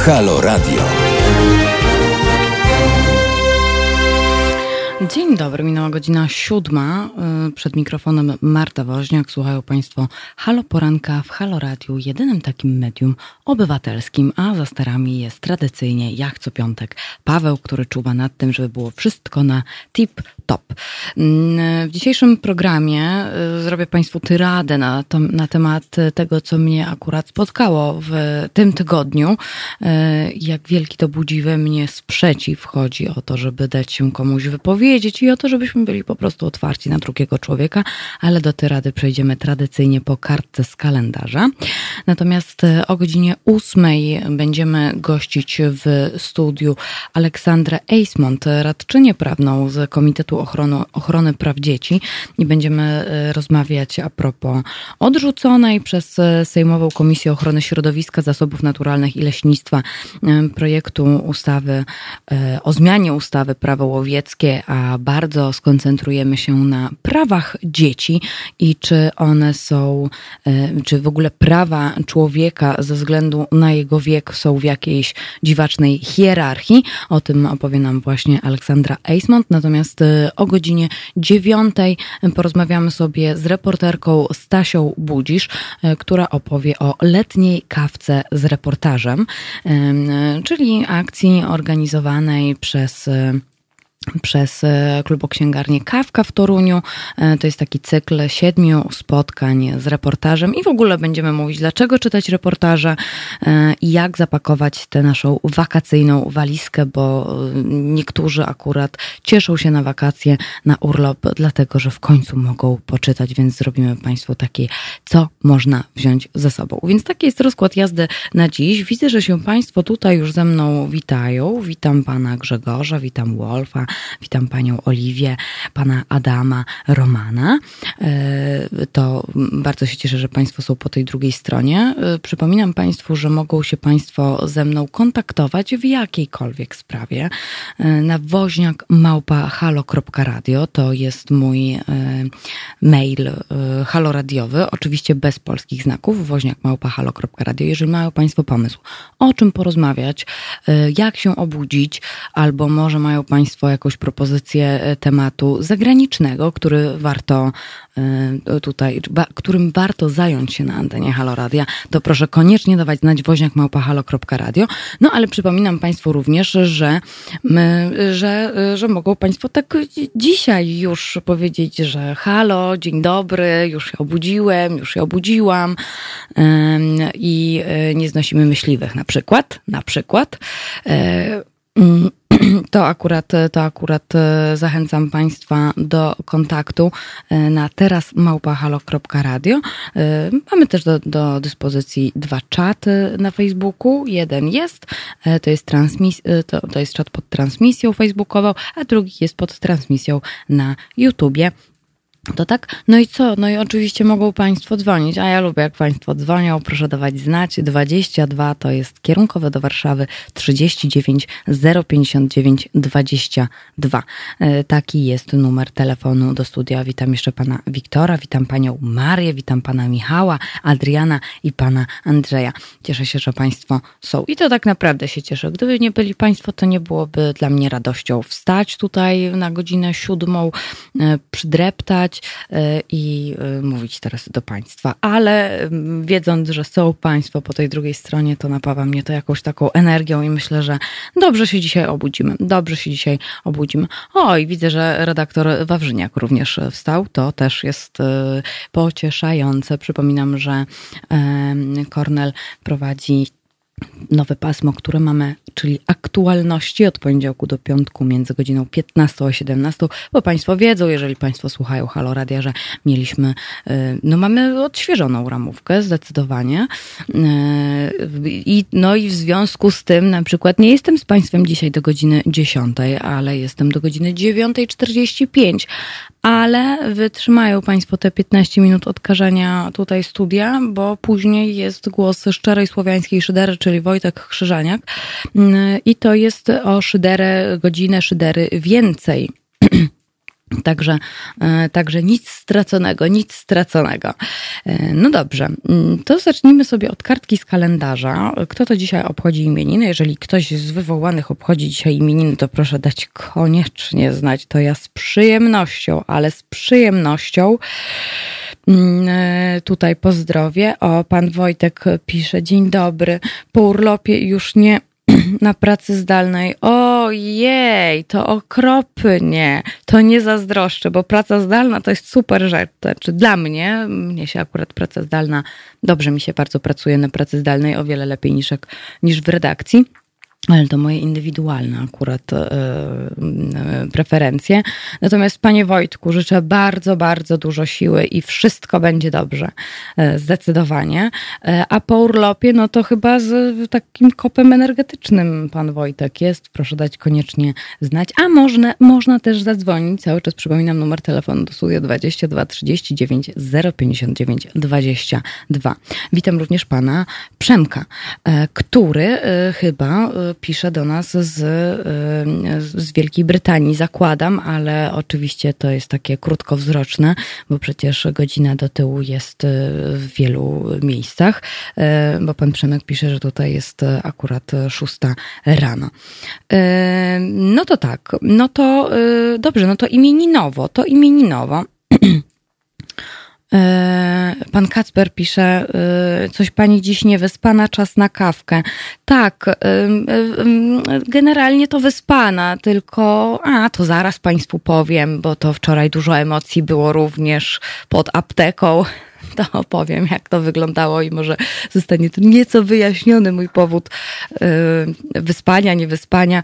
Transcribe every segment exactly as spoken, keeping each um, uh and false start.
Halo Radio. Dzień dobry, minęła godzina siódma. Przed mikrofonem Marta Woźniak. Słuchają Państwo Halo Poranka w Halo Radiu, jedynym takim medium obywatelskim, a za sterami jest tradycyjnie, jak co piątek, Paweł, który czuwa nad tym, żeby było wszystko na tip-top. W dzisiejszym programie zrobię Państwu tyradę na, to, na temat tego, co mnie akurat spotkało w tym tygodniu. Jak wielki to budzi we mnie sprzeciw. Chodzi o to, żeby dać się komuś wypowiedzieć i o to, żebyśmy byli po prostu otwarci na drugiego człowieka, ale do tyrady przejdziemy tradycyjnie po kartce z kalendarza. Natomiast o godzinie ósmej będziemy gościć w studiu Aleksandrę Eismont, radczynię prawną z Komitetu Ochrony, Ochrony Praw Dzieci, i będziemy rozmawiać a propos odrzuconej przez Sejmową Komisję Ochrony Środowiska, Zasobów Naturalnych i Leśnictwa projektu ustawy o zmianie ustawy Prawo łowieckie, a bardzo skoncentrujemy się na prawach dzieci i czy one są, czy w ogóle prawa człowieka ze względu na jego wiek są w jakiejś dziwacznej hierarchii. O tym opowie nam właśnie Aleksandra Eismont. Natomiast o godzinie dziewiątej porozmawiamy sobie z reporterką Stasią Budzisz, która opowie o letniej kawce z reportażem, czyli akcji organizowanej przez przez kluboksięgarnię Kawka w Toruniu. To jest taki cykl siedmiu spotkań z reportażem i w ogóle będziemy mówić, dlaczego czytać reportaże i jak zapakować tę naszą wakacyjną walizkę, bo niektórzy akurat cieszą się na wakacje, na urlop, dlatego, że w końcu mogą poczytać, więc zrobimy Państwu takie, co można wziąć ze sobą. Więc taki jest rozkład jazdy na dziś. Widzę, że się Państwo tutaj już ze mną witają. Witam Pana Grzegorza, witam Wolfa, witam Panią Oliwię, Pana Adama, Romana. To bardzo się cieszę, że Państwo są po tej drugiej stronie. Przypominam Państwu, że mogą się Państwo ze mną kontaktować w jakiejkolwiek sprawie na woźniak małpa halo kropka radio. To jest mój mail haloradiowy, oczywiście bez polskich znaków, woźniak małpa halo kropka radio. Jeżeli mają Państwo pomysł, o czym porozmawiać, jak się obudzić, albo może mają Państwo jakąś propozycję tematu zagranicznego, który warto tutaj, którym warto zająć się na antenie Halo Radia, to proszę koniecznie dawać znać woźniak małpa halo kropka radio. No ale przypominam Państwu również, że, my, że, że mogą Państwo tak dzisiaj już powiedzieć, że halo, dzień dobry, już się obudziłem, już się obudziłam i nie znosimy myśliwych na przykład, na przykład. To akurat, to akurat zachęcam Państwa do kontaktu na teraz małpa halo kropka radio. Mamy też do, do dyspozycji dwa czaty na Facebooku. Jeden jest, to jest, transmis- to, to jest czat pod transmisją facebookową, a drugi jest pod transmisją na YouTubie. To tak? No i co? No i oczywiście mogą Państwo dzwonić, a ja lubię, jak Państwo dzwonią. Proszę dawać znać. dwadzieścia dwa to jest kierunkowe do Warszawy, trzydzieści dziewięć zero pięćdziesiąt dziewięć dwadzieścia dwa. Taki jest numer telefonu do studia. Witam jeszcze Pana Wiktora, witam Panią Marię, witam Pana Michała, Adriana i Pana Andrzeja. Cieszę się, że Państwo są. I to tak naprawdę się cieszę. Gdyby nie byli Państwo, to nie byłoby dla mnie radością wstać tutaj na godzinę siódmą, przydreptać i mówić teraz do Państwa, ale wiedząc, że są Państwo po tej drugiej stronie, to napawa mnie to jakąś taką energią i myślę, że dobrze się dzisiaj obudzimy. Dobrze się dzisiaj obudzimy. O, i widzę, że redaktor Wawrzyniak również wstał. To też jest pocieszające. Przypominam, że Kornel prowadzi nowe pasmo, które mamy, czyli aktualności od poniedziałku do piątku między godziną piętnastą a siedemnastą, bo Państwo wiedzą, jeżeli Państwo słuchają Halo Radia, że mieliśmy, no mamy odświeżoną ramówkę zdecydowanie i no i w związku z tym na przykład nie jestem z Państwem dzisiaj do godziny dziesiątej, ale jestem do godziny dziewiątej czterdzieści pięć, ale wytrzymają Państwo te piętnaście minut odkażania tutaj studia, bo później jest głos szczerej słowiańskiej szydery, czyli Wojtek Krzyżaniak i to jest o szyderę, godzinę szydery więcej. Także, także nic straconego, nic straconego. No dobrze, to zacznijmy sobie od kartki z kalendarza. Kto to dzisiaj obchodzi imieniny? Jeżeli ktoś z wywołanych obchodzi dzisiaj imieniny, to proszę dać koniecznie znać. To ja z przyjemnością, ale z przyjemnością tutaj pozdrowię. O, pan Wojtek pisze, dzień dobry, po urlopie już nie na pracy zdalnej. Ojej, to okropnie. To nie zazdroszczę, bo praca zdalna to jest super rzecz. Znaczy dla mnie, mnie się akurat praca zdalna, dobrze mi się bardzo pracuje na pracy zdalnej, o wiele lepiej niż, jak, niż w redakcji. Ale to moje indywidualne akurat e, e, preferencje. Natomiast panie Wojtku, życzę bardzo, bardzo dużo siły i wszystko będzie dobrze. E, zdecydowanie. E, a po urlopie, no to chyba z takim kopem energetycznym pan Wojtek jest. Proszę dać koniecznie znać. A można, można też zadzwonić. Cały czas przypominam numer telefonu do studia dwadzieścia dwa trzydzieści dziewięć zero pięćdziesiąt dziewięć dwadzieścia dwa. Witam również pana Przemka, e, który e, chyba e, pisze do nas z, z Wielkiej Brytanii, zakładam, ale oczywiście to jest takie krótkowzroczne, bo przecież godzina do tyłu jest w wielu miejscach, bo pan Przemek pisze, że tutaj jest akurat szósta rano. No to tak, no to dobrze, no to imieninowo, to imieninowo. Pan Kacper pisze, coś pani dziś nie wyspana, czas na kawkę. Tak, generalnie to wyspana, tylko a to zaraz państwu powiem, bo to wczoraj dużo emocji było również pod apteką. To opowiem, jak to wyglądało i może zostanie tu nieco wyjaśniony mój powód wyspania, niewyspania.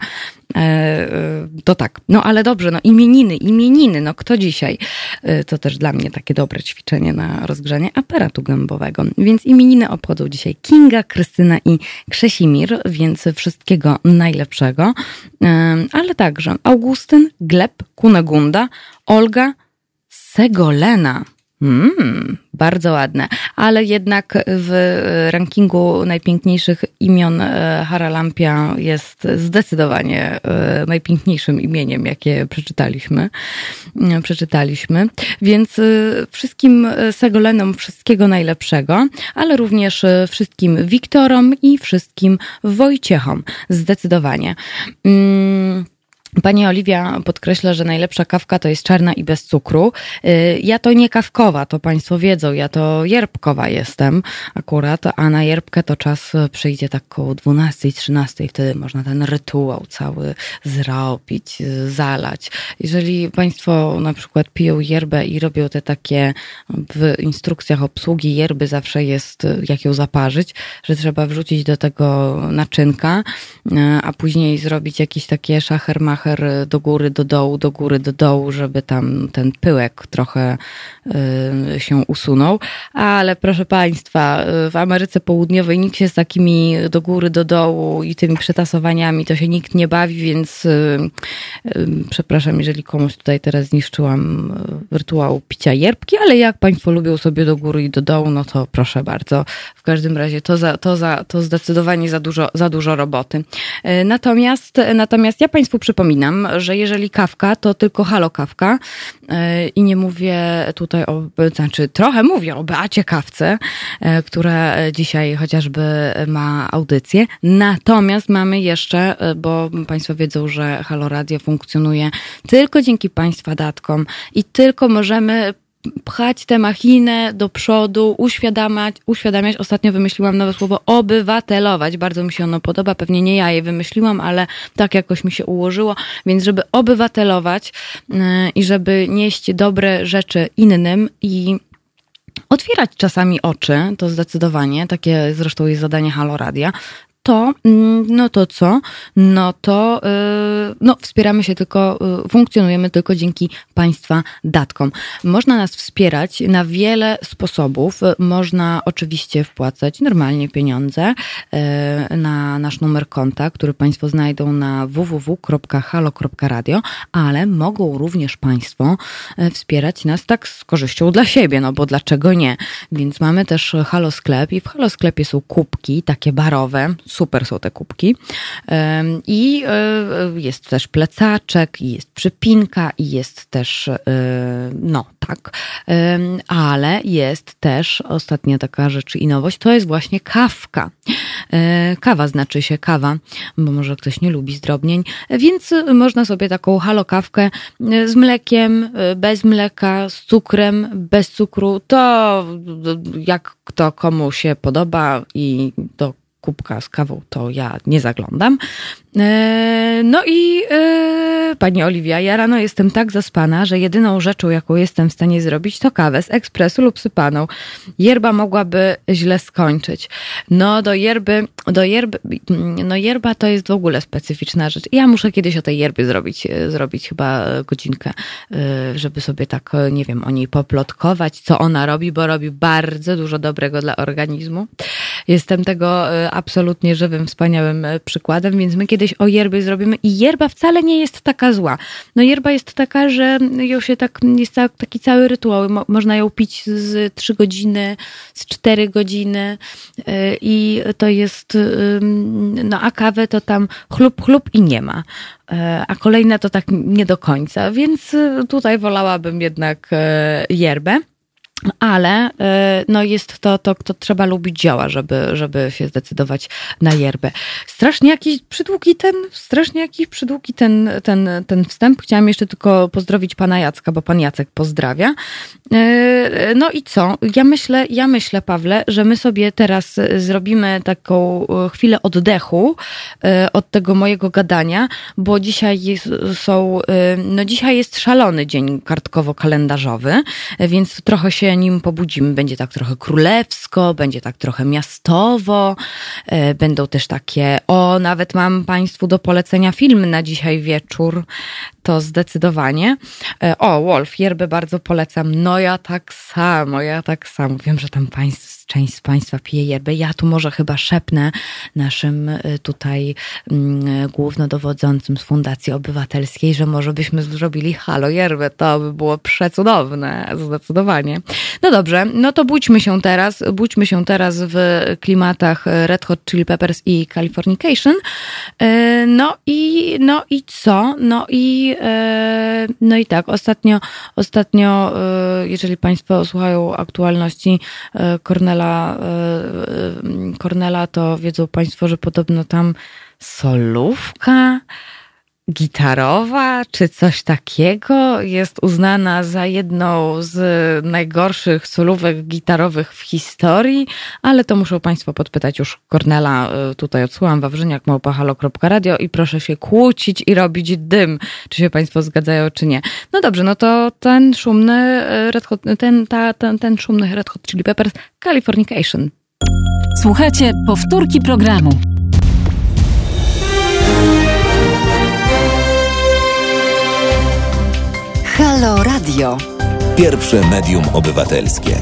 To tak, no ale dobrze, no imieniny, imieniny, no kto dzisiaj? To też dla mnie takie dobre ćwiczenie na rozgrzanie aparatu gębowego. Więc imieniny obchodzą dzisiaj Kinga, Krystyna i Krzesimir, więc wszystkiego najlepszego. Ale także Augustyn, Gleb, Kunegunda, Olga, Segolena. Mm, bardzo ładne, ale jednak w rankingu najpiękniejszych imion Haralampia jest zdecydowanie najpiękniejszym imieniem, jakie przeczytaliśmy. przeczytaliśmy. Więc wszystkim Segolenom wszystkiego najlepszego, ale również wszystkim Wiktorom i wszystkim Wojciechom. Zdecydowanie. Mm. Pani Oliwia podkreśla, że najlepsza kawka to jest czarna i bez cukru. Ja to nie kawkowa, to państwo wiedzą, ja to jerbkowa jestem akurat, a na jerbkę to czas przyjdzie tak koło dwunastej, trzynastej, wtedy można ten rytuał cały zrobić, zalać. Jeżeli państwo na przykład piją yerbę i robią te takie, w instrukcjach obsługi yerby zawsze jest, jak ją zaparzyć, że trzeba wrzucić do tego naczynka, a później zrobić jakieś takie szacher-macher do góry, do dołu, do góry, do dołu, żeby tam ten pyłek trochę y, się usunął. Ale proszę państwa, w Ameryce Południowej nikt się z takimi do góry, do dołu i tymi przetasowaniami to się nikt nie bawi, więc y, y, przepraszam, jeżeli komuś tutaj teraz zniszczyłam rytuał picia yerbki, ale jak państwo lubią sobie do góry i do dołu, no to proszę bardzo. W każdym razie to, za, to, za, to zdecydowanie za dużo, za dużo roboty. Y, natomiast, natomiast ja państwu przypominam, że jeżeli kawka, to tylko halo kawka i nie mówię tutaj o, znaczy trochę mówię o Beacie Kawce, która dzisiaj chociażby ma audycję, natomiast mamy jeszcze, bo państwo wiedzą, że Halo Radio funkcjonuje tylko dzięki państwa datkom i tylko możemy pchać tę machinę do przodu, uświadamiać, uświadamiać. Ostatnio wymyśliłam nowe słowo obywatelować. Bardzo mi się ono podoba. Pewnie nie ja je wymyśliłam, ale tak jakoś mi się ułożyło. Więc żeby obywatelować yy, i żeby nieść dobre rzeczy innym i otwierać czasami oczy, to zdecydowanie, takie zresztą jest zadanie Halo Radia, to, no to co? No to no, wspieramy się tylko, funkcjonujemy tylko dzięki państwa datkom. Można nas wspierać na wiele sposobów. Można oczywiście wpłacać normalnie pieniądze na nasz numer konta, który państwo znajdą na w w w kropka halo kropka radio, ale mogą również państwo wspierać nas tak z korzyścią dla siebie, no bo dlaczego nie? Więc mamy też Halo Sklep i w Halo Sklepie są kubki takie barowe, super są te kubki. I jest też plecaczek, i jest przypinka, i jest też, no tak, ale jest też ostatnia taka rzecz i nowość, to jest właśnie kawka. Kawa znaczy się kawa, bo może ktoś nie lubi zdrobnień, więc można sobie taką halokawkę z mlekiem, bez mleka, z cukrem, bez cukru, to jak kto komu się podoba i do kubka z kawą to ja nie zaglądam. No i yy, pani Oliwia, ja rano jestem tak zaspana, że jedyną rzeczą, jaką jestem w stanie zrobić, to kawę z ekspresu lub sypaną. Yerba mogłaby źle skończyć. No do yerby, do yerby, no yerba to jest w ogóle specyficzna rzecz. Ja muszę kiedyś o tej yerbie zrobić, zrobić chyba godzinkę, żeby sobie tak, nie wiem, o niej poplotkować, co ona robi, bo robi bardzo dużo dobrego dla organizmu. Jestem tego absolutnie żywym, wspaniałym przykładem, więc my kiedyś o yerbie zrobimy i yerba wcale nie jest taka zła. No yerba jest taka, że ją się tak, jest taki cały rytuał. Mo, można ją pić z trzy godziny, z cztery godziny i to jest, no a kawę to tam chlup, chlup i nie ma. A kolejna to tak nie do końca, więc tutaj wolałabym jednak yerbę. Ale no jest to, to, to trzeba lubić zioła, żeby, żeby się zdecydować na yerbę. Strasznie jakiś przydługi ten, strasznie jakiś przydługi ten, ten, ten wstęp. Chciałam jeszcze tylko pozdrowić pana Jacka, bo pan Jacek pozdrawia. No i co? Ja myślę, ja myślę, Pawle, że my sobie teraz zrobimy taką chwilę oddechu od tego mojego gadania, bo dzisiaj jest, są, no dzisiaj jest szalony dzień kartkowo-kalendarzowy, więc trochę się nim pobudzimy. Będzie tak trochę królewsko, będzie tak trochę miastowo, będą też takie, o, nawet mam Państwu do polecenia film na dzisiaj wieczór, to zdecydowanie. O, Wolf, yerbę bardzo polecam. No ja tak samo, ja tak samo. Wiem, że tam państw, część z Państwa pije yerbę. Ja tu może chyba szepnę naszym tutaj mm, głównodowodzącym z Fundacji Obywatelskiej, że może byśmy zrobili halo yerbę. To by było przecudowne, zdecydowanie. No dobrze, no to budźmy się teraz, budźmy się teraz w klimatach Red Hot Chili Peppers i Californication. No i, no i co? No i No i tak, ostatnio, ostatnio, jeżeli Państwo słuchają aktualności Kornela, Kornela, to wiedzą Państwo, że podobno tam solówka gitarowa, czy coś takiego jest uznana za jedną z najgorszych solówek gitarowych w historii, ale to muszą Państwo podpytać już Kornela. Tutaj odsyłam wawrzyniak małpa halo kropka radio i proszę się kłócić i robić dym, czy się Państwo zgadzają, czy nie. No dobrze, no to ten szumny Red Hot, ten, ta, ten, ten szumny Red Hot Chili Peppers, Californication. Słuchajcie powtórki programu. Halo Radio. Pierwsze medium obywatelskie.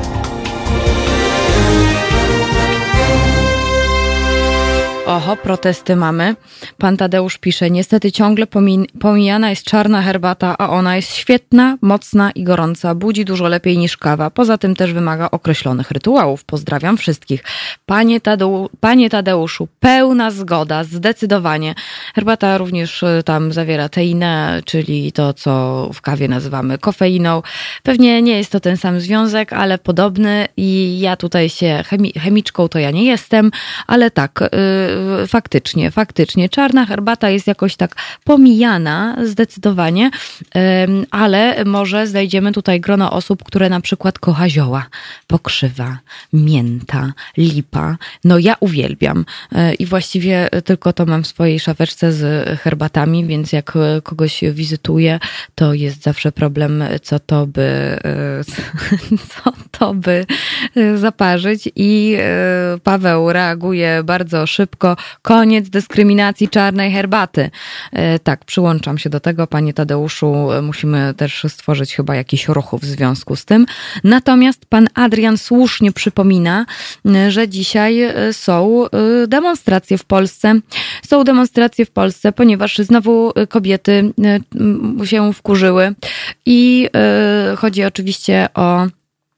Oho, protesty mamy. Pan Tadeusz pisze, niestety ciągle pomi- pomijana jest czarna herbata, a ona jest świetna, mocna i gorąca. Budzi dużo lepiej niż kawa. Poza tym też wymaga określonych rytuałów. Pozdrawiam wszystkich. Panie, Tadeu- Panie Tadeuszu, pełna zgoda, zdecydowanie. Herbata również tam zawiera teinę, czyli to, co w kawie nazywamy kofeiną. Pewnie nie jest to ten sam związek, ale podobny i ja tutaj się chemi- chemiczką to ja nie jestem, ale tak, yy, faktycznie, faktycznie. Czarna herbata jest jakoś tak pomijana zdecydowanie, ale może znajdziemy tutaj grono osób, które na przykład kocha zioła, pokrzywa, mięta, lipa. No ja uwielbiam i właściwie tylko to mam w swojej szafeczce z herbatami, więc jak kogoś wizytuję, to jest zawsze problem, co to by, co to by zaparzyć i Paweł reaguje bardzo szybko. Koniec dyskryminacji czarnej herbaty. Tak, przyłączam się do tego, panie Tadeuszu. Musimy też stworzyć chyba jakiś ruch w związku z tym. Natomiast pan Adrian słusznie przypomina, że dzisiaj są demonstracje w Polsce. Są demonstracje w Polsce, ponieważ znowu kobiety się wkurzyły i chodzi oczywiście o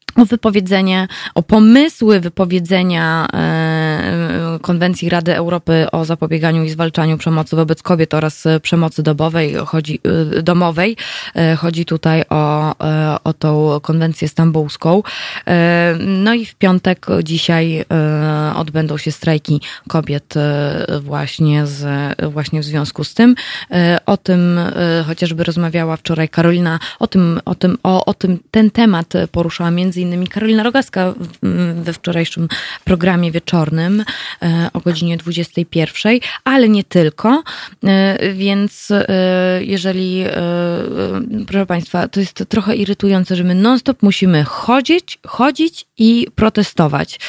o wypowiedzenie, o pomysły wypowiedzenia e, Konwencji Rady Europy o zapobieganiu i zwalczaniu przemocy wobec kobiet oraz przemocy domowej. Chodzi, domowej. Chodzi tutaj o, o tą konwencję stambulską. E, no i w piątek dzisiaj e, odbędą się strajki kobiet właśnie, z, właśnie w związku z tym. E, o tym e, chociażby rozmawiała wczoraj Karolina, o tym, o tym, o, o tym ten temat poruszała między innymi Karolina Rogaska we wczorajszym programie wieczornym o godzinie dwudziestej pierwszej, ale nie tylko, więc jeżeli, proszę Państwa, to jest trochę irytujące, że my non-stop musimy chodzić, chodzić i protestować.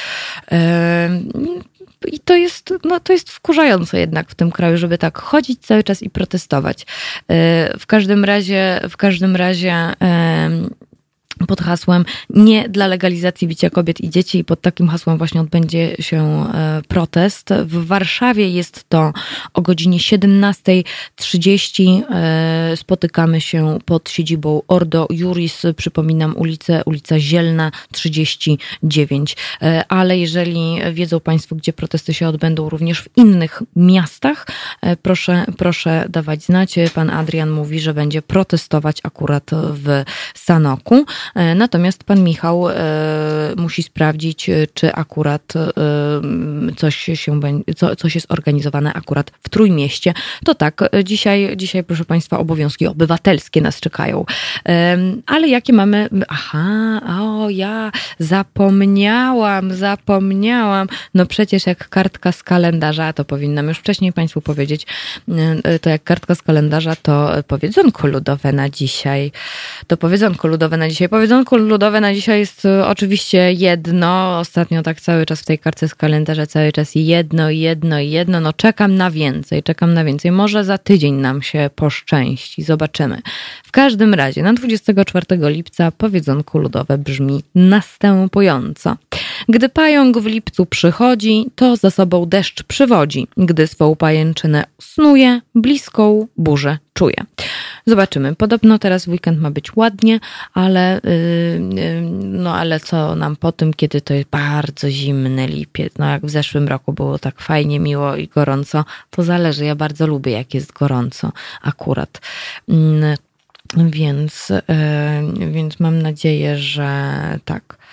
I to jest, no to jest wkurzające jednak w tym kraju, żeby tak chodzić cały czas i protestować. W każdym razie, w każdym razie pod hasłem nie dla legalizacji bicia kobiet i dzieci i pod takim hasłem właśnie odbędzie się protest. W Warszawie jest to o godzinie siedemnastej trzydzieści. Spotykamy się pod siedzibą Ordo Iuris. Przypominam ulicę, ulica Zielna trzydzieści dziewięć. Ale jeżeli wiedzą Państwo, gdzie protesty się odbędą również w innych miastach, proszę, proszę dawać znać. Pan Adrian mówi, że będzie protestować akurat w Sanoku. Natomiast pan Michał e, musi sprawdzić, czy akurat e, coś się co, coś jest organizowane akurat w Trójmieście. To tak, dzisiaj, dzisiaj proszę Państwa, obowiązki obywatelskie nas czekają. E, ale jakie mamy... Aha, o ja zapomniałam, zapomniałam. No przecież jak kartka z kalendarza, to powinnam już wcześniej Państwu powiedzieć, e, to jak kartka z kalendarza, to powiedzonko ludowe na dzisiaj. To powiedzonko ludowe na dzisiaj. Powiedzonko ludowe na dzisiaj jest oczywiście jedno. Ostatnio tak cały czas w tej kartce z kalendarza cały czas jedno, jedno, jedno. No czekam na więcej, czekam na więcej. Może za tydzień nam się poszczęści. Zobaczymy. W każdym razie na dwudziestego czwartego lipca powiedzonko ludowe brzmi następująco. Gdy pająk w lipcu przychodzi, to za sobą deszcz przywodzi. Gdy swą pajęczynę snuje, bliską burzę czuje. Zobaczymy. Podobno teraz w weekend ma być ładnie, ale yy, yy, no ale co nam po tym, kiedy to jest bardzo zimny lipiec, no jak w zeszłym roku było tak fajnie, miło i gorąco, to zależy. Ja bardzo lubię, jak jest gorąco akurat. Yy, więc, yy, więc mam nadzieję, że tak.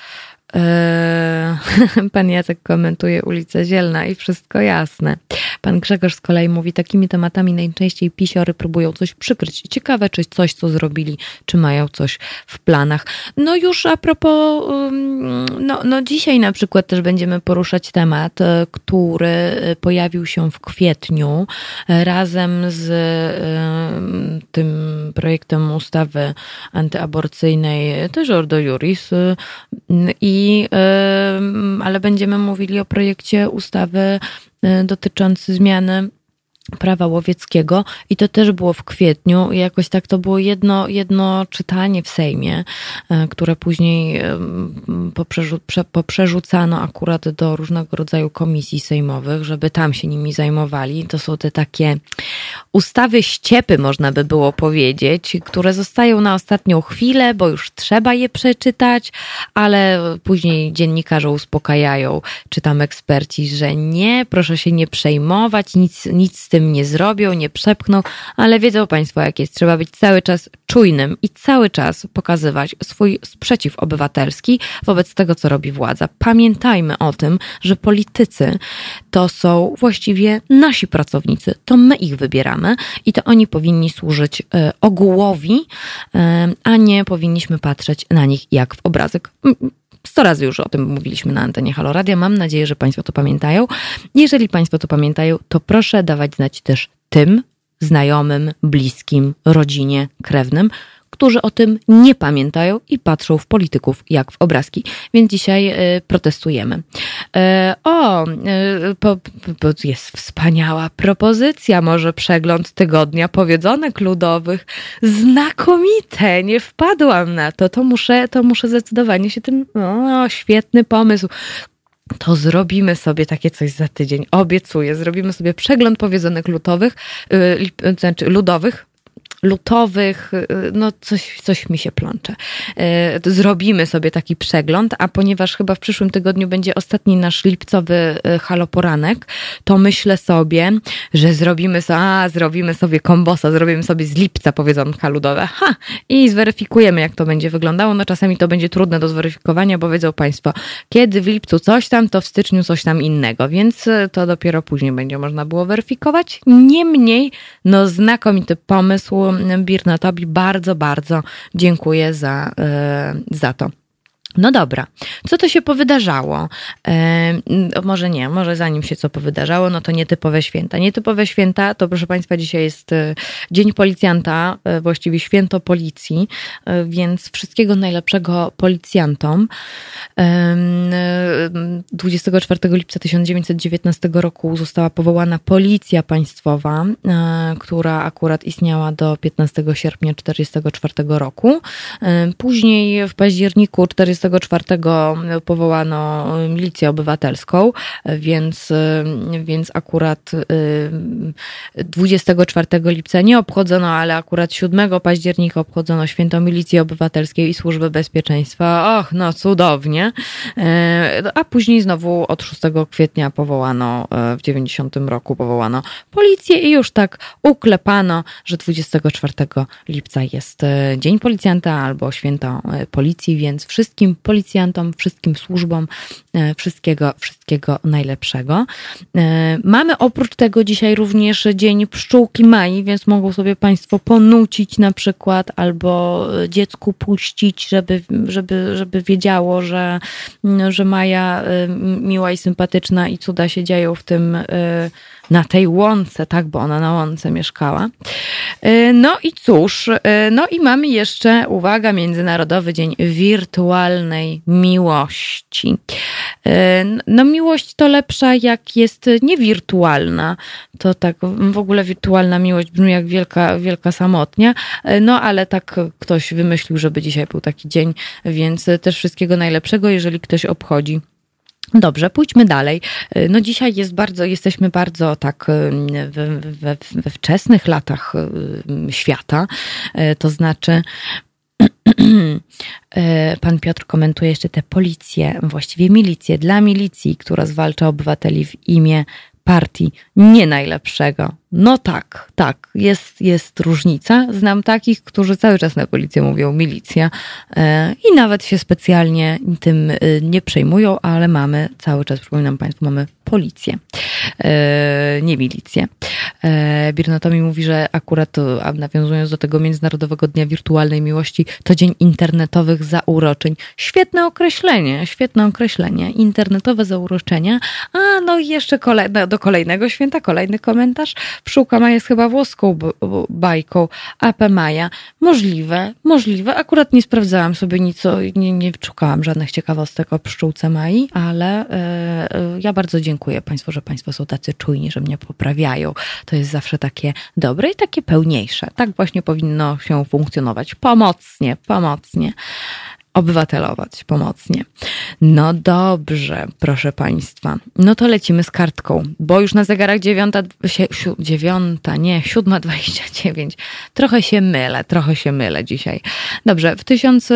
Pan Jacek komentuje ulica Zielna i wszystko jasne. Pan Grzegorz z kolei mówi, takimi tematami najczęściej pisiory próbują coś przykryć. Ciekawe, czy coś, co zrobili, czy mają coś w planach. No już a propos, no, no dzisiaj na przykład też będziemy poruszać temat, który pojawił się w kwietniu razem z tym projektem ustawy antyaborcyjnej, też Ordo Iuris, i I, ale będziemy mówili o projekcie ustawy dotyczący zmiany prawa łowieckiego i to też było w kwietniu i jakoś tak to było jedno, jedno czytanie w Sejmie, które później poprzerzu, poprzerzucano akurat do różnego rodzaju komisji sejmowych, żeby tam się nimi zajmowali. To są te takie ustawy ściepy, można by było powiedzieć, które zostają na ostatnią chwilę, bo już trzeba je przeczytać, ale później dziennikarze uspokajają, czy tam eksperci, że nie, proszę się nie przejmować, nic, nic z tym nie zrobią, nie przepchną, ale wiedzą Państwo, jak jest. Trzeba być cały czas czujnym i cały czas pokazywać swój sprzeciw obywatelski wobec tego, co robi władza. Pamiętajmy o tym, że politycy to są właściwie nasi pracownicy. To my ich wybieramy i to oni powinni służyć ogółowi, a nie powinniśmy patrzeć na nich jak w obrazek. Sto razy już o tym mówiliśmy na antenie Halo Radia. Mam nadzieję, że Państwo to pamiętają. Jeżeli Państwo to pamiętają, to proszę dawać znać też tym znajomym, bliskim, rodzinie, krewnym, którzy o tym nie pamiętają i patrzą w polityków jak w obrazki. Więc dzisiaj y, protestujemy. Y, o, y, po, po, jest wspaniała propozycja. Może przegląd tygodnia powiedzonek ludowych. Znakomite! Nie wpadłam na to. To muszę, to muszę zdecydowanie się tym... O, świetny pomysł. To zrobimy sobie takie coś za tydzień. Obiecuję. Zrobimy sobie przegląd powiedzonek ludowych, yy, znaczy ludowych. lutowych, no coś, coś mi się plącze. Zrobimy sobie taki przegląd, a ponieważ chyba w przyszłym tygodniu będzie ostatni nasz lipcowy Halo Poranek, to myślę sobie, że zrobimy sobie, a, zrobimy sobie kombosa, zrobimy sobie z lipca powiedzonka ludowe, ha, i zweryfikujemy, jak to będzie wyglądało. No czasami to będzie trudne do zweryfikowania, bo wiedzą Państwo, kiedy w lipcu coś tam, to w styczniu coś tam innego, więc to dopiero później będzie można było weryfikować. Niemniej, no znakomity pomysł. Birnatowi bardzo, bardzo dziękuję za, yy, za to. No dobra, co to się powydarzało? E, może nie, może zanim się co powydarzało, no to nietypowe święta. Nietypowe święta to, proszę Państwa, dzisiaj jest Dzień Policjanta, właściwie święto policji, więc wszystkiego najlepszego policjantom. E, dwudziestego czwartego lipca tysiąc dziewięćset dziewiętnastego roku została powołana Policja Państwowa, e, która akurat istniała do piętnastego sierpnia czterdziestego czwartego roku. E, później w październiku czterdziestego czwartego powołano Milicję Obywatelską, więc, więc akurat dwudziestego czwartego lipca nie obchodzono, ale akurat siódmego października obchodzono święto Milicji Obywatelskiej i Służby Bezpieczeństwa. Och, no cudownie. A później znowu od szóstego kwietnia powołano, w dziewięćdziesiątym roku powołano Policję i już tak uklepano, że dwudziestego czwartego lipca jest Dzień Policjanta albo święto Policji, więc wszystkim policjantom, wszystkim służbom, wszystkiego, wszystkiego najlepszego. Mamy oprócz tego dzisiaj również Dzień Pszczółki Mai, więc mogą sobie Państwo ponucić na przykład albo dziecku puścić, żeby, żeby, żeby wiedziało, że, że Maja miła i sympatyczna i cuda się dzieją w tym, na tej łące, tak, bo ona na łące mieszkała. No i cóż, no i mamy jeszcze, uwaga, Międzynarodowy Dzień Wirtualnej Miłości. No miłość to lepsza, jak jest niewirtualna. To tak w ogóle wirtualna miłość brzmi jak wielka, wielka samotnia, no ale tak ktoś wymyślił, żeby dzisiaj był taki dzień, więc też wszystkiego najlepszego, jeżeli ktoś obchodzi. Dobrze, pójdźmy dalej. No dzisiaj jest bardzo, jesteśmy bardzo tak we, we, we wczesnych latach świata, to znaczy pan Piotr komentuje jeszcze tę policję, właściwie milicję, dla milicji, która zwalcza obywateli w imię partii nie najlepszego. No tak, tak, jest, jest różnica. Znam takich, którzy cały czas na policję mówią milicja i nawet się specjalnie tym nie przejmują, ale mamy cały czas, przypominam Państwu, mamy policję, nie milicję. Birnatomi mówi, że akurat to, nawiązując do tego Międzynarodowego Dnia Wirtualnej Miłości, to Dzień Internetowych Zauroczeń. Świetne określenie, świetne określenie. Internetowe zauroczenia. A no i jeszcze kolejne, do kolejnego święta, kolejny komentarz. Pszczółka Maja jest chyba włoską bajką. A P Maja. Możliwe, możliwe. Akurat nie sprawdzałam sobie nic, nie, nie szukałam żadnych ciekawostek o pszczółce Mai, ale yy, ja bardzo dziękuję Państwu, że Państwo są tacy czujni, że mnie poprawiają. To jest zawsze takie dobre i takie pełniejsze. Tak właśnie powinno się funkcjonować. Pomocnie, pomocnie. Obywatelować pomocnie. No dobrze, proszę Państwa. No to lecimy z kartką, bo już na zegarach dziewiąta, si, dziewiąta, nie, siódma dwadzieścia dziewięć. Trochę się mylę, trochę się mylę dzisiaj. Dobrze, w tysiąc,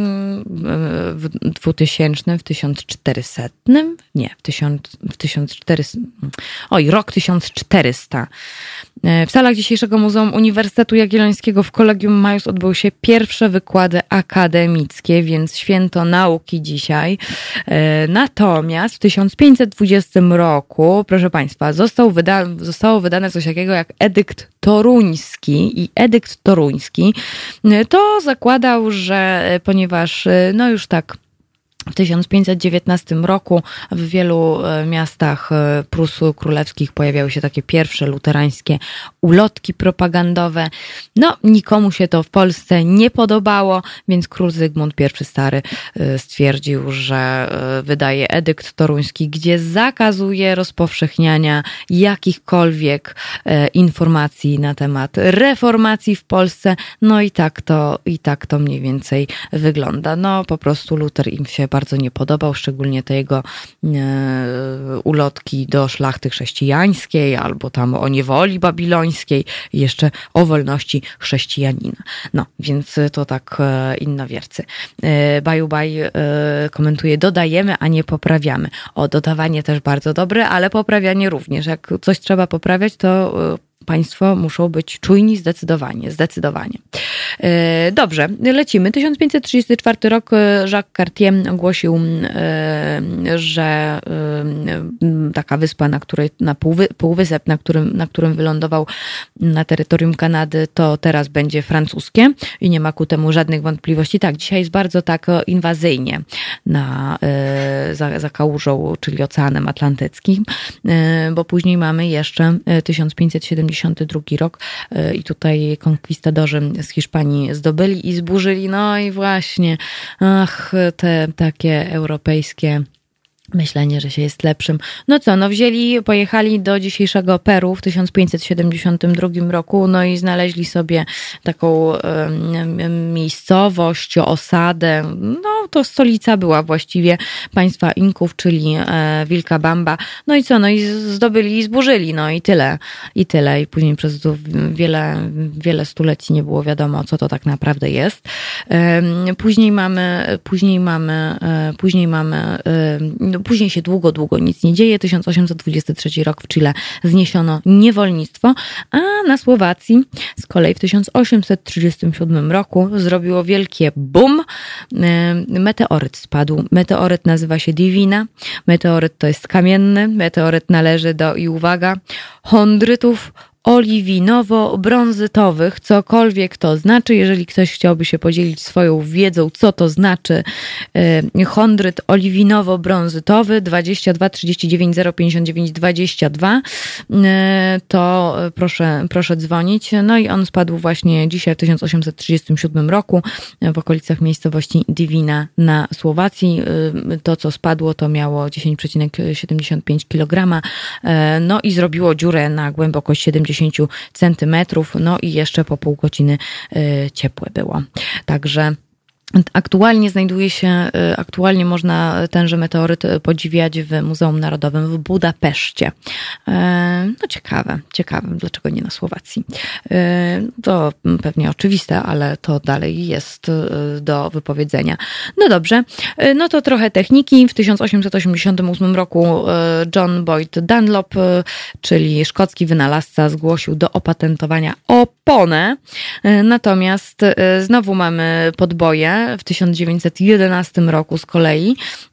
w dwutysięcznym, w tysiąc czterysetnym, nie, w tysiąc, w tysiąc czterysta, oj, rok tysiąc czterysta. W salach dzisiejszego Muzeum Uniwersytetu Jagiellońskiego w Collegium Maius odbyły się pierwsze wykłady akademickie, więc święto nauki dzisiaj. Natomiast w tysiąc pięćset dwudziestym roku, proszę Państwa, został wyda- zostało wydane coś takiego jak edykt toruński i edykt toruński to zakładał, że ponieważ no już tak w tysiąc pięćset dziewiętnastym roku w wielu miastach Prus Królewskich pojawiały się takie pierwsze luterańskie ulotki propagandowe. No, nikomu się to w Polsce nie podobało, więc król Zygmunt pierwszy Stary stwierdził, że wydaje edykt toruński, gdzie zakazuje rozpowszechniania jakichkolwiek informacji na temat reformacji w Polsce. No i tak to, i tak to mniej więcej wygląda. No, po prostu Luter im się bardzo bardzo nie podobał, szczególnie te jego ulotki do szlachty chrześcijańskiej albo tam o niewoli babilońskiej i jeszcze o wolności chrześcijanina. No, więc to tak inna wiercy. Baju Baj komentuje, dodajemy, a nie poprawiamy. O, dodawanie też bardzo dobre, ale poprawianie również. Jak coś trzeba poprawiać, to państwo muszą być czujni zdecydowanie, zdecydowanie. Dobrze, lecimy. tysiąc pięćset trzydziesty czwarty rok Jacques Cartier ogłosił, że taka wyspa, na której, na półwy, półwysep, na którym, na którym wylądował na terytorium Kanady, to teraz będzie francuskie i nie ma ku temu żadnych wątpliwości. Tak, dzisiaj jest bardzo tak inwazyjnie na, za, za kałużą, czyli Oceanem Atlantyckim, bo później mamy jeszcze tysiąc pięćset siedemdziesiąty drugi rok i tutaj konkwistadorzy z Hiszpanii zdobyli i zburzyli, no i właśnie, ach, te takie europejskie myślenie, że się jest lepszym. No co, no wzięli, pojechali do dzisiejszego Peru w tysiąc pięćset siedemdziesiątym drugim roku, no i znaleźli sobie taką um, miejscowość, osadę, no to stolica była właściwie państwa Inków, czyli e, Vilcabamba. No i co, no i zdobyli i zburzyli, no i tyle, i tyle. I później przez to wiele, wiele stuleci nie było wiadomo, co to tak naprawdę jest. E, później mamy, później mamy, e, później mamy e, Później się długo, długo nic nie dzieje. tysiąc osiemset dwudziesty trzeci rok w Chile zniesiono niewolnictwo, a na Słowacji z kolei w tysiąc osiemset trzydziestym siódmym roku zrobiło wielkie boom. Meteoryt spadł. Meteoryt nazywa się Divina. Meteoryt to jest kamienny. Meteoryt należy do, i uwaga, chondrytów oliwinowo-brązytowych, cokolwiek to znaczy. Jeżeli ktoś chciałby się podzielić swoją wiedzą, co to znaczy chondryt oliwinowo-brązytowy, dwadzieścia dwa trzydzieści dziewięć zero pięćdziesiąt dziewięć dwadzieścia dwa, to proszę, proszę dzwonić. No i on spadł właśnie dzisiaj w tysiąc osiemset trzydziestym siódmym roku w okolicach miejscowości Divina na Słowacji. To, co spadło, to miało dziesięć przecinek siedemdziesiąt pięć kilograma, no i zrobiło dziurę na głębokość siedemdziesiąt centymetrów, no i jeszcze po pół godziny ciepłe było. Także aktualnie znajduje się, aktualnie można tenże meteoryt podziwiać w Muzeum Narodowym w Budapeszcie. No ciekawe, ciekawe, dlaczego nie na Słowacji. To pewnie oczywiste, ale to dalej jest do wypowiedzenia. No dobrze, no to trochę techniki. W tysiąc osiemset osiemdziesiątym ósmym roku John Boyd Dunlop, czyli szkocki wynalazca, zgłosił do opatentowania oponę. Natomiast znowu mamy podboje. W tysiąc dziewięćset jedenastym roku z kolei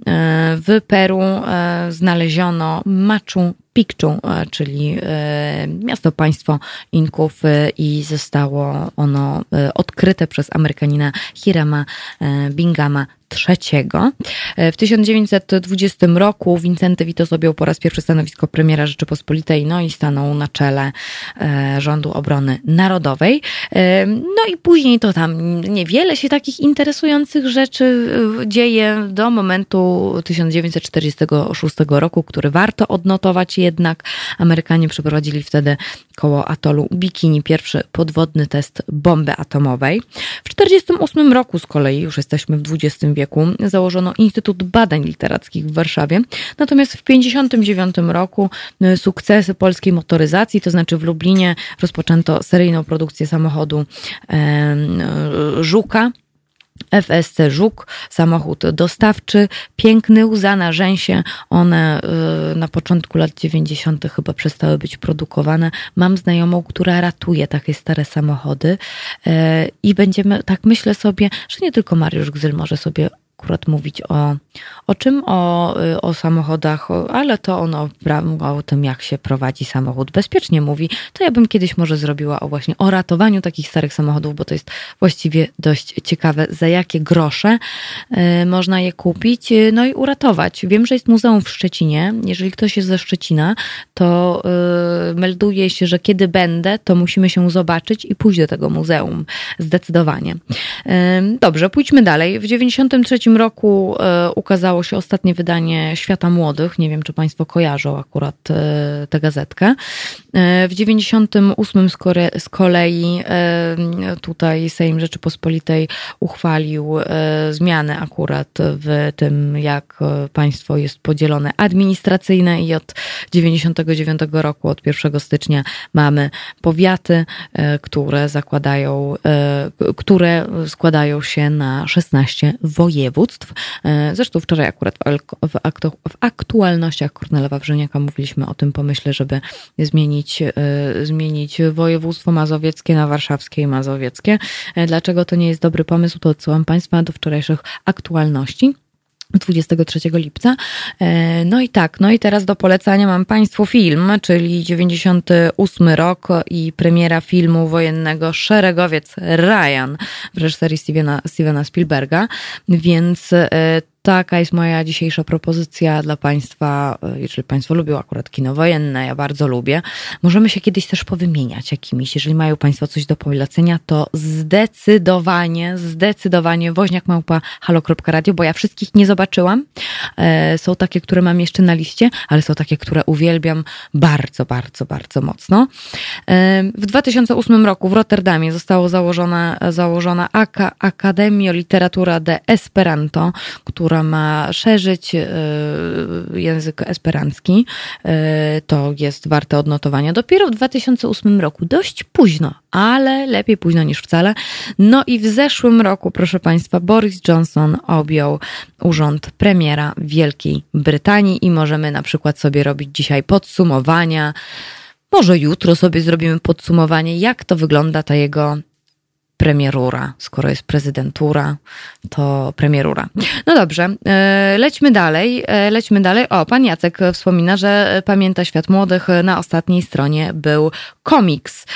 w Peru znaleziono Machu Picchu, czyli miasto państwo Inków i zostało ono odkryte przez Amerykanina Hirama Binghama trzeciego. W tysiąc dziewięćset dwudziestym roku Wincenty Witos objął po raz pierwszy stanowisko premiera Rzeczypospolitej, no i stanął na czele rządu obrony narodowej. No i później to tam niewiele się takich interesujących rzeczy dzieje do momentu tysiąc dziewięćset czterdziestego szóstego roku, który warto odnotować jednak. Amerykanie przeprowadzili wtedy koło atolu Bikini pierwszy podwodny test bomby atomowej. W tysiąc dziewięćset czterdziestym ósmym roku z kolei, już jesteśmy w dwudziestym wieku, założono Instytut Badań Literackich w Warszawie. Natomiast w tysiąc dziewięćset pięćdziesiątym dziewiątym roku sukcesy polskiej motoryzacji, to znaczy w Lublinie rozpoczęto seryjną produkcję samochodu e, Żuka. F S C Żuk, samochód dostawczy, piękny, łza na rzęsie. One na początku lat dziewięćdziesiątych chyba przestały być produkowane. Mam znajomą, która ratuje takie stare samochody i będziemy, tak myślę sobie, że nie tylko Mariusz Gzyl może sobie akurat mówić o, o czym? O, o samochodach, ale to ono o tym, jak się prowadzi samochód bezpiecznie mówi. To ja bym kiedyś może zrobiła o właśnie o ratowaniu takich starych samochodów, bo to jest właściwie dość ciekawe, za jakie grosze y, można je kupić, y, no i uratować. Wiem, że jest muzeum w Szczecinie. Jeżeli ktoś jest ze Szczecina, to y, melduje się, że kiedy będę, to musimy się zobaczyć i pójść do tego muzeum. Zdecydowanie. Y, dobrze, pójdźmy dalej. W dziewięćdziesiątym trzecim trzecim roku ukazało się ostatnie wydanie Świata Młodych. Nie wiem, czy Państwo kojarzą akurat tę gazetkę. W dziewięćdziesiątym ósmym z kolei tutaj Sejm Rzeczypospolitej uchwalił zmiany akurat w tym, jak państwo jest podzielone administracyjne i od dziewięćdziesiątego dziewiątego roku, od pierwszego stycznia mamy powiaty, które zakładają, które składają się na szesnaście województw. Zresztą wczoraj akurat w, aktu, w aktualnościach Kornela Wawrzyniaka mówiliśmy o tym pomyśle, żeby zmienić, zmienić województwo mazowieckie na warszawskie i mazowieckie. Dlaczego to nie jest dobry pomysł, to odsyłam Państwa do wczorajszych aktualności dwudziestego trzeciego lipca. No i tak, no i teraz do polecania mam Państwu film, czyli dziewięćdziesiąty ósmy rok i premiera filmu wojennego Szeregowiec Ryan w reżyserii Stevena, Stevena Spielberga, więc taka jest moja dzisiejsza propozycja dla Państwa, jeżeli Państwo lubią akurat kino wojenne, ja bardzo lubię. Możemy się kiedyś też powymieniać jakimiś. Jeżeli mają Państwo coś do polecenia, to zdecydowanie, zdecydowanie woźniak małpa halo kropka radio, bo ja wszystkich nie zobaczyłam. Są takie, które mam jeszcze na liście, ale są takie, które uwielbiam bardzo, bardzo, bardzo mocno. W dwa tysiące ósmym roku w Rotterdamie zostało założona, założona Academia Literatura de Esperanto, która ma szerzyć język esperancki. To jest warte odnotowania. Dopiero w dwa tysiące ósmym roku, dość późno, ale lepiej późno niż wcale. No i w zeszłym roku, proszę Państwa, Boris Johnson objął urząd premiera Wielkiej Brytanii i możemy na przykład sobie robić dzisiaj podsumowania. Może jutro sobie zrobimy podsumowanie, jak to wygląda ta jego premierura. Skoro jest prezydentura, to premierura. No dobrze, lećmy dalej, lećmy dalej. O, pan Jacek wspomina, że pamięta Świat Młodych. Na ostatniej stronie był komiks.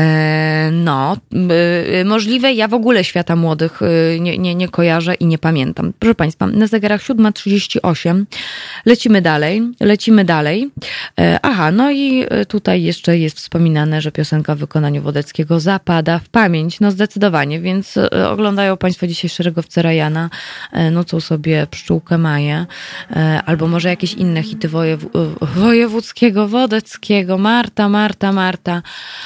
No, możliwe, ja w ogóle Świata Młodych nie, nie, nie kojarzę i nie pamiętam. Proszę Państwa, na zegarach siódma trzydzieści osiem. Lecimy dalej, lecimy dalej. Aha, no i tutaj jeszcze jest wspominane, że piosenka w wykonaniu Wodeckiego zapada w pamięć. No zdecydowanie, więc oglądają Państwo dzisiaj Szeregowce Ryana, nucą sobie Pszczółkę Maję, albo może jakieś inne hity wojew- wojewódzkiego, Wodeckiego, Marta, Marta, Marta.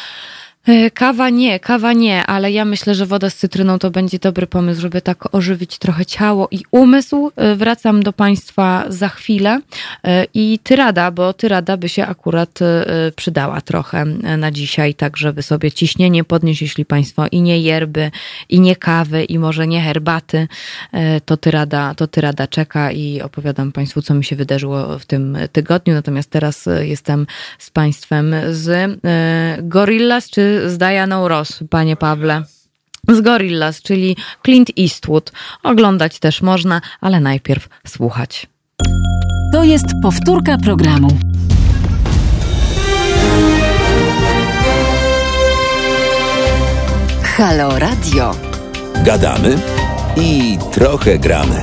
Kawa nie, kawa nie, ale ja myślę, że woda z cytryną to będzie dobry pomysł, żeby tak ożywić trochę ciało i umysł. Wracam do Państwa za chwilę i tyrada, bo tyrada by się akurat przydała trochę na dzisiaj, tak żeby sobie ciśnienie podnieść, jeśli Państwo i nie yerby, i nie kawy, i może nie herbaty, to tyrada, to tyrada czeka i opowiadam Państwu, co mi się wydarzyło w tym tygodniu. Natomiast teraz jestem z Państwem z Gorillaz, czy z Dianą Ross, panie Pawle? Z Gorillaz, czyli Clint Eastwood. Oglądać też można, ale najpierw słuchać. To jest powtórka programu. Halo Radio. Gadamy i trochę gramy.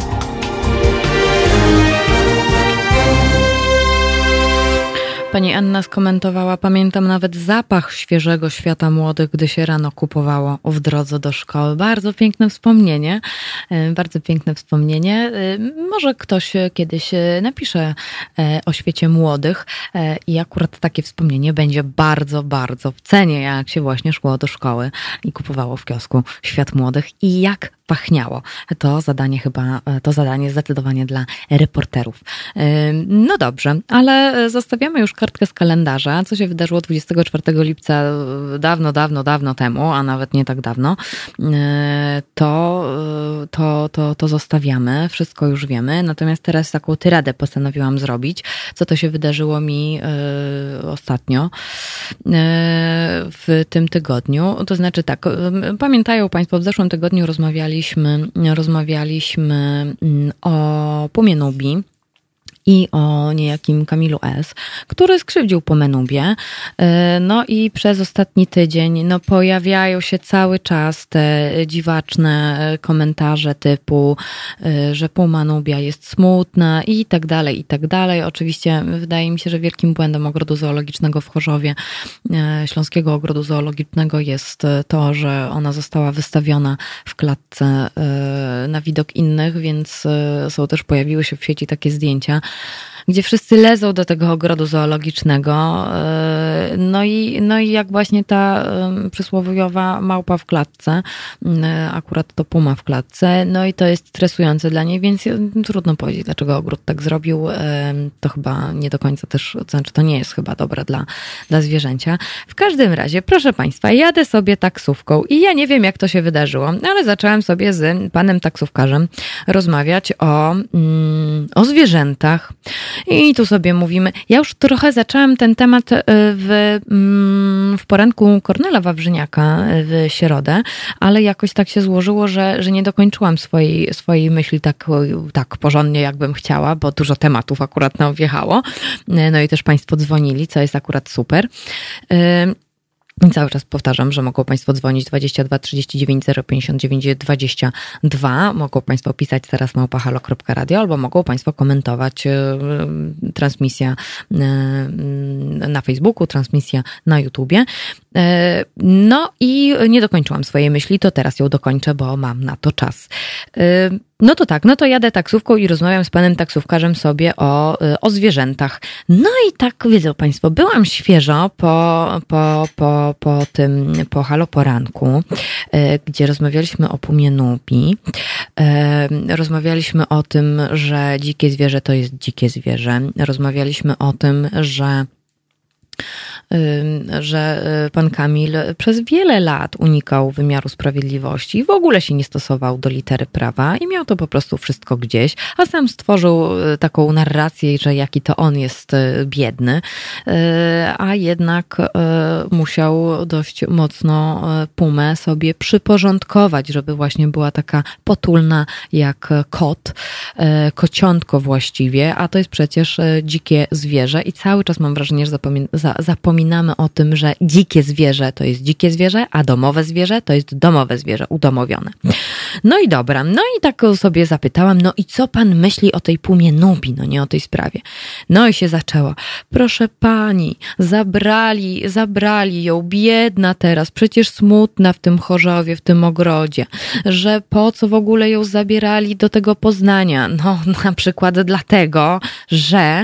Pani Anna skomentowała, pamiętam nawet zapach świeżego Świata Młodych, gdy się rano kupowało w drodze do szkoły. Bardzo piękne wspomnienie, bardzo piękne wspomnienie. Może ktoś kiedyś napisze o Świecie Młodych i akurat takie wspomnienie będzie bardzo, bardzo w cenie, jak się właśnie szło do szkoły i kupowało w kiosku Świat Młodych i jak pachniało. To zadanie chyba, to zadanie zdecydowanie dla reporterów. No dobrze, ale zostawiamy już kartkę z kalendarza. Co się wydarzyło dwudziestego czwartego lipca dawno, dawno, dawno temu, a nawet nie tak dawno, to, to, to, to zostawiamy. Wszystko już wiemy. Natomiast teraz taką tyradę postanowiłam zrobić. Co to się wydarzyło mi ostatnio w tym tygodniu. To znaczy tak, pamiętają Państwo, w zeszłym tygodniu rozmawiali Rozmawialiśmy, rozmawialiśmy o Płomieniu Bi i o niejakim Kamilu S., który skrzywdził Pumę Nubię. No i przez ostatni tydzień no, pojawiają się cały czas te dziwaczne komentarze typu, że Puma Nubia jest smutna i tak dalej, i tak dalej. Oczywiście wydaje mi się, że wielkim błędem Ogrodu Zoologicznego w Chorzowie, Śląskiego Ogrodu Zoologicznego jest to, że ona została wystawiona w klatce na widok innych, więc są też, pojawiły się w sieci takie zdjęcia, gdzie wszyscy lezą do tego ogrodu zoologicznego. No i, no i jak właśnie ta przysłowiowa małpa w klatce, akurat to puma w klatce, no i to jest stresujące dla niej, więc trudno powiedzieć, dlaczego ogród tak zrobił. To chyba nie do końca też, to znaczy to nie jest chyba dobre dla, dla zwierzęcia. W każdym razie, proszę Państwa, jadę sobie taksówką i ja nie wiem, jak to się wydarzyło, ale zaczęłam sobie z panem taksówkarzem rozmawiać o, o zwierzętach. I tu sobie mówimy, ja już trochę zaczęłam ten temat w, w poranku Kornela Wawrzyniaka w środę, ale jakoś tak się złożyło, że, że nie dokończyłam swojej, swojej myśli tak, tak porządnie, jakbym chciała, bo dużo tematów akurat nam wjechało. No i też Państwo dzwonili, co jest akurat super. I cały czas powtarzam, że mogą Państwo dzwonić dwadzieścia dwa trzydzieści dziewięć zero pięćdziesiąt dziewięć dwadzieścia dwa. Mogą Państwo pisać teraz małpa halo kropka radio albo mogą Państwo komentować y, transmisja y, na Facebooku, transmisja na YouTubie. Y, no i nie dokończyłam swojej myśli, to teraz ją dokończę, bo mam na to czas. Y, No to tak, no to jadę taksówką i rozmawiam z panem taksówkarzem sobie o, o zwierzętach. No i tak, wiedzą Państwo, byłam świeżo po, po, po, po tym, po Halo Poranku, gdzie rozmawialiśmy o Pumie Nubii. Rozmawialiśmy o tym, że dzikie zwierzę to jest dzikie zwierzę. Rozmawialiśmy o tym, że że pan Kamil przez wiele lat unikał wymiaru sprawiedliwości i w ogóle się nie stosował do litery prawa i miał to po prostu wszystko gdzieś, a sam stworzył taką narrację, że jaki to on jest biedny, a jednak musiał dość mocno Pumę sobie przyporządkować, żeby właśnie była taka potulna jak kot, kociątko właściwie, a to jest przecież dzikie zwierzę i cały czas mam wrażenie, że zapomin- za- zapominamy o tym, że dzikie zwierzę to jest dzikie zwierzę, a domowe zwierzę to jest domowe zwierzę, udomowione. No i dobra, no i tak sobie zapytałam, no i co pan myśli o tej Pumie Nubii, no nie o tej sprawie. No i się zaczęło. Proszę pani, zabrali, zabrali ją, biedna teraz, przecież smutna w tym Chorzowie, w tym ogrodzie, że po co w ogóle ją zabierali do tego Poznania? No na przykład dlatego, że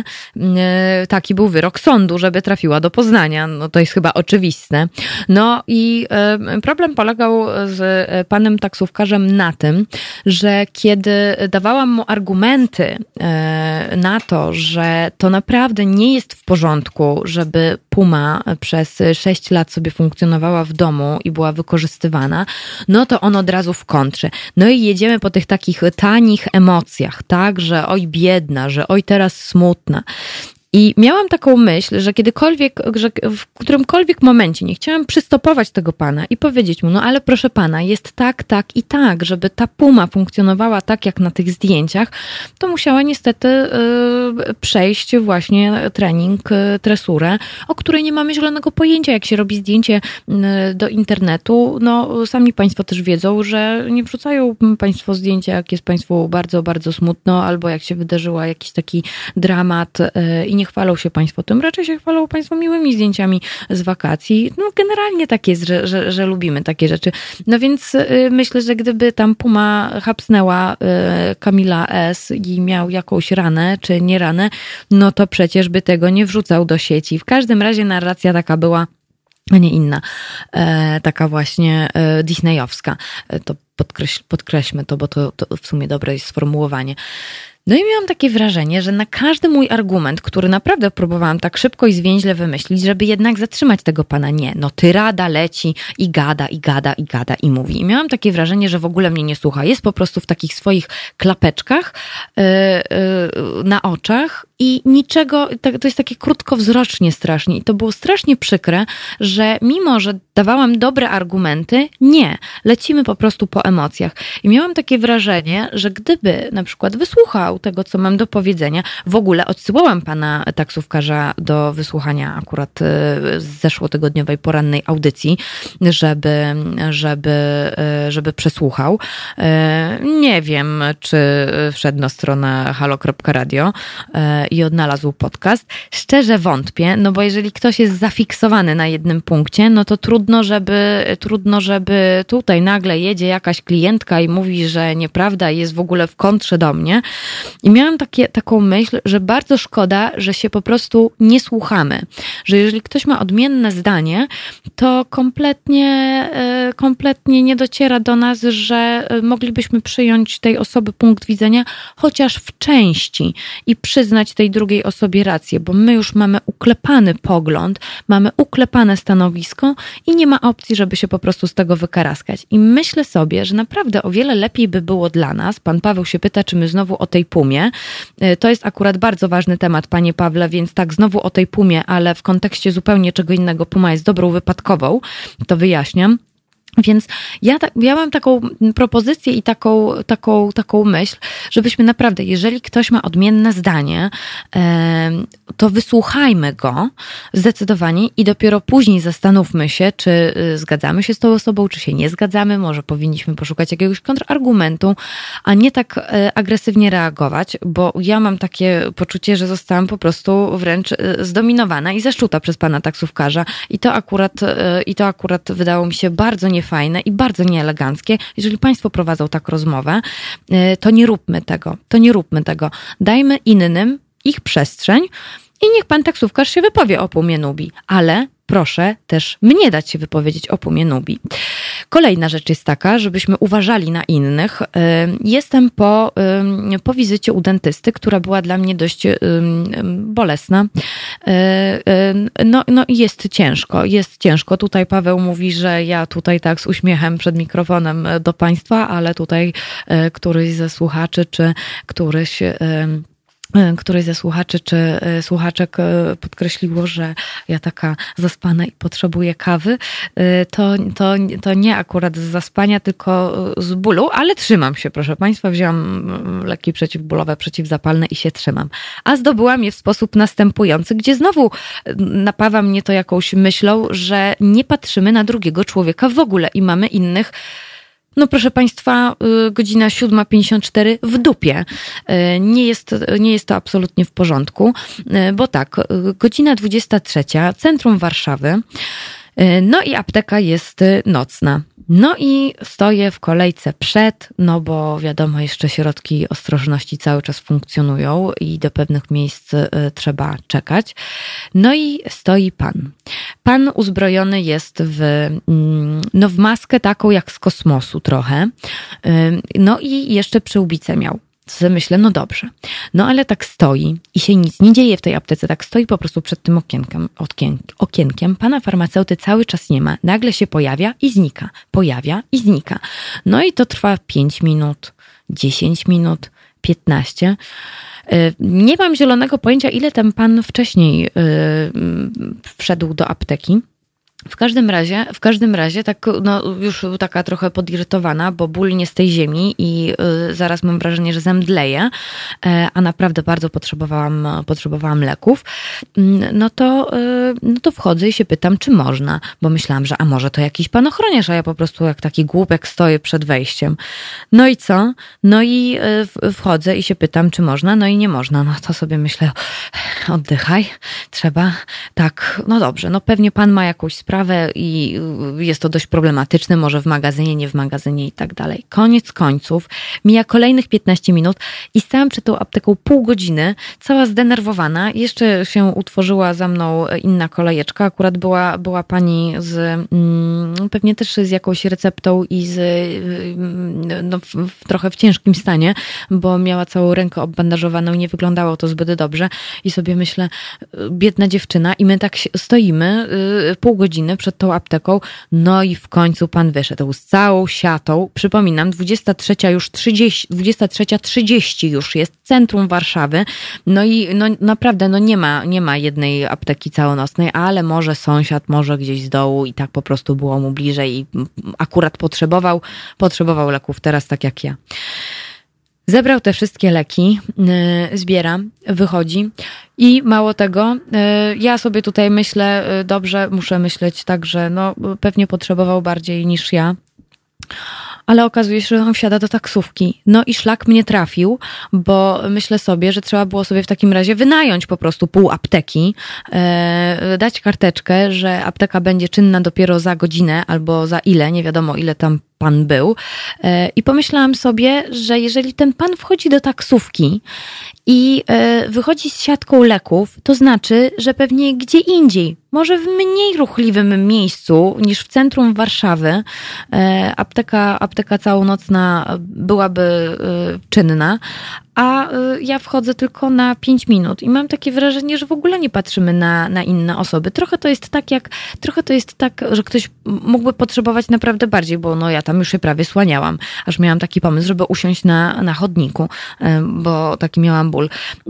yy, taki był wyrok sądu, żeby trafiła do Poznania. No to jest chyba oczywiste. No i y, problem polegał z panem taksówkarzem na tym, że kiedy dawałam mu argumenty y, na to, że to naprawdę nie jest w porządku, żeby Puma przez sześć lat sobie funkcjonowała w domu i była wykorzystywana, no to on od razu w kontrze. No i jedziemy po tych takich tanich emocjach, tak, że oj biedna, że oj teraz smutna. I miałam taką myśl, że kiedykolwiek, że w którymkolwiek momencie nie chciałam przystopować tego pana i powiedzieć mu, no ale proszę pana, jest tak, tak i tak, żeby ta Puma funkcjonowała tak jak na tych zdjęciach, to musiała niestety y, przejść właśnie trening, y, tresurę, o której nie mamy zielonego pojęcia, jak się robi zdjęcie y, do internetu. No sami Państwo też wiedzą, że nie wrzucają Państwo zdjęcia, jak jest Państwu bardzo, bardzo smutno, albo jak się wydarzyła jakiś taki dramat y, i nie chwalą się Państwo tym, raczej się chwalą Państwo miłymi zdjęciami z wakacji. No generalnie tak jest, że, że, że lubimy takie rzeczy. No więc y, myślę, że gdyby tam Puma chapsnęła y, Kamila S. i miał jakąś ranę, czy nie ranę, no to przecież by tego nie wrzucał do sieci. W każdym razie narracja taka była, a nie inna, e, taka właśnie e, disneyowska. E, to podkreśl, podkreślmy to, bo to, to w sumie dobre jest sformułowanie. No i miałam takie wrażenie, że na każdy mój argument, który naprawdę próbowałam tak szybko i zwięźle wymyślić, żeby jednak zatrzymać tego pana, nie, no tyrada leci i gada, i gada, i gada, i mówi. I miałam takie wrażenie, że w ogóle mnie nie słucha. Jest po prostu w takich swoich klapeczkach yy, yy, na oczach i niczego, to jest takie krótkowzrocznie strasznie. I to było strasznie przykre, że mimo, że dawałam dobre argumenty, nie. Lecimy po prostu po emocjach. I miałam takie wrażenie, że gdyby na przykład wysłuchał tego, co mam do powiedzenia, w ogóle odsyłałam pana taksówkarza do wysłuchania akurat z zeszłotygodniowej porannej audycji, żeby, żeby, żeby przesłuchał. Nie wiem, czy wszedł na stronę halo kropka radio i odnalazł podcast. Szczerze wątpię, no bo jeżeli ktoś jest zafiksowany na jednym punkcie, no to trudno, żeby trudno, żeby tutaj nagle jedzie jakaś klientka i mówi, że nieprawda, jest w ogóle w kontrze do mnie. I miałam takie, taką myśl, że bardzo szkoda, że się po prostu nie słuchamy. Że jeżeli ktoś ma odmienne zdanie, to kompletnie, kompletnie nie dociera do nas, że moglibyśmy przyjąć tej osoby punkt widzenia, chociaż w części i przyznać tej drugiej osobie rację, bo my już mamy uklepany pogląd, mamy uklepane stanowisko i nie ma opcji, żeby się po prostu z tego wykaraskać. I myślę sobie, że naprawdę o wiele lepiej by było dla nas, pan Paweł się pyta, czy my znowu o tej pumie, to jest akurat bardzo ważny temat, panie Pawle, więc tak, znowu o tej pumie, ale w kontekście zupełnie czego innego. Puma jest dobrą wypadkową, to wyjaśniam. Więc ja, ja mam taką propozycję i taką, taką, taką myśl, żebyśmy naprawdę, jeżeli ktoś ma odmienne zdanie, to wysłuchajmy go zdecydowanie i dopiero później zastanówmy się, czy zgadzamy się z tą osobą, czy się nie zgadzamy, może powinniśmy poszukać jakiegoś kontrargumentu, a nie tak agresywnie reagować, bo ja mam takie poczucie, że zostałam po prostu wręcz zdominowana i zeszczuta przez pana taksówkarza i to akurat, i to akurat wydało mi się bardzo niefajne i bardzo nieeleganckie. Jeżeli państwo prowadzą tak rozmowę, to nie róbmy tego. To nie róbmy tego. Dajmy innym ich przestrzeń i niech pan taksówkarz się wypowie o Pumie Nubii, ale proszę też mnie dać się wypowiedzieć o Pumie Nubii. Kolejna rzecz jest taka, żebyśmy uważali na innych. Jestem po, po wizycie u dentysty, która była dla mnie dość bolesna. No, no i jest ciężko, jest ciężko. Tutaj Paweł mówi, że ja tutaj tak z uśmiechem przed mikrofonem do państwa, ale tutaj któryś ze słuchaczy, czy któryś któryś ze słuchaczy czy słuchaczek podkreśliło, że ja taka zaspana i potrzebuję kawy, to, to, to nie akurat z zaspania, tylko z bólu, ale trzymam się, proszę państwa, wzięłam leki przeciwbólowe, przeciwzapalne i się trzymam. A zdobyłam je w sposób następujący, gdzie znowu napawa mnie to jakąś myślą, że nie patrzymy na drugiego człowieka w ogóle i mamy innych. No proszę państwa, godzina siódma pięćdziesiąt cztery w dupie. Nie jest, nie jest to absolutnie w porządku, bo tak, godzina dwudziesta trzecia, centrum Warszawy, no i apteka jest nocna. No i stoję w kolejce przed, no bo wiadomo, jeszcze środki ostrożności cały czas funkcjonują i do pewnych miejsc trzeba czekać. No i stoi pan. Pan uzbrojony jest w, no w maskę taką jak z kosmosu trochę. No i jeszcze przyłbicę miał. Co myślę, no dobrze. No ale tak stoi i się nic nie dzieje w tej aptece. Tak stoi po prostu przed tym okienkiem. Okien, okienkiem. Pana farmaceuty cały czas nie ma. Nagle się pojawia i znika. Pojawia i znika. No i to trwa pięć minut, dziesięć minut, piętnaście. Nie mam zielonego pojęcia, ile ten pan wcześniej wszedł do apteki. W każdym razie, w każdym razie tak, no, już taka trochę podirytowana, bo ból nie z tej ziemi i y, zaraz mam wrażenie, że zemdleję, e, a naprawdę bardzo potrzebowałam, potrzebowałam leków, no to, y, no to wchodzę i się pytam, czy można, bo myślałam, że a może to jakiś pan ochroniarz, a ja po prostu jak taki głupek stoję przed wejściem. No i co? No i y, wchodzę i się pytam, czy można, no i nie można. No to sobie myślę, oddychaj, trzeba, tak, no dobrze, no pewnie pan ma jakąś sprawę, i jest to dość problematyczne, może w magazynie, nie w magazynie i tak dalej. Koniec końców, mija kolejnych piętnaście minut i stałam przed tą apteką pół godziny, cała zdenerwowana. Jeszcze się utworzyła za mną inna kolejeczka. Akurat była, była pani z, mm, pewnie też z jakąś receptą i z, no, w, w, trochę w ciężkim stanie, bo miała całą rękę obbandażowaną i nie wyglądało to zbyt dobrze. I sobie myślę, biedna dziewczyna, i my tak stoimy pół godziny godziny przed tą apteką, no i w końcu pan wyszedł z całą siatą. Przypominam, dwudziesta trzecia już trzydzieści, dwudziesta trzecia trzydzieści już jest centrum Warszawy. No i no naprawdę no nie ma, nie ma jednej apteki całonocnej, ale może sąsiad, może gdzieś z dołu i tak po prostu było mu bliżej i akurat potrzebował, potrzebował leków teraz tak jak ja. Zebrał te wszystkie leki, yy, zbiera, wychodzi i mało tego, yy, ja sobie tutaj myślę, yy, dobrze, muszę myśleć tak, że no, pewnie potrzebował bardziej niż ja, ale okazuje się, że on wsiada do taksówki. No i szlak mnie trafił, bo myślę sobie, że trzeba było sobie w takim razie wynająć po prostu pół apteki, yy, dać karteczkę, że apteka będzie czynna dopiero za godzinę albo za ile, nie wiadomo ile tam pan był. I pomyślałam sobie, że jeżeli ten pan wchodzi do taksówki i wychodzi z siatką leków, to znaczy, że pewnie gdzie indziej, może w mniej ruchliwym miejscu niż w centrum Warszawy, apteka, apteka całonocna byłaby czynna, a ja wchodzę tylko na pięć minut i mam takie wrażenie, że w ogóle nie patrzymy na, na inne osoby. Trochę to jest tak jak, trochę to jest tak, że ktoś mógłby potrzebować naprawdę bardziej, bo no ja tam już się prawie słaniałam, aż miałam taki pomysł, żeby usiąść na, na chodniku, bo taki miałam ból.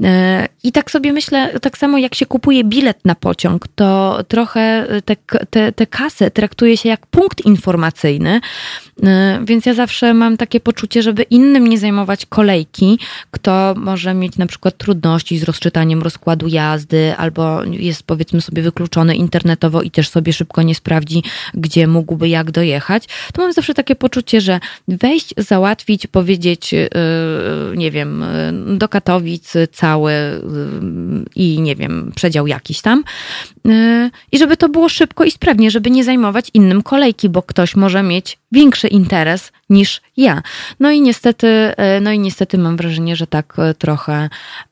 I tak sobie myślę, tak samo jak się kupuje bilet na pociąg, to trochę te, te, te kasy traktuje się jak punkt informacyjny, więc ja zawsze mam takie poczucie, żeby innym nie zajmować kolejki, kto może mieć na przykład trudności z rozczytaniem rozkładu jazdy albo jest powiedzmy sobie wykluczony internetowo i też sobie szybko nie sprawdzi, gdzie mógłby jak dojechać, to mam zawsze takie poczucie, że wejść, załatwić, powiedzieć, yy, nie wiem, yy, do Katowic cały yy, i nie wiem, przedział jakiś tam yy, i żeby to było szybko i sprawnie, żeby nie zajmować innym kolejki, bo ktoś może mieć większy interes niż ja. No i niestety, no i niestety mam wrażenie, że tak trochę,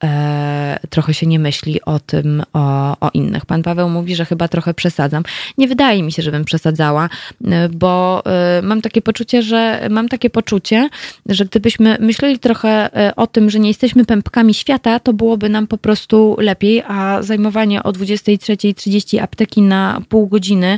e, trochę się nie myśli o tym, o, o innych. Pan Paweł mówi, że chyba trochę przesadzam. Nie wydaje mi się, żebym przesadzała, bo e, mam takie poczucie, że mam takie poczucie, że gdybyśmy myśleli trochę o tym, że nie jesteśmy pępkami świata, to byłoby nam po prostu lepiej, a zajmowanie o dwudziestej trzeciej trzydzieści apteki na pół godziny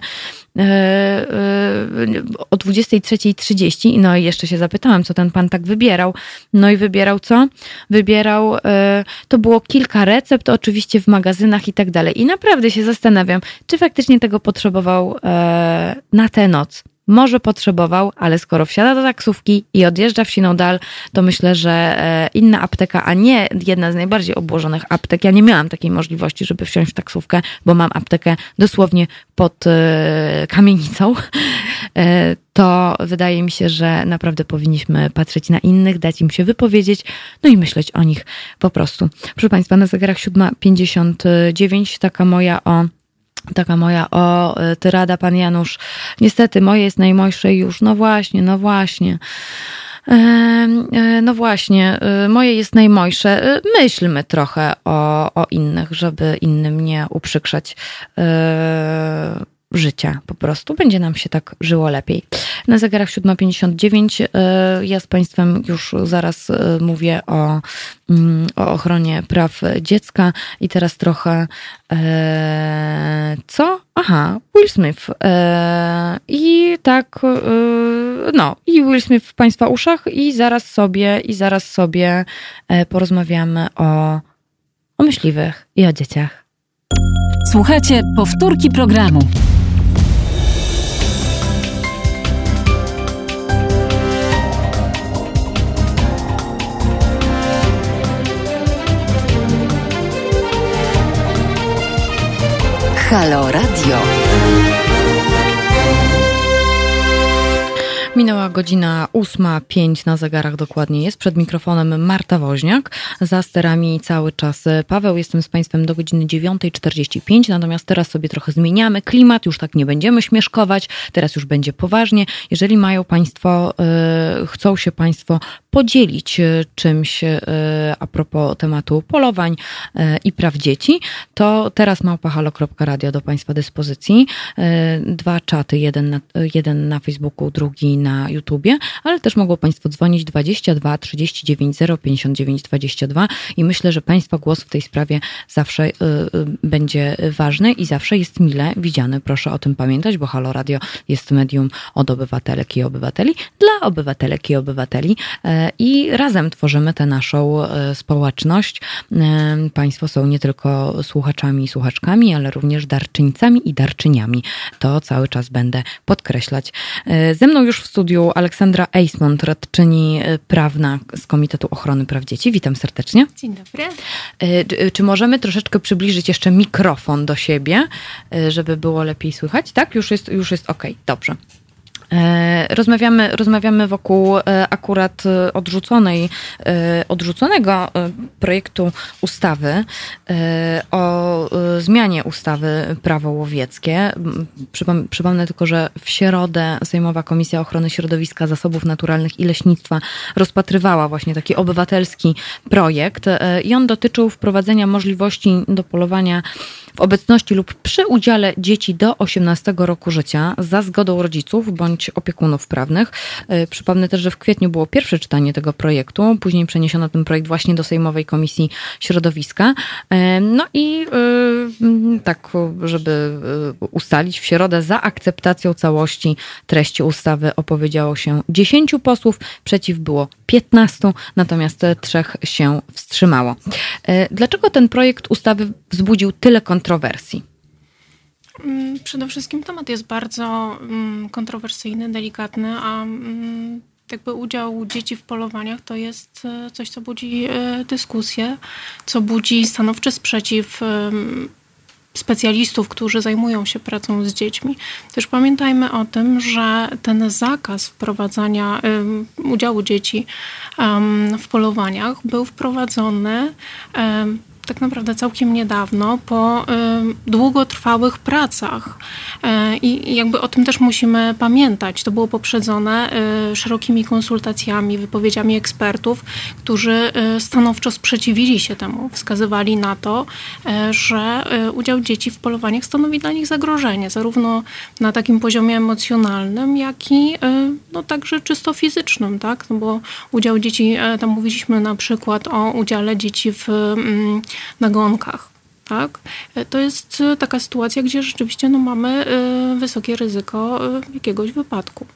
o dwudziestej trzeciej trzydzieści. No i jeszcze się zapytałam, co ten pan tak wybierał. No i wybierał co? Wybierał, to było kilka recept, oczywiście w magazynach i tak dalej. I naprawdę się zastanawiam, czy faktycznie tego potrzebował na tę noc. Może potrzebował, ale skoro wsiada do taksówki i odjeżdża w siną dal, to myślę, że inna apteka, a nie jedna z najbardziej obłożonych aptek. Ja nie miałam takiej możliwości, żeby wsiąść w taksówkę, bo mam aptekę dosłownie pod kamienicą. To wydaje mi się, że naprawdę powinniśmy patrzeć na innych, dać im się wypowiedzieć, no i myśleć o nich po prostu. Proszę Państwa, na zegarach siódma pięćdziesiąt dziewięć, taka moja o Taka moja o tyrada, pan Janusz. Niestety moje jest najmojsze już. No właśnie, no właśnie. No właśnie, moje jest najmojsze. Myślmy trochę o, o innych, żeby innym nie uprzykrzać życia po prostu. Będzie nam się tak żyło lepiej. Na zegarach siódma pięćdziesiąt dziewięć. Ja z Państwem już zaraz mówię o, o ochronie praw dziecka i teraz trochę e, co? Aha, Will Smith. E, I tak e, no, i Will Smith w Państwa uszach i zaraz sobie, i zaraz sobie porozmawiamy o, o myśliwych i o dzieciach. Słuchajcie, powtórki programu. Halo Radio. Minęła godzina ósma pięć na zegarach dokładnie jest. Przed mikrofonem Marta Woźniak. Za sterami cały czas Paweł. Jestem z Państwem do godziny dziewiąta czterdzieści pięć. Natomiast teraz sobie trochę zmieniamy klimat. Już tak nie będziemy śmieszkować. Teraz już będzie poważnie. Jeżeli mają Państwo, yy, chcą się Państwo podzielić czymś yy, a propos tematu polowań yy, i praw dzieci, to teraz małpa halo kropka radio do Państwa dyspozycji. Yy, dwa czaty. Jeden na, jeden na Facebooku, drugi na na YouTubie, ale też mogą Państwo dzwonić dwadzieścia dwa trzydzieści dziewięć zero pięćdziesiąt dziewięć dwadzieścia dwa i myślę, że Państwa głos w tej sprawie zawsze y, y, będzie ważny i zawsze jest mile widziany. Proszę o tym pamiętać, bo Halo Radio jest medium od obywatelek i obywateli, dla obywatelek i obywateli y, i razem tworzymy tę naszą y, społeczność. Y, państwo są nie tylko słuchaczami i słuchaczkami, ale również darczyńcami i darczyniami. To cały czas będę podkreślać. Y, ze mną już w studiu Aleksandra Eismont, radczyni prawna z Komitetu Ochrony Praw Dzieci. Witam serdecznie. Dzień dobry. Czy, czy możemy troszeczkę przybliżyć jeszcze mikrofon do siebie, żeby było lepiej słychać? Tak? Już jest, już jest okej. Okay. Dobrze. Rozmawiamy, rozmawiamy wokół akurat odrzuconej, odrzuconego projektu ustawy o zmianie ustawy Prawo łowieckie. Przypom- przypomnę tylko, że w środę Sejmowa Komisja Ochrony Środowiska, Zasobów Naturalnych i Leśnictwa rozpatrywała właśnie taki obywatelski projekt i on dotyczył wprowadzenia możliwości do polowania w obecności lub przy udziale dzieci do osiemnastego roku życia za zgodą rodziców bądź opiekunów prawnych. Przypomnę też, że w kwietniu było pierwsze czytanie tego projektu, później przeniesiono ten projekt właśnie do Sejmowej Komisji Środowiska. No i tak, żeby ustalić, w środę za akceptacją całości treści ustawy opowiedziało się dziesięciu posłów, przeciw było piętnastu, natomiast trzech się wstrzymało. Dlaczego ten projekt ustawy wzbudził tyle kontrowersji? Przede wszystkim temat jest bardzo kontrowersyjny, delikatny, a jakby udział dzieci w polowaniach to jest coś, co budzi dyskusję, co budzi stanowczy sprzeciw specjalistów, którzy zajmują się pracą z dziećmi. Też pamiętajmy o tym, że ten zakaz wprowadzania um, udziału dzieci um, w polowaniach był wprowadzony um, tak naprawdę całkiem niedawno po y, długotrwałych pracach. Y, I jakby o tym też musimy pamiętać. To było poprzedzone y, szerokimi konsultacjami, wypowiedziami ekspertów, którzy y, stanowczo sprzeciwili się temu. Wskazywali na to, y, że y, udział dzieci w polowaniach stanowi dla nich zagrożenie, zarówno na takim poziomie emocjonalnym, jak i y, no, także czysto fizycznym, tak? No bo udział dzieci, y, tam mówiliśmy na przykład o udziale dzieci w y, nagonkach. Tak? To jest taka sytuacja, gdzie rzeczywiście no, mamy wysokie ryzyko jakiegoś wypadku.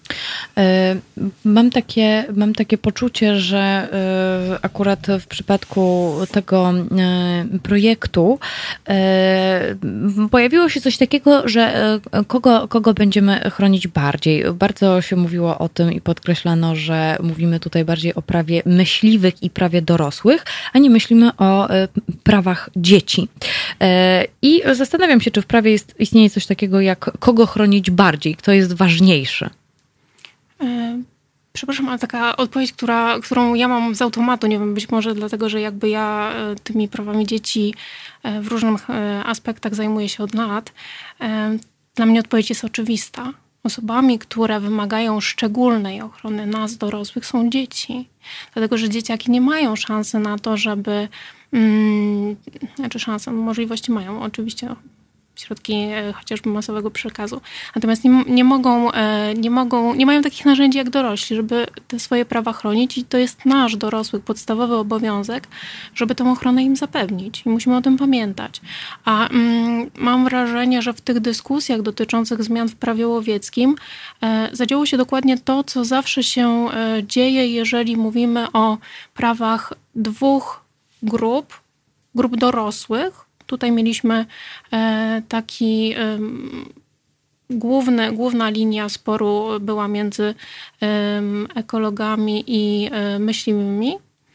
Mam takie, mam takie poczucie, że akurat w przypadku tego projektu pojawiło się coś takiego, że kogo, kogo będziemy chronić bardziej. Bardzo się mówiło o tym i podkreślano, że mówimy tutaj bardziej o prawie myśliwych i prawie dorosłych, a nie myślimy o prawach dzieci. I zastanawiam się, czy w prawie jest, istnieje coś takiego jak kogo chronić bardziej, kto jest ważniejszy. Przepraszam, ale taka odpowiedź, która, którą ja mam z automatu, nie wiem, być może dlatego, że jakby ja tymi prawami dzieci w różnych aspektach zajmuję się od lat. Dla mnie odpowiedź jest oczywista. Osobami, które wymagają szczególnej ochrony nas, dorosłych, są dzieci. Dlatego, że dzieciaki nie mają szansy na to, żeby... Hmm, znaczy szansę, możliwości mają oczywiście, środki chociażby masowego przekazu. Natomiast nie, nie mogą, nie mogą, nie mają takich narzędzi jak dorośli, żeby te swoje prawa chronić i to jest nasz dorosłych podstawowy obowiązek, żeby tę ochronę im zapewnić. I musimy o tym pamiętać. A mm, mam wrażenie, że w tych dyskusjach dotyczących zmian w prawie łowieckim e, zadziało się dokładnie to, co zawsze się e, dzieje, jeżeli mówimy o prawach dwóch grup, grup dorosłych. Tutaj mieliśmy taki główny, główna linia sporu była między ekologami i myśliwymi.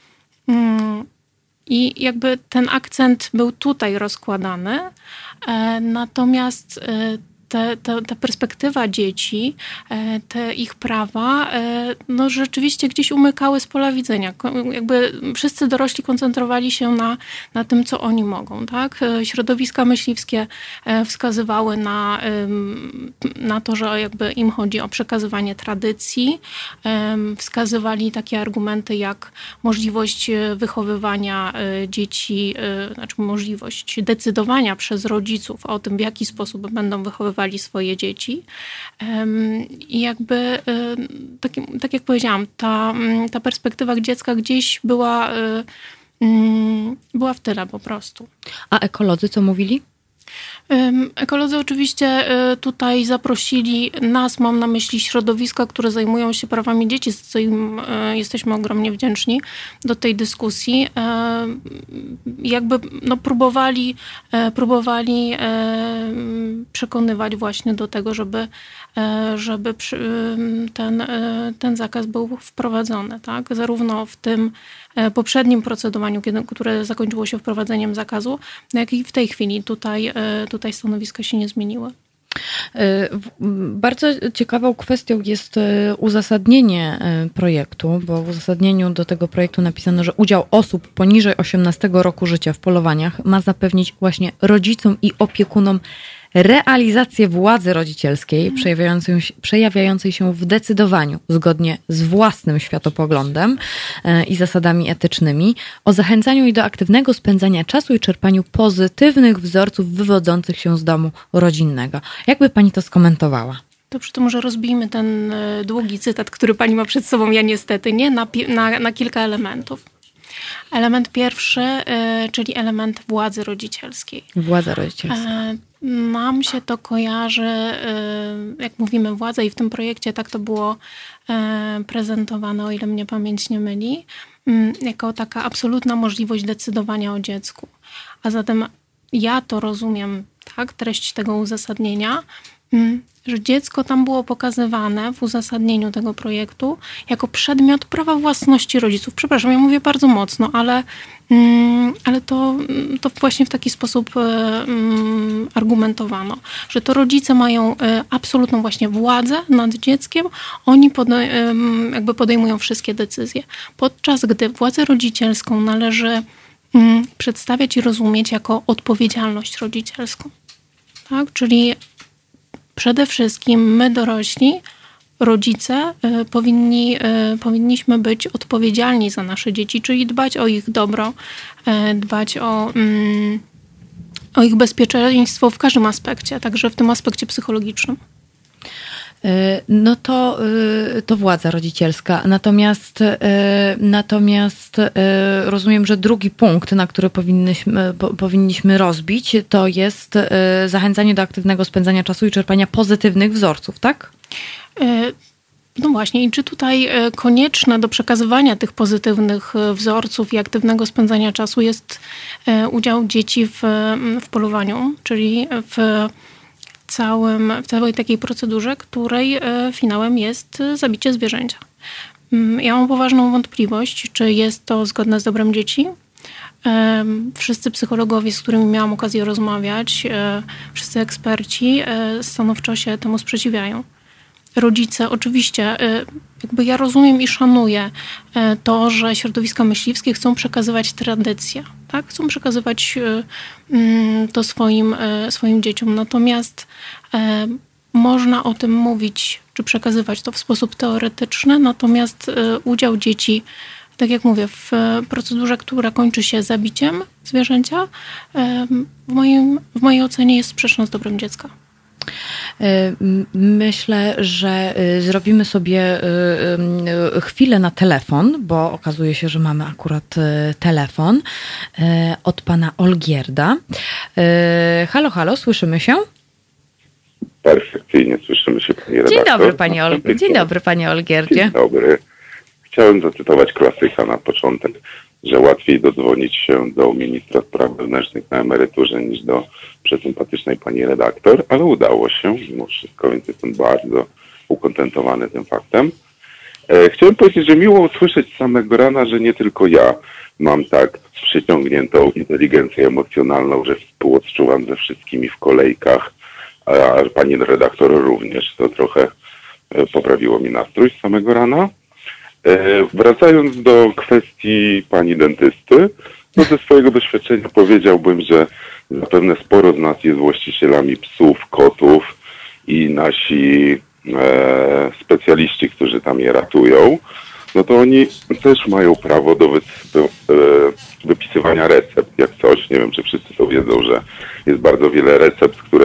I jakby ten akcent był tutaj rozkładany. Natomiast te, te, ta perspektywa dzieci, te ich prawa, no rzeczywiście gdzieś umykały z pola widzenia. Jakby wszyscy dorośli koncentrowali się na, na tym, co oni mogą. Tak? Środowiska myśliwskie wskazywały na, na to, że jakby im chodzi o przekazywanie tradycji. Wskazywali takie argumenty jak możliwość wychowywania dzieci, znaczy możliwość decydowania przez rodziców o tym, w jaki sposób będą wychowywać wychowywali swoje dzieci. I jakby, tak, tak jak powiedziałam, ta, ta perspektywa dziecka gdzieś była, była w tyle po prostu. A ekolodzy co mówili? Ekolodzy oczywiście tutaj zaprosili nas, mam na myśli środowiska, które zajmują się prawami dzieci, za co im jesteśmy ogromnie wdzięczni, do tej dyskusji. Jakby no, próbowali, próbowali przekonywać właśnie do tego, żeby, żeby ten, ten zakaz był wprowadzony, tak? Zarówno w tym poprzednim procedowaniu, które zakończyło się wprowadzeniem zakazu, jak i w tej chwili tutaj, tutaj stanowiska się nie zmieniły. Bardzo ciekawą kwestią jest uzasadnienie projektu, bo w uzasadnieniu do tego projektu napisano, że udział osób poniżej osiemnastego roku życia w polowaniach ma zapewnić właśnie rodzicom i opiekunom realizację władzy rodzicielskiej przejawiającej się, przejawiającej się w decydowaniu zgodnie z własnym światopoglądem i zasadami etycznymi, o zachęcaniu i do aktywnego spędzania czasu i czerpaniu pozytywnych wzorców wywodzących się z domu rodzinnego. Jakby pani to skomentowała? Dobrze, to może rozbijmy ten długi cytat, który pani ma przed sobą, ja niestety, nie, na, na, na kilka elementów. Element pierwszy, czyli element władzy rodzicielskiej. Władza rodzicielska. Nam się to kojarzy, jak mówimy władza i w tym projekcie tak to było prezentowane, o ile mnie pamięć nie myli, jako taka absolutna możliwość decydowania o dziecku. A zatem ja to rozumiem, tak, treść tego uzasadnienia, że dziecko tam było pokazywane w uzasadnieniu tego projektu jako przedmiot prawa własności rodziców. Przepraszam, ja mówię bardzo mocno, ale, ale to, to właśnie w taki sposób argumentowano, że to rodzice mają absolutną właśnie władzę nad dzieckiem, oni podej- jakby podejmują wszystkie decyzje. Podczas gdy władzę rodzicielską należy przedstawiać i rozumieć jako odpowiedzialność rodzicielską. Tak? Czyli przede wszystkim my dorośli, rodzice, y, powinni, y, powinniśmy być odpowiedzialni za nasze dzieci, czyli dbać o ich dobro, y, dbać o, y, o ich bezpieczeństwo w każdym aspekcie, także w tym aspekcie psychologicznym. No to, to władza rodzicielska. Natomiast, natomiast rozumiem, że drugi punkt, na który powinniśmy, powinniśmy rozbić, to jest zachęcanie do aktywnego spędzania czasu i czerpania pozytywnych wzorców, tak? No właśnie, i czy tutaj konieczne do przekazywania tych pozytywnych wzorców i aktywnego spędzania czasu jest udział dzieci w, w polowaniu, czyli w Całym, w całej takiej procedurze, której finałem jest zabicie zwierzęcia. Ja mam poważną wątpliwość, czy jest to zgodne z dobrem dzieci. Wszyscy psychologowie, z którymi miałam okazję rozmawiać, wszyscy eksperci stanowczo się temu sprzeciwiają. Rodzice, oczywiście, jakby ja rozumiem i szanuję to, że środowiska myśliwskie chcą przekazywać tradycję, tak? Chcą przekazywać to swoim, swoim dzieciom. Natomiast można o tym mówić, czy przekazywać to w sposób teoretyczny, natomiast udział dzieci, tak jak mówię, w procedurze, która kończy się zabiciem zwierzęcia, w, moim, w mojej ocenie jest sprzeczna z dobrem dziecka. Myślę, że zrobimy sobie chwilę na telefon, bo okazuje się, że mamy akurat telefon od pana Olgierda. Halo, halo, słyszymy się? Perfekcyjnie słyszymy się, pani redaktor. Dzień dobry, panie, Ol- Dzień dobry, panie Olgierdzie. Dzień dobry. Chciałem zacytować klasyka na początek, że łatwiej dodzwonić się do ministra spraw wewnętrznych na emeryturze niż do przesympatycznej pani redaktor, ale udało się mimo wszystko, więc jestem bardzo ukontentowany tym faktem. E, chciałem powiedzieć, że miło usłyszeć z samego rana, że nie tylko ja mam tak przyciągniętą inteligencję emocjonalną, że współodczuwam ze wszystkimi w kolejkach, a pani redaktor również. To trochę poprawiło mi nastrój z samego rana. Wracając do kwestii pani dentysty, no ze swojego doświadczenia powiedziałbym, że zapewne sporo z nas jest właścicielami psów, kotów i nasi e, specjaliści, którzy tam je ratują, no to oni też mają prawo do wys- e, wypisywania recept, jak coś. Nie wiem, czy wszyscy to wiedzą, że jest bardzo wiele recept, które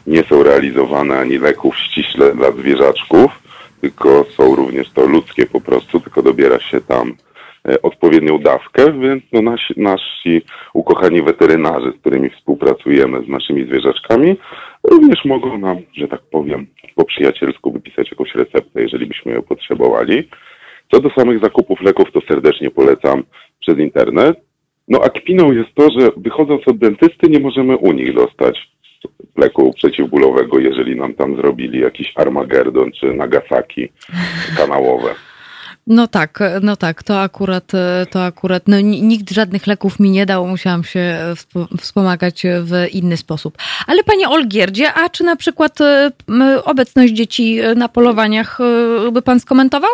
nie są realizowane ani leków ściśle dla zwierzaczków, tylko są również to ludzkie po prostu, tylko dobiera się tam odpowiednią dawkę, więc no nasi, nasi ukochani weterynarze, z którymi współpracujemy z naszymi zwierzaczkami, również mogą nam, że tak powiem, po przyjacielsku wypisać jakąś receptę, jeżeli byśmy ją potrzebowali. Co do samych zakupów leków, to serdecznie polecam przez internet. No a kpiną jest to, że wychodząc od dentysty nie możemy u nich dostać leku przeciwbólowego, jeżeli nam tam zrobili jakiś Armagedon czy Nagasaki kanałowe. No tak, no tak, to akurat, to akurat, no nikt żadnych leków mi nie dał, musiałam się wspomagać w inny sposób. Ale panie Olgierdzie, a czy na przykład obecność dzieci na polowaniach by pan skomentował?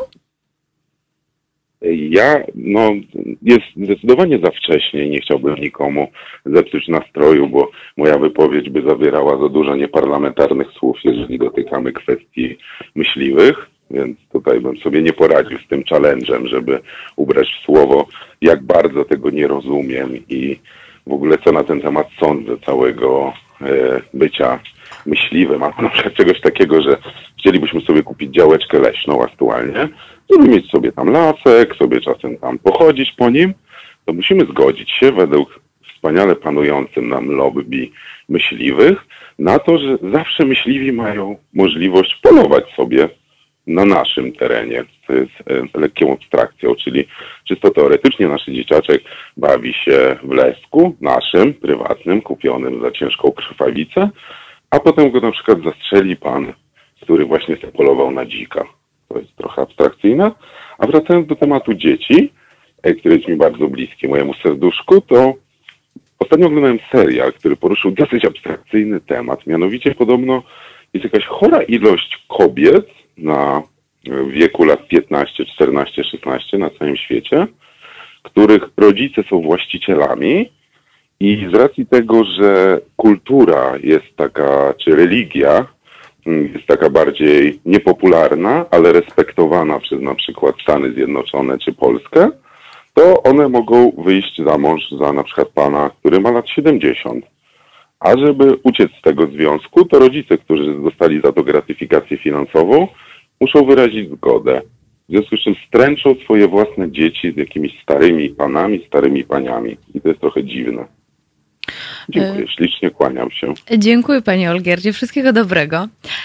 Ja, no, jest zdecydowanie za wcześnie i nie chciałbym nikomu zepsuć nastroju, bo moja wypowiedź by zawierała za dużo nieparlamentarnych słów, jeżeli dotykamy kwestii myśliwych. Więc tutaj bym sobie nie poradził z tym challenge'em, żeby ubrać w słowo, jak bardzo tego nie rozumiem i w ogóle co na ten temat sądzę całego e, bycia myśliwym. A na przykład czegoś takiego, że chcielibyśmy sobie kupić działeczkę leśną aktualnie, żeby mieć sobie tam lasek, sobie czasem tam pochodzić po nim, to musimy zgodzić się według wspaniale panującym nam lobby myśliwych na to, że zawsze myśliwi mają możliwość polować sobie na naszym terenie z lekką abstrakcją, czyli czysto teoretycznie nasz dzieciaczek bawi się w lesku naszym, prywatnym, kupionym za ciężką krwawicę, a potem go na przykład zastrzeli pan, który właśnie polował na dzika. To jest trochę abstrakcyjne. A wracając do tematu dzieci, który jest mi bardzo bliski mojemu serduszku, to ostatnio oglądałem serial, który poruszył dosyć abstrakcyjny temat. Mianowicie podobno jest jakaś chora ilość kobiet na wieku lat piętnaście, czternaście, szesnaście na całym świecie, których rodzice są właścicielami i z racji tego, że kultura jest taka, czy religia jest taka bardziej niepopularna, ale respektowana przez na przykład Stany Zjednoczone czy Polskę, to one mogą wyjść za mąż za na przykład pana, który ma lat siedemdziesiąt. A żeby uciec z tego związku, to rodzice, którzy dostali za to gratyfikację finansową, muszą wyrazić zgodę. W związku z czym stręczą swoje własne dzieci z jakimiś starymi panami, starymi paniami. I to jest trochę dziwne. Dziękuję, ślicznie kłaniam się. Dziękuję panie Olgierdzie, wszystkiego dobrego.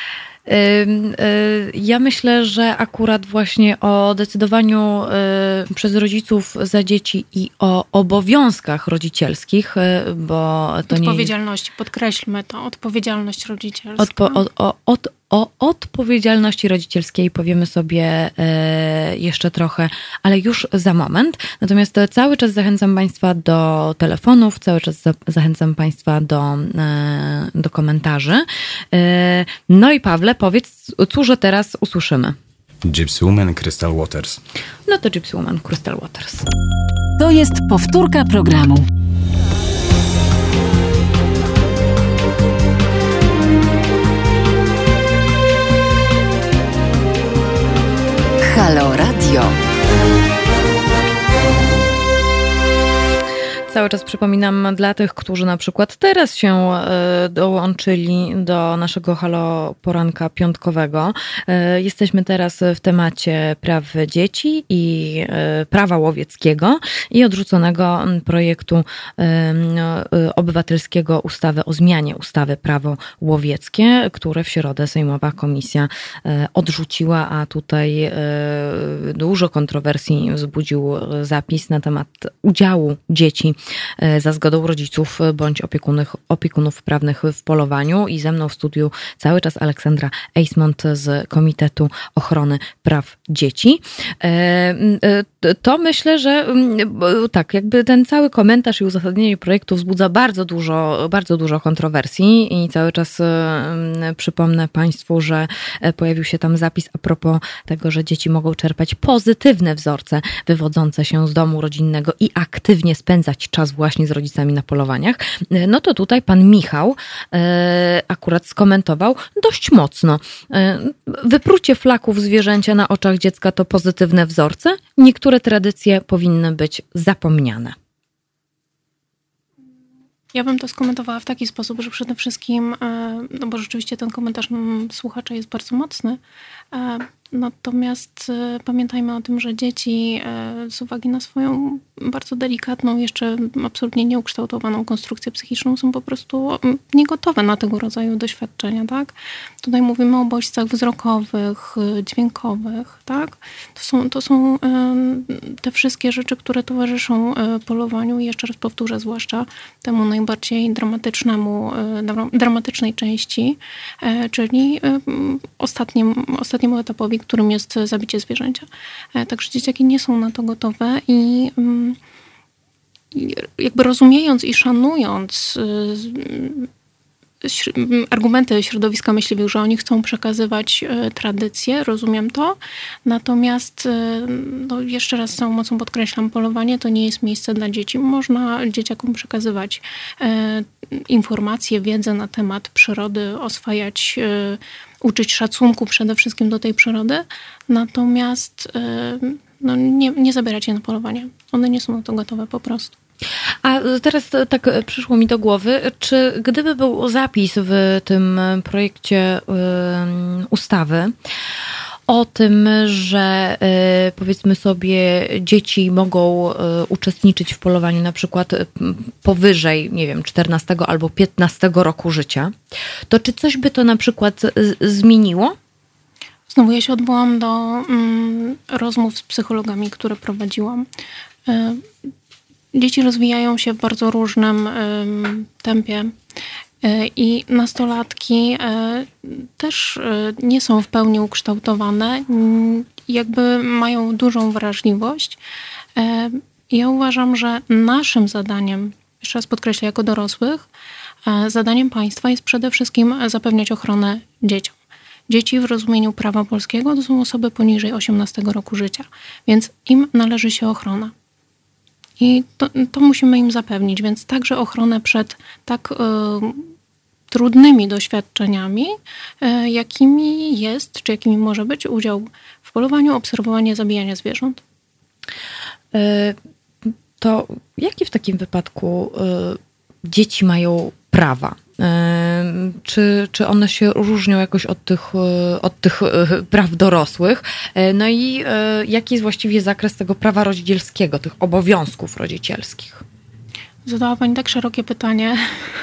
Ja myślę, że akurat właśnie o decydowaniu przez rodziców za dzieci i o obowiązkach rodzicielskich, bo to nie... Odpowiedzialności, podkreślmy to, odpowiedzialność rodzicielska. Odpo- o, o, od, o odpowiedzialności rodzicielskiej powiemy sobie jeszcze trochę, ale już za moment. Natomiast cały czas zachęcam Państwa do telefonów, cały czas za- zachęcam Państwa do, do komentarzy. No i Pawle, powiedz, cóż teraz usłyszymy? Gypsy Woman, Crystal Waters. No to Gypsy Woman, Crystal Waters. To jest powtórka programu. Halo Radio. Cały czas przypominam dla tych, którzy na przykład teraz się dołączyli do naszego Halo Poranka piątkowego. Jesteśmy teraz w temacie praw dzieci i prawa łowieckiego i odrzuconego projektu obywatelskiego ustawy o zmianie ustawy Prawo łowieckie, które w środę Sejmowa Komisja odrzuciła, a tutaj dużo kontrowersji wzbudził zapis na temat udziału dzieci za zgodą rodziców bądź opiekunów, opiekunów prawnych w polowaniu. I ze mną w studiu cały czas Aleksandra Eismont z Komitetu Ochrony Praw Dzieci. To myślę, że tak, jakby ten cały komentarz i uzasadnienie projektu wzbudza bardzo dużo, bardzo dużo kontrowersji i cały czas przypomnę Państwu, że pojawił się tam zapis a propos tego, że dzieci mogą czerpać pozytywne wzorce wywodzące się z domu rodzinnego i aktywnie spędzać czas właśnie z rodzicami na polowaniach. No to tutaj pan Michał akurat skomentował dość mocno. Wyprucie flaków zwierzęcia na oczach dziecka to pozytywne wzorce. Niektóre tradycje powinny być zapomniane. Ja bym to skomentowała w taki sposób, że przede wszystkim, no bo rzeczywiście ten komentarz słuchacza jest bardzo mocny, natomiast pamiętajmy o tym, że dzieci z uwagi na swoją bardzo delikatną, jeszcze absolutnie nieukształtowaną konstrukcję psychiczną są po prostu niegotowe na tego rodzaju doświadczenia, tak? Tutaj mówimy o bodźcach wzrokowych, dźwiękowych, tak? To są, to są te wszystkie rzeczy, które towarzyszą polowaniu i jeszcze raz powtórzę, zwłaszcza temu najbardziej dramatycznemu, dramatycznej części, czyli ostatnim, ostatniemu etapowi, którym jest zabicie zwierzęcia. Także dzieciaki nie są na to gotowe i jakby rozumiejąc i szanując argumenty środowiska myśliwych, że oni chcą przekazywać tradycję, rozumiem to. Natomiast no jeszcze raz z całą mocą podkreślam, polowanie to nie jest miejsce dla dzieci. Można dzieciakom przekazywać informacje, wiedzę na temat przyrody, oswajać, uczyć szacunku przede wszystkim do tej przyrody. Natomiast no, nie, nie zabierać je na polowanie. One nie są na to gotowe po prostu. A teraz tak przyszło mi do głowy, czy gdyby był zapis w tym projekcie ustawy o tym, że powiedzmy sobie dzieci mogą uczestniczyć w polowaniu na przykład powyżej, nie wiem, czternastego albo piętnastego roku życia, to czy coś by to na przykład zmieniło? Znowu ja się odwołam do mm, rozmów z psychologami, które prowadziłam. Dzieci rozwijają się w bardzo różnym tempie i nastolatki też nie są w pełni ukształtowane, jakby mają dużą wrażliwość. Ja uważam, że naszym zadaniem, jeszcze raz podkreślę, jako dorosłych, zadaniem państwa jest przede wszystkim zapewniać ochronę dzieciom. Dzieci w rozumieniu prawa polskiego to są osoby poniżej osiemnastego roku życia, więc im należy się ochrona. I to, to musimy im zapewnić, więc także ochronę przed tak y, trudnymi doświadczeniami, y, jakimi jest, czy jakimi może być udział w polowaniu, obserwowanie, zabijania zwierząt. Y, to jakie w takim wypadku y, dzieci mają prawa? Czy, czy one się różnią jakoś od tych, od tych praw dorosłych? No i jaki jest właściwie zakres tego prawa rodzicielskiego, tych obowiązków rodzicielskich? Zadała Pani tak szerokie pytanie.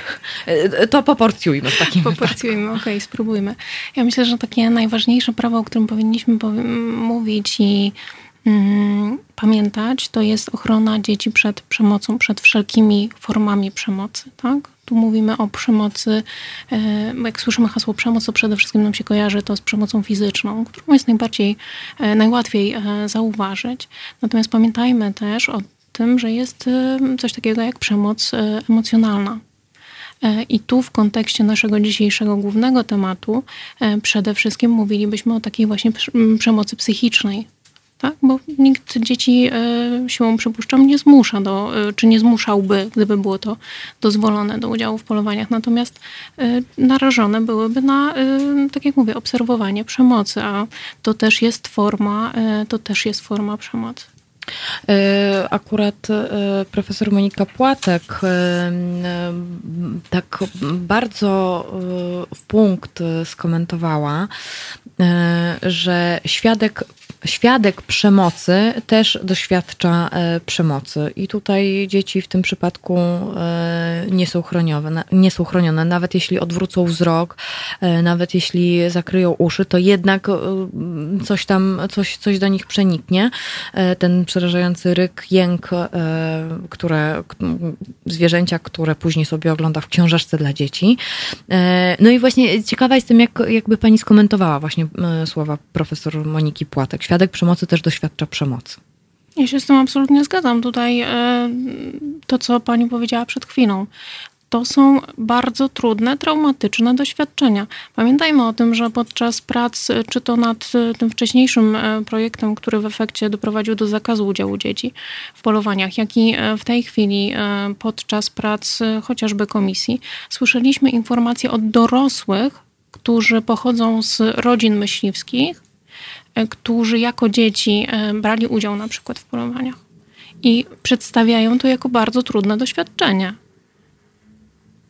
To poporcjujmy w takim Poporcjujmy, okej, okay, spróbujmy. Ja myślę, że takie najważniejsze prawo, o którym powinniśmy mówić i mm, pamiętać, to jest ochrona dzieci przed przemocą, przed wszelkimi formami przemocy, tak? Tu mówimy o przemocy, jak słyszymy hasło przemoc, to przede wszystkim nam się kojarzy to z przemocą fizyczną, którą jest najbardziej, najłatwiej zauważyć. Natomiast pamiętajmy też o tym, że jest coś takiego jak przemoc emocjonalna. I tu w kontekście naszego dzisiejszego głównego tematu przede wszystkim mówilibyśmy o takiej właśnie przemocy psychicznej. Tak? Bo nikt dzieci y, siłą przypuszczam nie zmusza do, y, czy nie zmuszałby, gdyby było to dozwolone do udziału w polowaniach. Natomiast y, narażone byłyby na, y, tak jak mówię, obserwowanie przemocy, a to też jest forma, y, to też jest forma przemocy. Akurat profesor Monika Płatek tak bardzo w punkt skomentowała, że świadek Świadek przemocy też doświadcza przemocy i tutaj dzieci w tym przypadku nie są chronione, nie są chronione. Nawet jeśli odwrócą wzrok, nawet jeśli zakryją uszy, to jednak coś tam, coś, coś do nich przeniknie. Ten przerażający ryk, jęk, które, zwierzęcia, które później sobie ogląda w książeczce dla dzieci. No i właśnie ciekawa jestem, jak, jakby pani skomentowała właśnie słowa profesor Moniki Płatek. Świadek przemocy też doświadcza przemocy. Ja się z tym absolutnie zgadzam. Tutaj to, co pani powiedziała przed chwilą, to są bardzo trudne, traumatyczne doświadczenia. Pamiętajmy o tym, że podczas prac, czy to nad tym wcześniejszym projektem, który w efekcie doprowadził do zakazu udziału dzieci w polowaniach, jak i w tej chwili podczas prac chociażby komisji, słyszeliśmy informacje od dorosłych, którzy pochodzą z rodzin myśliwskich, którzy jako dzieci brali udział na przykład w polowaniach i przedstawiają to jako bardzo trudne doświadczenie.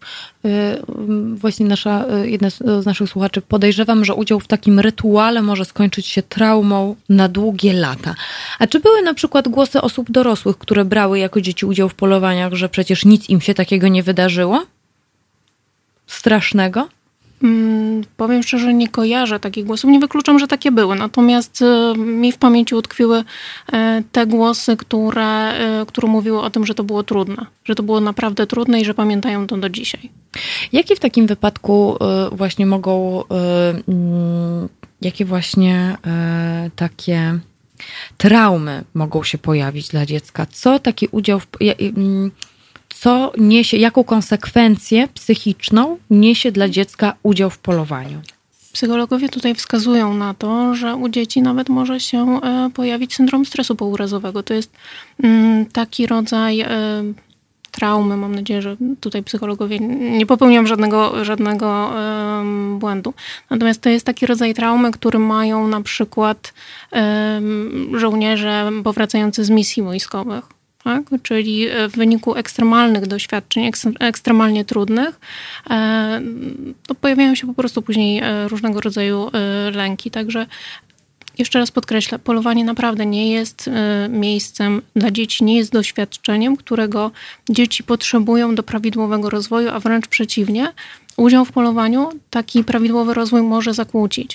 Właśnie nasza, jedna z naszych słuchaczy, podejrzewam, że udział w takim rytuale może skończyć się traumą na długie lata. A czy były na przykład głosy osób dorosłych, które brały jako dzieci udział w polowaniach, że przecież nic im się takiego nie wydarzyło? Strasznego? Hmm, powiem szczerze, nie kojarzę takich głosów. Nie wykluczam, że takie były. Natomiast y, mi w pamięci utkwiły y, te głosy, które, y, które mówiły o tym, że to było trudne. Że to było naprawdę trudne i że pamiętają to do dzisiaj. Jakie w takim wypadku y, właśnie mogą, y, y, jakie właśnie y, takie traumy mogą się pojawić dla dziecka? Co taki udział w... Y, y, Co niesie, jaką konsekwencję psychiczną niesie dla dziecka udział w polowaniu? Psychologowie tutaj wskazują na to, że u dzieci nawet może się pojawić syndrom stresu pourazowego. To jest taki rodzaj traumy. Mam nadzieję, że tutaj psychologowie nie popełnią żadnego, żadnego błędu. Natomiast to jest taki rodzaj traumy, który mają na przykład żołnierze powracający z misji wojskowych. Tak? Czyli w wyniku ekstremalnych doświadczeń, ekstremalnie trudnych, to pojawiają się po prostu później różnego rodzaju lęki. Także jeszcze raz podkreślę, polowanie naprawdę nie jest miejscem dla dzieci, nie jest doświadczeniem, którego dzieci potrzebują do prawidłowego rozwoju, a wręcz przeciwnie, udział w polowaniu taki prawidłowy rozwój może zakłócić.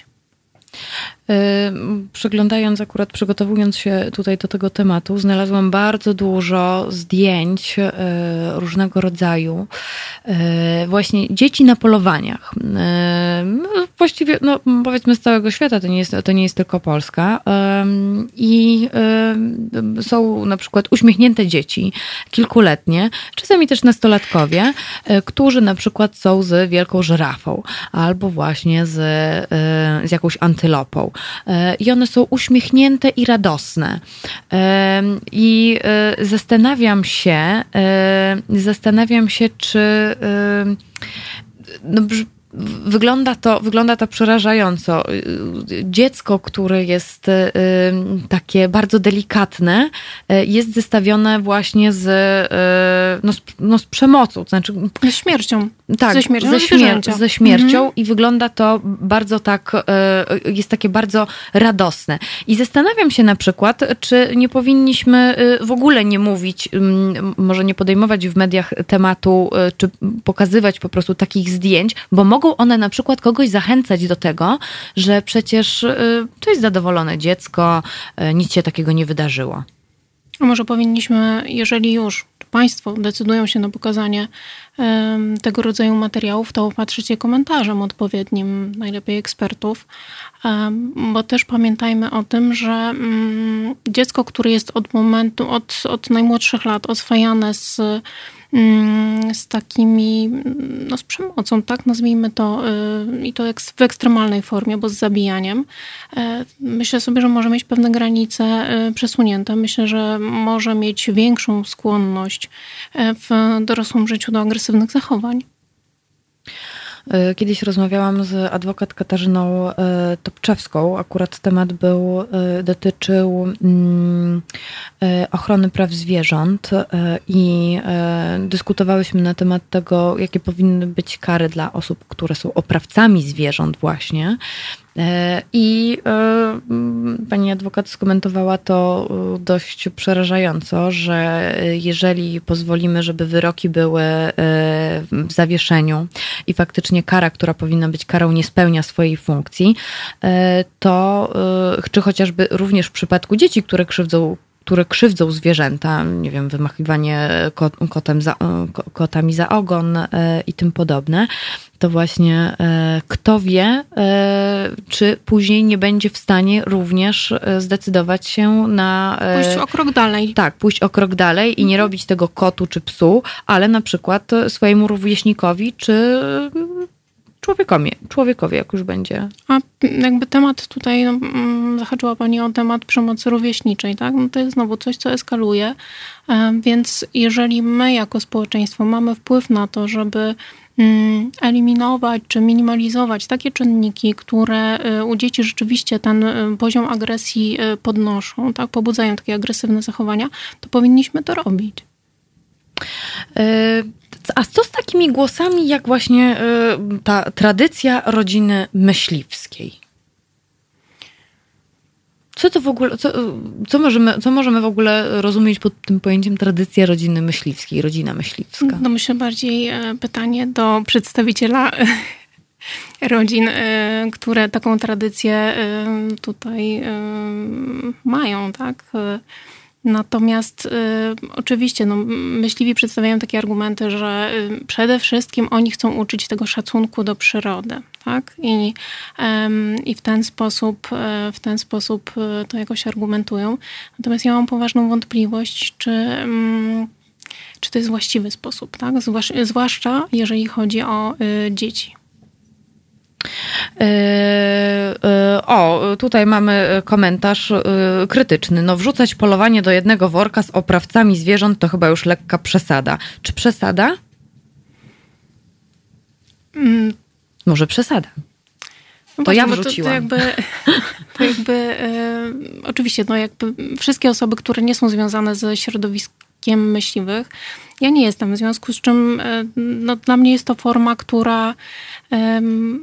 Przeglądając akurat, przygotowując się tutaj do tego tematu, znalazłam bardzo dużo zdjęć różnego rodzaju właśnie dzieci na polowaniach. Właściwie, no powiedzmy z całego świata, to nie jest, to nie jest tylko Polska. I są na przykład uśmiechnięte dzieci, kilkuletnie, czasami też nastolatkowie, którzy na przykład są z wielką żyrafą albo właśnie z, z jakąś antylopą. I one są uśmiechnięte i radosne. I zastanawiam się, zastanawiam się, czy no, Wygląda to, wygląda to przerażająco. Dziecko, które jest takie bardzo delikatne, jest zestawione właśnie z, no, z, no, z przemocą. To znaczy, ze śmiercią. Tak, ze śmiercią. Ze, śmier- ze śmiercią mhm. i wygląda to bardzo tak, jest takie bardzo radosne. I zastanawiam się na przykład, czy nie powinniśmy w ogóle nie mówić, może nie podejmować w mediach tematu, czy pokazywać po prostu takich zdjęć, bo mogą one na przykład kogoś zachęcać do tego, że przecież to jest zadowolone dziecko, nic się takiego nie wydarzyło. A może powinniśmy, jeżeli już państwo decydują się na pokazanie um, tego rodzaju materiałów, to opatrzyć je komentarzem odpowiednim, najlepiej ekspertów, um, bo też pamiętajmy o tym, że um, dziecko, które jest od momentu, od, od najmłodszych lat oswajane z z takimi, no z przemocą, tak, nazwijmy to, i to w ekstremalnej formie, bo z zabijaniem. Myślę sobie, że może mieć pewne granice przesunięte. Myślę, że może mieć większą skłonność w dorosłym życiu do agresywnych zachowań. Kiedyś rozmawiałam z adwokat Katarzyną Topczewską. Akurat temat był, dotyczył ochrony praw zwierząt i dyskutowałyśmy na temat tego, jakie powinny być kary dla osób, które są oprawcami zwierząt właśnie. I pani adwokat skomentowała to dość przerażająco, że jeżeli pozwolimy, żeby wyroki były w zawieszeniu i faktycznie kara, która powinna być karą, nie spełnia swojej funkcji, to czy chociażby również w przypadku dzieci, które krzywdzą które krzywdzą zwierzęta, nie wiem, wymachiwanie kotem za, kotami za ogon i tym podobne, to właśnie kto wie, czy później nie będzie w stanie również zdecydować się na... Pójść o krok dalej. Tak, pójść o krok dalej i nie robić tego kotu czy psu, ale na przykład swojemu rówieśnikowi czy człowiekowi, człowiekowi jak już będzie. A jakby temat tutaj, no, zahaczyła pani o temat przemocy rówieśniczej, tak? No to jest znowu coś, co eskaluje, więc jeżeli my jako społeczeństwo mamy wpływ na to, żeby eliminować czy minimalizować takie czynniki, które u dzieci rzeczywiście ten poziom agresji podnoszą, tak? Pobudzają takie agresywne zachowania, to powinniśmy to robić. A co z takimi głosami, jak właśnie y, ta tradycja rodziny myśliwskiej? Co to w ogóle, co, co, możemy, co możemy w ogóle rozumieć pod tym pojęciem tradycja rodziny myśliwskiej, rodzina myśliwska? No myślę bardziej pytanie do przedstawiciela rodzin, które taką tradycję tutaj mają, tak? Natomiast y, oczywiście no, myśliwi przedstawiają takie argumenty, że y, przede wszystkim oni chcą uczyć tego szacunku do przyrody, tak? I, ym, i w ten sposób, y, w ten sposób y, to jakoś argumentują. Natomiast ja mam poważną wątpliwość, czy, ym, czy to jest właściwy sposób, tak? Zwłasz, zwłaszcza jeżeli chodzi o y, dzieci. O, tutaj mamy komentarz krytyczny. No wrzucać polowanie do jednego worka z oprawcami zwierząt to chyba już lekka przesada. Czy przesada? Mm. Może przesada. No to właśnie, ja To, wrzuciłam. to jakby, to jakby e, oczywiście, no jakby wszystkie osoby, które nie są związane ze środowiskiem myśliwych, ja nie jestem, w związku z czym e, no, dla mnie jest to forma, która e,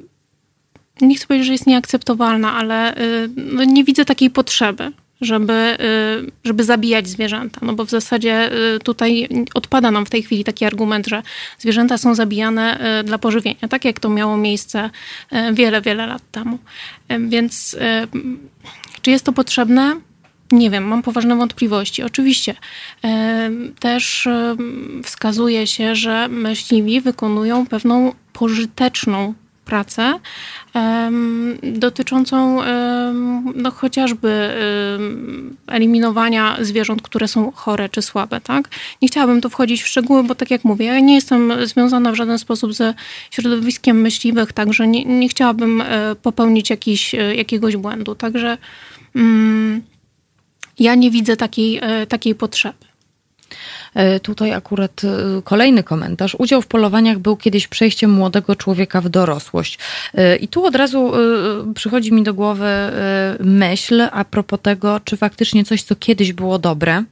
nie chcę powiedzieć, że jest nieakceptowalna, ale no, nie widzę takiej potrzeby, żeby, żeby zabijać zwierzęta. No bo w zasadzie tutaj odpada nam w tej chwili taki argument, że zwierzęta są zabijane dla pożywienia, tak jak to miało miejsce wiele, wiele lat temu. Więc czy jest to potrzebne? Nie wiem, mam poważne wątpliwości. Oczywiście też wskazuje się, że myśliwi wykonują pewną pożyteczną pracę um, dotyczącą um, no, chociażby um, eliminowania zwierząt, które są chore czy słabe, tak? Nie chciałabym tu wchodzić w szczegóły, bo tak jak mówię, ja nie jestem związana w żaden sposób ze środowiskiem myśliwych, także nie, nie chciałabym uh, popełnić jakiś, uh, jakiegoś błędu. Także um, ja nie widzę takiej, uh, takiej potrzeby. Tutaj akurat kolejny komentarz. Udział w polowaniach był kiedyś przejściem młodego człowieka w dorosłość. I tu od razu przychodzi mi do głowy myśl a propos tego, czy faktycznie coś, co kiedyś było dobre,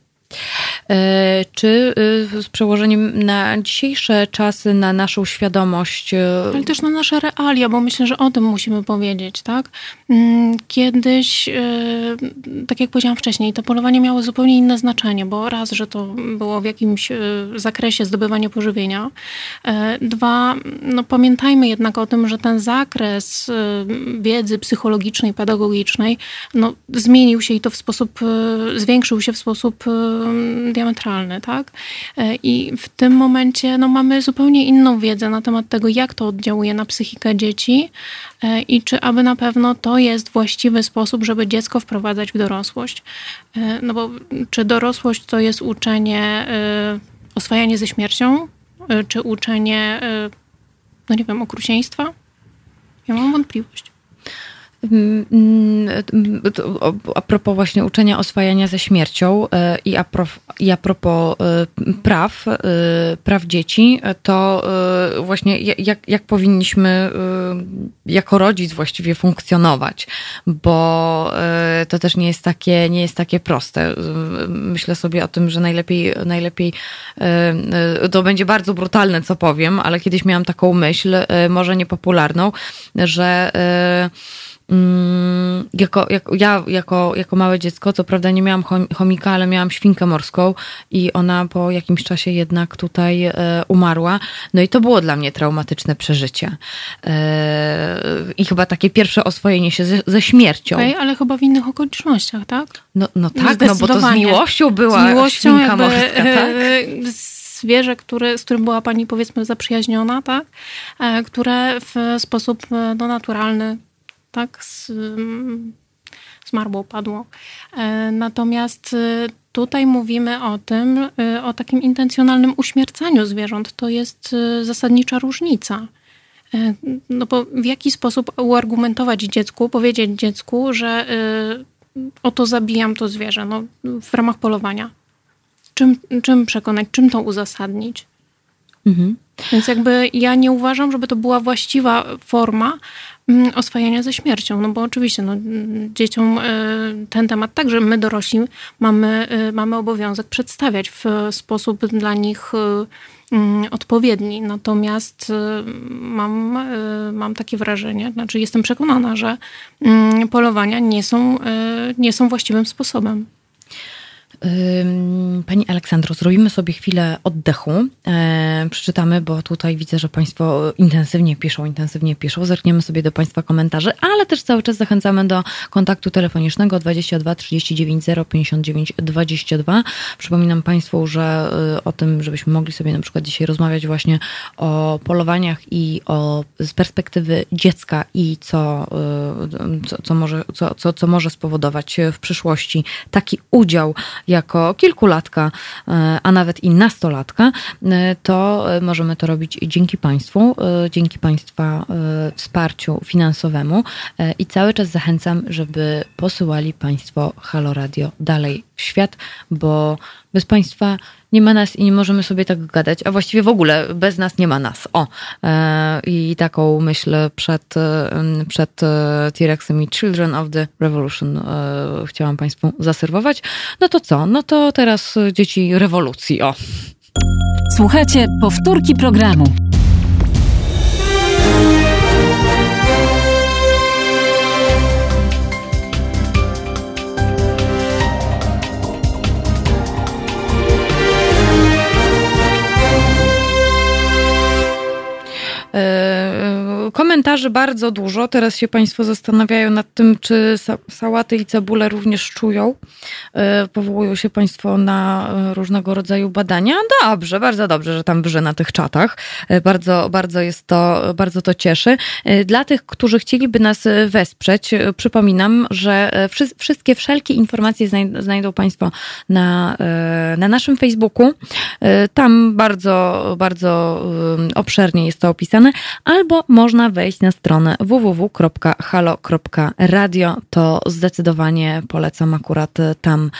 czy z przełożeniem na dzisiejsze czasy, na naszą świadomość. Ale też na nasze realia, bo myślę, że o tym musimy powiedzieć, tak? Kiedyś, tak jak powiedziałam wcześniej, to polowanie miało zupełnie inne znaczenie, bo raz, że to było w jakimś zakresie zdobywania pożywienia. Dwa, no pamiętajmy jednak o tym, że ten zakres wiedzy psychologicznej, pedagogicznej, no zmienił się i to w sposób, zwiększył się w sposób diametralny, tak? I w tym momencie no, mamy zupełnie inną wiedzę na temat tego, jak to oddziałuje na psychikę dzieci i czy aby na pewno to jest właściwy sposób, żeby dziecko wprowadzać w dorosłość. No bo czy dorosłość to jest uczenie, oswajanie ze śmiercią, czy uczenie, no nie wiem, okrucieństwa? Ja mam wątpliwość. A propos właśnie uczenia oswajania ze śmiercią i a, pro, i a propos praw, praw dzieci, to właśnie jak, jak powinniśmy jako rodzic właściwie funkcjonować, bo to też nie jest takie, nie jest takie proste. Myślę sobie o tym, że najlepiej, najlepiej to będzie bardzo brutalne, co powiem, ale kiedyś miałam taką myśl, może niepopularną, że Jako, jako, ja jako, jako małe dziecko, co prawda nie miałam chomika, ale miałam świnkę morską i ona po jakimś czasie jednak tutaj e, umarła. No i to było dla mnie traumatyczne przeżycie. E, I chyba takie pierwsze oswojenie się ze, ze śmiercią. Okej, okay, ale chyba w innych okolicznościach, tak? No, no tak, no bo to z miłością była z miłością świnka jakby, morska, tak? Zwierzę, które, z którym była pani powiedzmy zaprzyjaźniona, tak? E, które w sposób no, naturalny tak, z, zmarło, padło. Natomiast tutaj mówimy o tym, o takim intencjonalnym uśmiercaniu zwierząt. To jest zasadnicza różnica. No bo w jaki sposób uargumentować dziecku, powiedzieć dziecku, że oto zabijam to zwierzę, no, w ramach polowania. Czym, czym przekonać, czym to uzasadnić? Mhm. Więc jakby ja nie uważam, żeby to była właściwa forma oswajania ze śmiercią. No bo oczywiście no, dzieciom ten temat także my dorośli mamy, mamy obowiązek przedstawiać w sposób dla nich odpowiedni. Natomiast mam, mam takie wrażenie, znaczy jestem przekonana, że polowania nie są, nie są właściwym sposobem. Pani Aleksandro, zrobimy sobie chwilę oddechu. E, przeczytamy, bo tutaj widzę, że Państwo intensywnie piszą, intensywnie piszą. Zerkniemy sobie do Państwa komentarzy, ale też cały czas zachęcamy do kontaktu telefonicznego dwadzieścia dwa trzydzieści dziewięć zero pięćdziesiąt dziewięć dwadzieścia dwa. Przypominam Państwu, że o tym, żebyśmy mogli sobie na przykład dzisiaj rozmawiać właśnie o polowaniach i o, z perspektywy dziecka i co, co, co, może, co, co, co może spowodować w przyszłości taki udział jako kilkulatka, a nawet i nastolatka, to możemy to robić dzięki Państwu, dzięki Państwa wsparciu finansowemu i cały czas zachęcam, żeby posyłali Państwo Halo Radio dalej w świat, bo bez Państwa nie ma nas i nie możemy sobie tak gadać, a właściwie w ogóle bez nas nie ma nas. O, i taką myśl przed, przed T-Rexem i Children of the Revolution chciałam Państwu zaserwować. No to co? No to teraz dzieci rewolucji. O. Słuchajcie, powtórki programu. Komentarzy bardzo dużo. Teraz się Państwo zastanawiają nad tym, czy sałaty i cebulę również czują. Powołują się Państwo na różnego rodzaju badania. Dobrze, bardzo dobrze, że tam wrze na tych czatach. Bardzo, bardzo jest to, bardzo to cieszy. Dla tych, którzy chcieliby nas wesprzeć, przypominam, że wszystkie, wszelkie informacje znajdą Państwo na, na naszym Facebooku. Tam bardzo, bardzo obszernie jest to opisane. Albo można wejść na stronę w w w kropka halo kropka radio. To zdecydowanie polecam akurat tam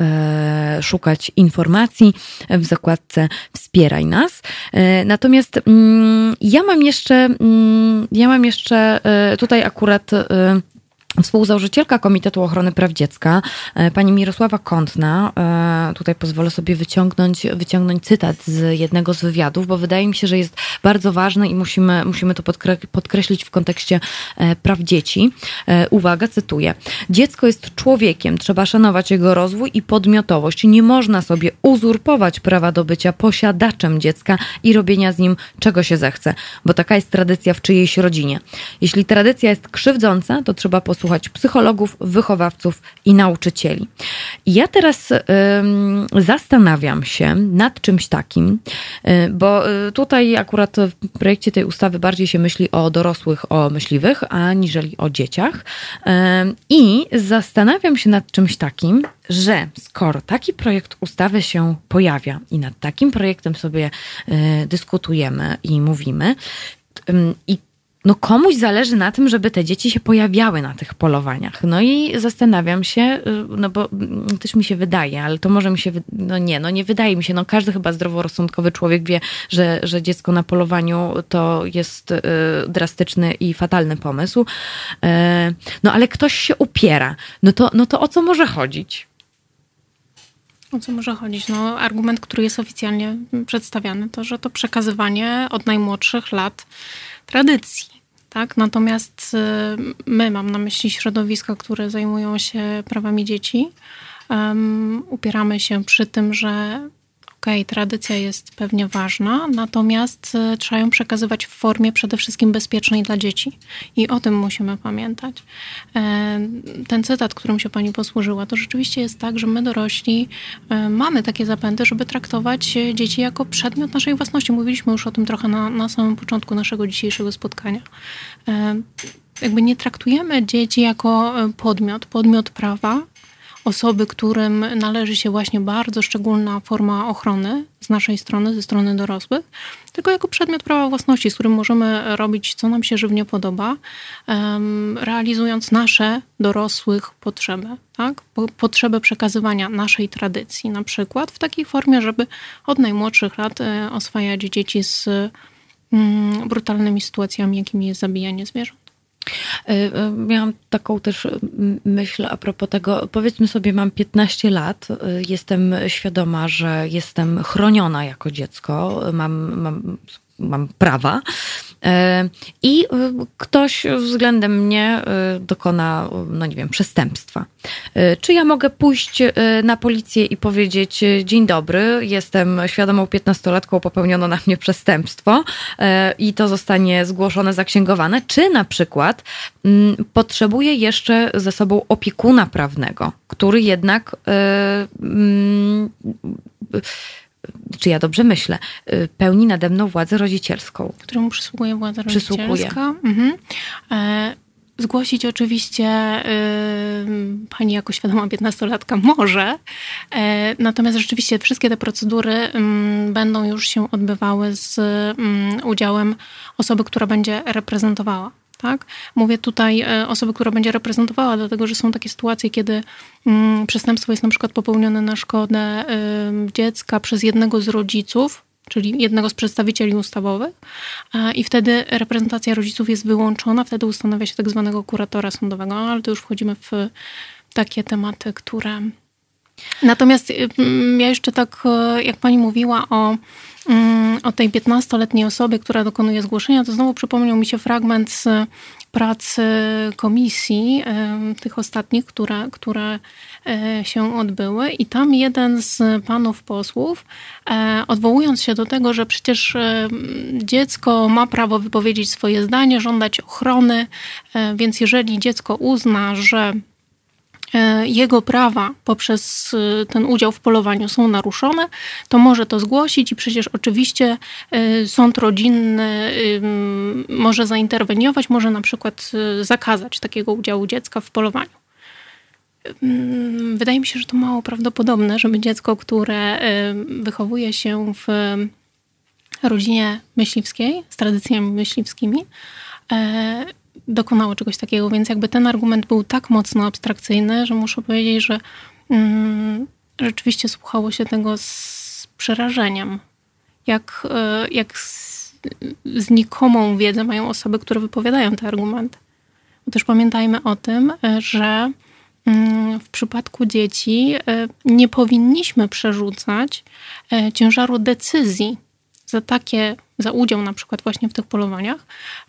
e, szukać informacji w zakładce Wspieraj nas. E, natomiast mm, ja mam jeszcze mm, ja mam jeszcze e, tutaj akurat e, współzałożycielka Komitetu Ochrony Praw Dziecka, pani Mirosława Kątna. Tutaj pozwolę sobie wyciągnąć, wyciągnąć cytat z jednego z wywiadów, bo wydaje mi się, że jest bardzo ważny i musimy, musimy to podkre- podkreślić w kontekście praw dzieci. Uwaga, cytuję. Dziecko jest człowiekiem, trzeba szanować jego rozwój i podmiotowość. Nie można sobie uzurpować prawa do bycia posiadaczem dziecka i robienia z nim czego się zechce, bo taka jest tradycja w czyjejś rodzinie. Jeśli tradycja jest krzywdząca, to trzeba posłuchać słuchać psychologów, wychowawców i nauczycieli. I ja teraz ym, zastanawiam się nad czymś takim, y, bo y, tutaj akurat w projekcie tej ustawy bardziej się myśli o dorosłych, o myśliwych, aniżeli o dzieciach. Y, I zastanawiam się nad czymś takim, że skoro taki projekt ustawy się pojawia i nad takim projektem sobie y, dyskutujemy i mówimy, y, i no komuś zależy na tym, żeby te dzieci się pojawiały na tych polowaniach. No i zastanawiam się, no bo też mi się wydaje, ale to może mi się, no nie, no nie wydaje mi się, no każdy chyba zdroworozsądkowy człowiek wie, że, że dziecko na polowaniu to jest y, drastyczny i fatalny pomysł. Y, no ale ktoś się upiera. No to, no to o co może chodzić? O co może chodzić? No, argument, który jest oficjalnie przedstawiany, to, że to przekazywanie od najmłodszych lat tradycji. Tak? Natomiast my, mam na myśli środowiska, które zajmują się prawami dzieci, um, upieramy się przy tym, że okej, okay, tradycja jest pewnie ważna, natomiast trzeba ją przekazywać w formie przede wszystkim bezpiecznej dla dzieci. I o tym musimy pamiętać. Ten cytat, którym się pani posłużyła, to rzeczywiście jest tak, że my dorośli mamy takie zapędy, żeby traktować dzieci jako przedmiot naszej własności. Mówiliśmy już o tym trochę na, na samym początku naszego dzisiejszego spotkania. Jakby nie traktujemy dzieci jako podmiot, podmiot prawa, osoby, którym należy się właśnie bardzo szczególna forma ochrony z naszej strony, ze strony dorosłych, tylko jako przedmiot prawa własności, z którym możemy robić, co nam się żywnie podoba, um, realizując nasze dorosłych potrzeby, tak? Potrzebę przekazywania naszej tradycji, na przykład w takiej formie, żeby od najmłodszych lat e, oswajać dzieci z mm, brutalnymi sytuacjami, jakimi jest zabijanie zwierząt. Miałam taką też myśl a propos tego, powiedzmy sobie, mam piętnaście lat, jestem świadoma, że jestem chroniona jako dziecko, mam, mam, mam prawa i ktoś względem mnie dokona, no nie wiem, przestępstwa. Czy ja mogę pójść na policję i powiedzieć: dzień dobry, jestem świadomą piętnastolatką, popełniono na mnie przestępstwo i to zostanie zgłoszone, zaksięgowane, czy na przykład potrzebuję jeszcze ze sobą opiekuna prawnego, który jednak czy ja dobrze myślę, pełni nade mną władzę rodzicielską. Któremu przysługuje władza Przysługuje. rodzicielska. Mhm. E, zgłosić oczywiście y, pani jako świadoma piętnastolatka może, e, natomiast rzeczywiście wszystkie te procedury y, będą już się odbywały z y, udziałem osoby, która będzie reprezentowała. Tak? Mówię tutaj e, osoby, która będzie reprezentowała, dlatego że są takie sytuacje, kiedy mm, przestępstwo jest na przykład popełnione na szkodę y, dziecka przez jednego z rodziców, czyli jednego z przedstawicieli ustawowych, a, i wtedy reprezentacja rodziców jest wyłączona, wtedy ustanawia się tak zwanego kuratora sądowego, ale to już wchodzimy w takie tematy, które... Natomiast y, ja jeszcze tak, jak pani mówiła o o tej piętnastoletniej osobie, która dokonuje zgłoszenia, to znowu przypomniał mi się fragment z pracy komisji, tych ostatnich, które, które się odbyły. I tam jeden z panów posłów, odwołując się do tego, że przecież dziecko ma prawo wypowiedzieć swoje zdanie, żądać ochrony, więc jeżeli dziecko uzna, że jego prawa poprzez ten udział w polowaniu są naruszone, to może to zgłosić i przecież oczywiście sąd rodzinny może zainterweniować, może na przykład zakazać takiego udziału dziecka w polowaniu. Wydaje mi się, że to mało prawdopodobne, żeby dziecko, które wychowuje się w rodzinie myśliwskiej, z tradycjami myśliwskimi, dokonało czegoś takiego, więc jakby ten argument był tak mocno abstrakcyjny, że muszę powiedzieć, że mm, rzeczywiście słuchało się tego z przerażeniem. Jak, jak z, znikomą wiedzę mają osoby, które wypowiadają te argumenty. Bo też pamiętajmy o tym, że mm, w przypadku dzieci nie powinniśmy przerzucać ciężaru decyzji za takie, za udział na przykład właśnie w tych polowaniach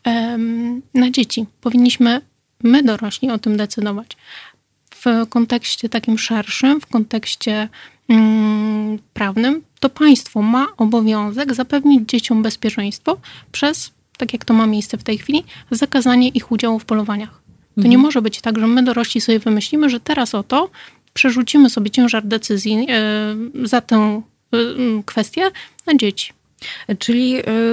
na dzieci. Powinniśmy my dorośli o tym decydować. W kontekście takim szerszym, w kontekście mm, prawnym, to państwo ma obowiązek zapewnić dzieciom bezpieczeństwo przez, tak jak to ma miejsce w tej chwili, zakazanie ich udziału w polowaniach. To mhm. nie może być tak, że my dorośli sobie wymyślimy, że teraz oto przerzucimy sobie ciężar decyzji yy, za tę yy, kwestię na dzieci. Czyli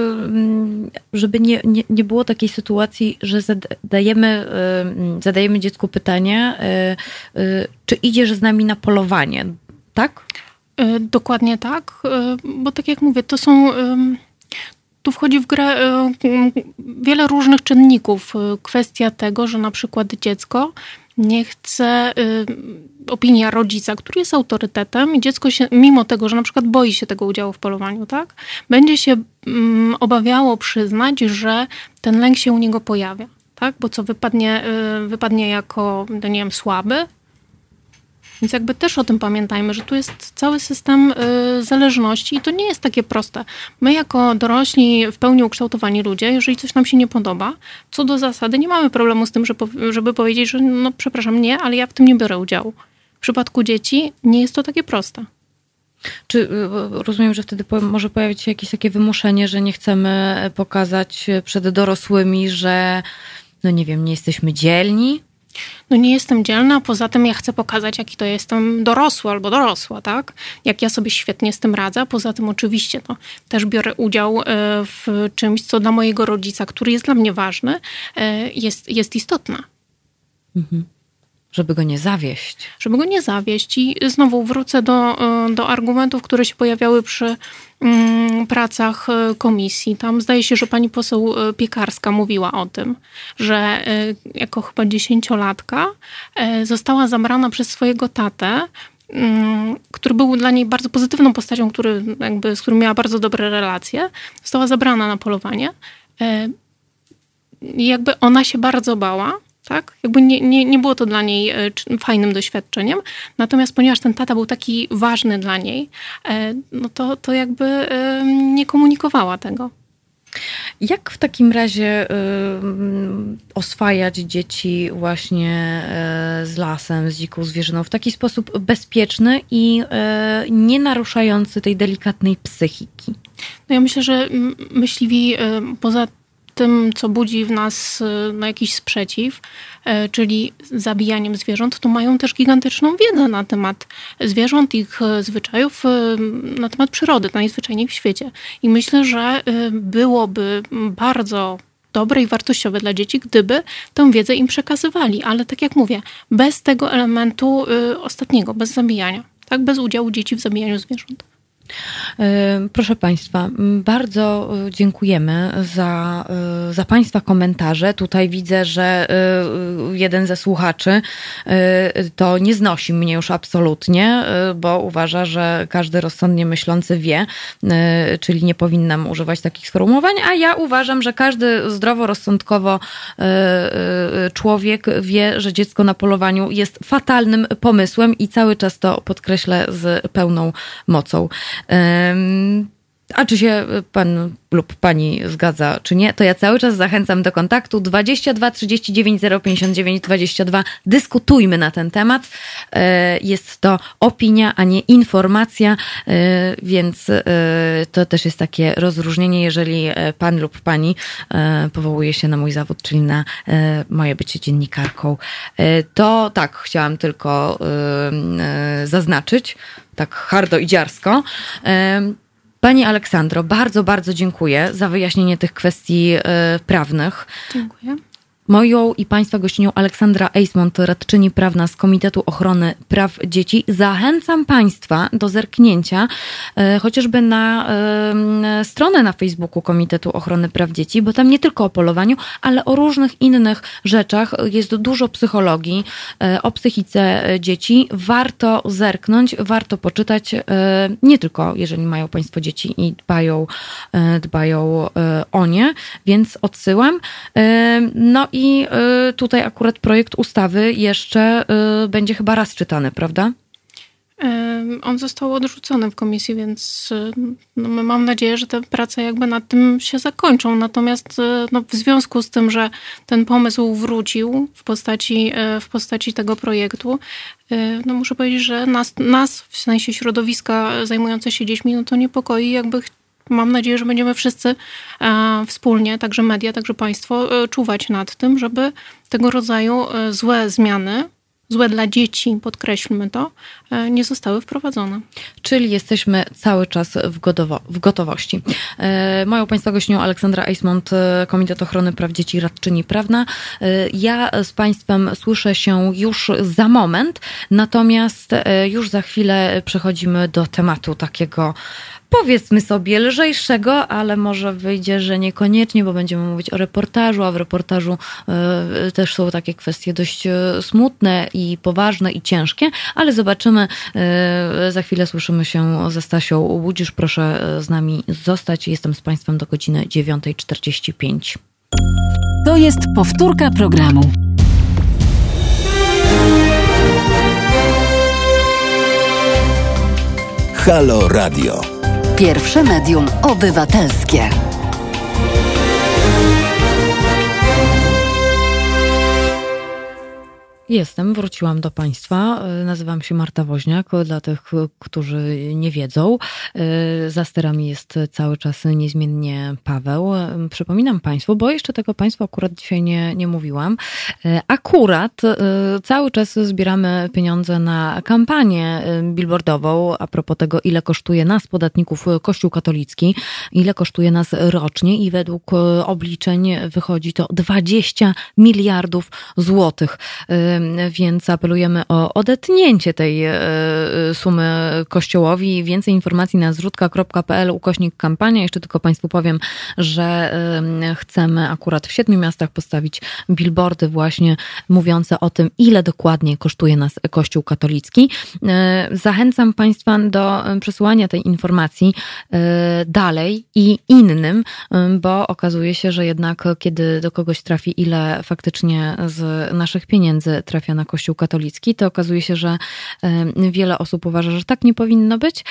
żeby nie, nie, nie było takiej sytuacji, że zadajemy, zadajemy dziecku pytanie, czy idziesz z nami na polowanie, tak? Dokładnie tak, bo tak jak mówię, to są... Tu wchodzi w grę wiele różnych czynników. Kwestia tego, że na przykład dziecko nie chce, y, opinia rodzica, który jest autorytetem i dziecko się, mimo tego, że na przykład boi się tego udziału w polowaniu, tak, będzie się mm, obawiało przyznać, że ten lęk się u niego pojawia, tak, bo co wypadnie, y, wypadnie jako, no nie wiem, słaby. Więc jakby też o tym pamiętajmy, że tu jest cały system y, zależności i to nie jest takie proste. My jako dorośli, w pełni ukształtowani ludzie, jeżeli coś nam się nie podoba, co do zasady nie mamy problemu z tym, żeby powiedzieć, że no przepraszam, nie, ale ja w tym nie biorę udziału. W przypadku dzieci nie jest to takie proste. Czy rozumiem, że wtedy może pojawić się jakieś takie wymuszenie, że nie chcemy pokazać przed dorosłymi, że no nie wiem, nie jesteśmy dzielni? No nie jestem dzielna, poza tym ja chcę pokazać, jaki to jestem dorosły albo dorosła, tak? Jak ja sobie świetnie z tym radzę. Poza tym oczywiście no, też biorę udział w czymś, co dla mojego rodzica, który jest dla mnie ważny, jest, jest istotne. Mhm. Żeby go nie zawieść. Żeby go nie zawieść. I znowu wrócę do, do argumentów, które się pojawiały przy mm, pracach komisji. Tam zdaje się, że pani poseł Piekarska mówiła o tym, że y, jako chyba dziesięciolatka y, została zabrana przez swojego tatę, y, który był dla niej bardzo pozytywną postacią, który, jakby, z którym miała bardzo dobre relacje. Została zabrana na polowanie. Y, jakby ona się bardzo bała. Tak? Jakby nie, nie, nie było to dla niej fajnym doświadczeniem. Natomiast ponieważ ten tata był taki ważny dla niej, no to, to jakby nie komunikowała tego. Jak w takim razie y, oswajać dzieci właśnie y, z lasem, z dziką zwierzyną w taki sposób bezpieczny i y, nie naruszający tej delikatnej psychiki? No ja myślę, że myśliwi y, poza tym, co budzi w nas no, jakiś sprzeciw, czyli zabijaniem zwierząt, to mają też gigantyczną wiedzę na temat zwierząt, ich zwyczajów, na temat przyrody, najzwyczajniej w świecie. I myślę, że byłoby bardzo dobre i wartościowe dla dzieci, gdyby tę wiedzę im przekazywali. Ale tak jak mówię, bez tego elementu ostatniego, bez zabijania, tak? Bez udziału dzieci w zabijaniu zwierząt. Proszę Państwa, bardzo dziękujemy za, za Państwa komentarze. Tutaj widzę, że jeden ze słuchaczy to nie znosi mnie już absolutnie, bo uważa, że każdy rozsądnie myślący wie, czyli nie powinnam używać takich sformułowań, a ja uważam, że każdy zdroworozsądkowo człowiek wie, że dziecko na polowaniu jest fatalnym pomysłem i cały czas to podkreślę z pełną mocą. A czy się pan lub pani zgadza, czy nie, to ja cały czas zachęcam do kontaktu dwadzieścia dwa trzydzieści dziewięć zero pięćdziesiąt dziewięć dwadzieścia dwa. Dyskutujmy na ten temat. Jest to opinia, a nie informacja, więc to też jest takie rozróżnienie, jeżeli pan lub pani powołuje się na mój zawód, czyli na moje bycie dziennikarką. To tak, chciałam tylko zaznaczyć, tak hardo i dziarsko. Pani Aleksandro, bardzo, bardzo dziękuję za wyjaśnienie tych kwestii prawnych. Dziękuję. Moją i Państwa gościnią Aleksandra Eismont, radczyni prawna z Komitetu Ochrony Praw Dzieci. Zachęcam Państwa do zerknięcia e, chociażby na e, stronę na Facebooku Komitetu Ochrony Praw Dzieci, bo tam nie tylko o polowaniu, ale o różnych innych rzeczach jest dużo psychologii, e, o psychice dzieci. Warto zerknąć, warto poczytać, e, nie tylko jeżeli mają Państwo dzieci i dbają, e, dbają e, o nie, więc odsyłam. E, no i tutaj akurat projekt ustawy jeszcze będzie chyba raz czytany, prawda? On został odrzucony w komisji, więc no, mam nadzieję, że te prace jakby nad tym się zakończą. Natomiast no, w związku z tym, że ten pomysł wrócił w postaci, w postaci tego projektu, no muszę powiedzieć, że nas, nas w sensie środowiska zajmujące się dziećmi, no to niepokoi, jakby mam nadzieję, że będziemy wszyscy e, wspólnie, także media, także państwo, e, czuwać nad tym, żeby tego rodzaju e, złe zmiany, złe dla dzieci, podkreślmy to, e, nie zostały wprowadzone. Czyli jesteśmy cały czas w, gotowo- w gotowości. E, moją Państwa gościnią Aleksandra Eismont, Komitet Ochrony Praw Dzieci, radczyni prawna. E, ja z Państwem słyszę się już za moment, natomiast e, już za chwilę przechodzimy do tematu takiego, powiedzmy sobie, lżejszego, ale może wyjdzie, że niekoniecznie, bo będziemy mówić o reportażu, a w reportażu y, też są takie kwestie dość smutne i poważne i ciężkie, ale zobaczymy. Y, za chwilę słyszymy się ze Stasią Łudzisz. Proszę z nami zostać. Jestem z Państwem do godziny dziewiąta czterdzieści pięć. To jest powtórka programu. Halo Radio. Pierwsze medium obywatelskie. Jestem, wróciłam do Państwa. Nazywam się Marta Woźniak, dla tych, którzy nie wiedzą. Za sterami jest cały czas niezmiennie Paweł. Przypominam Państwu, bo jeszcze tego Państwu akurat dzisiaj nie, nie mówiłam. Akurat cały czas zbieramy pieniądze na kampanię billboardową a propos tego, ile kosztuje nas, podatników, Kościół katolicki, ile kosztuje nas rocznie i według obliczeń wychodzi to dwadzieścia miliardów złotych. więc apelujemy o odetnięcie tej sumy Kościołowi. Więcej informacji na zrzutka kropka p l ukośnik kampania. Jeszcze tylko Państwu powiem, że chcemy akurat w siedmiu miastach postawić billboardy właśnie mówiące o tym, ile dokładnie kosztuje nas Kościół katolicki. Zachęcam Państwa do przesyłania tej informacji dalej i innym, bo okazuje się, że jednak kiedy do kogoś trafi, ile faktycznie z naszych pieniędzy trafia na Kościół katolicki, to okazuje się, że wiele osób uważa, że tak nie powinno być,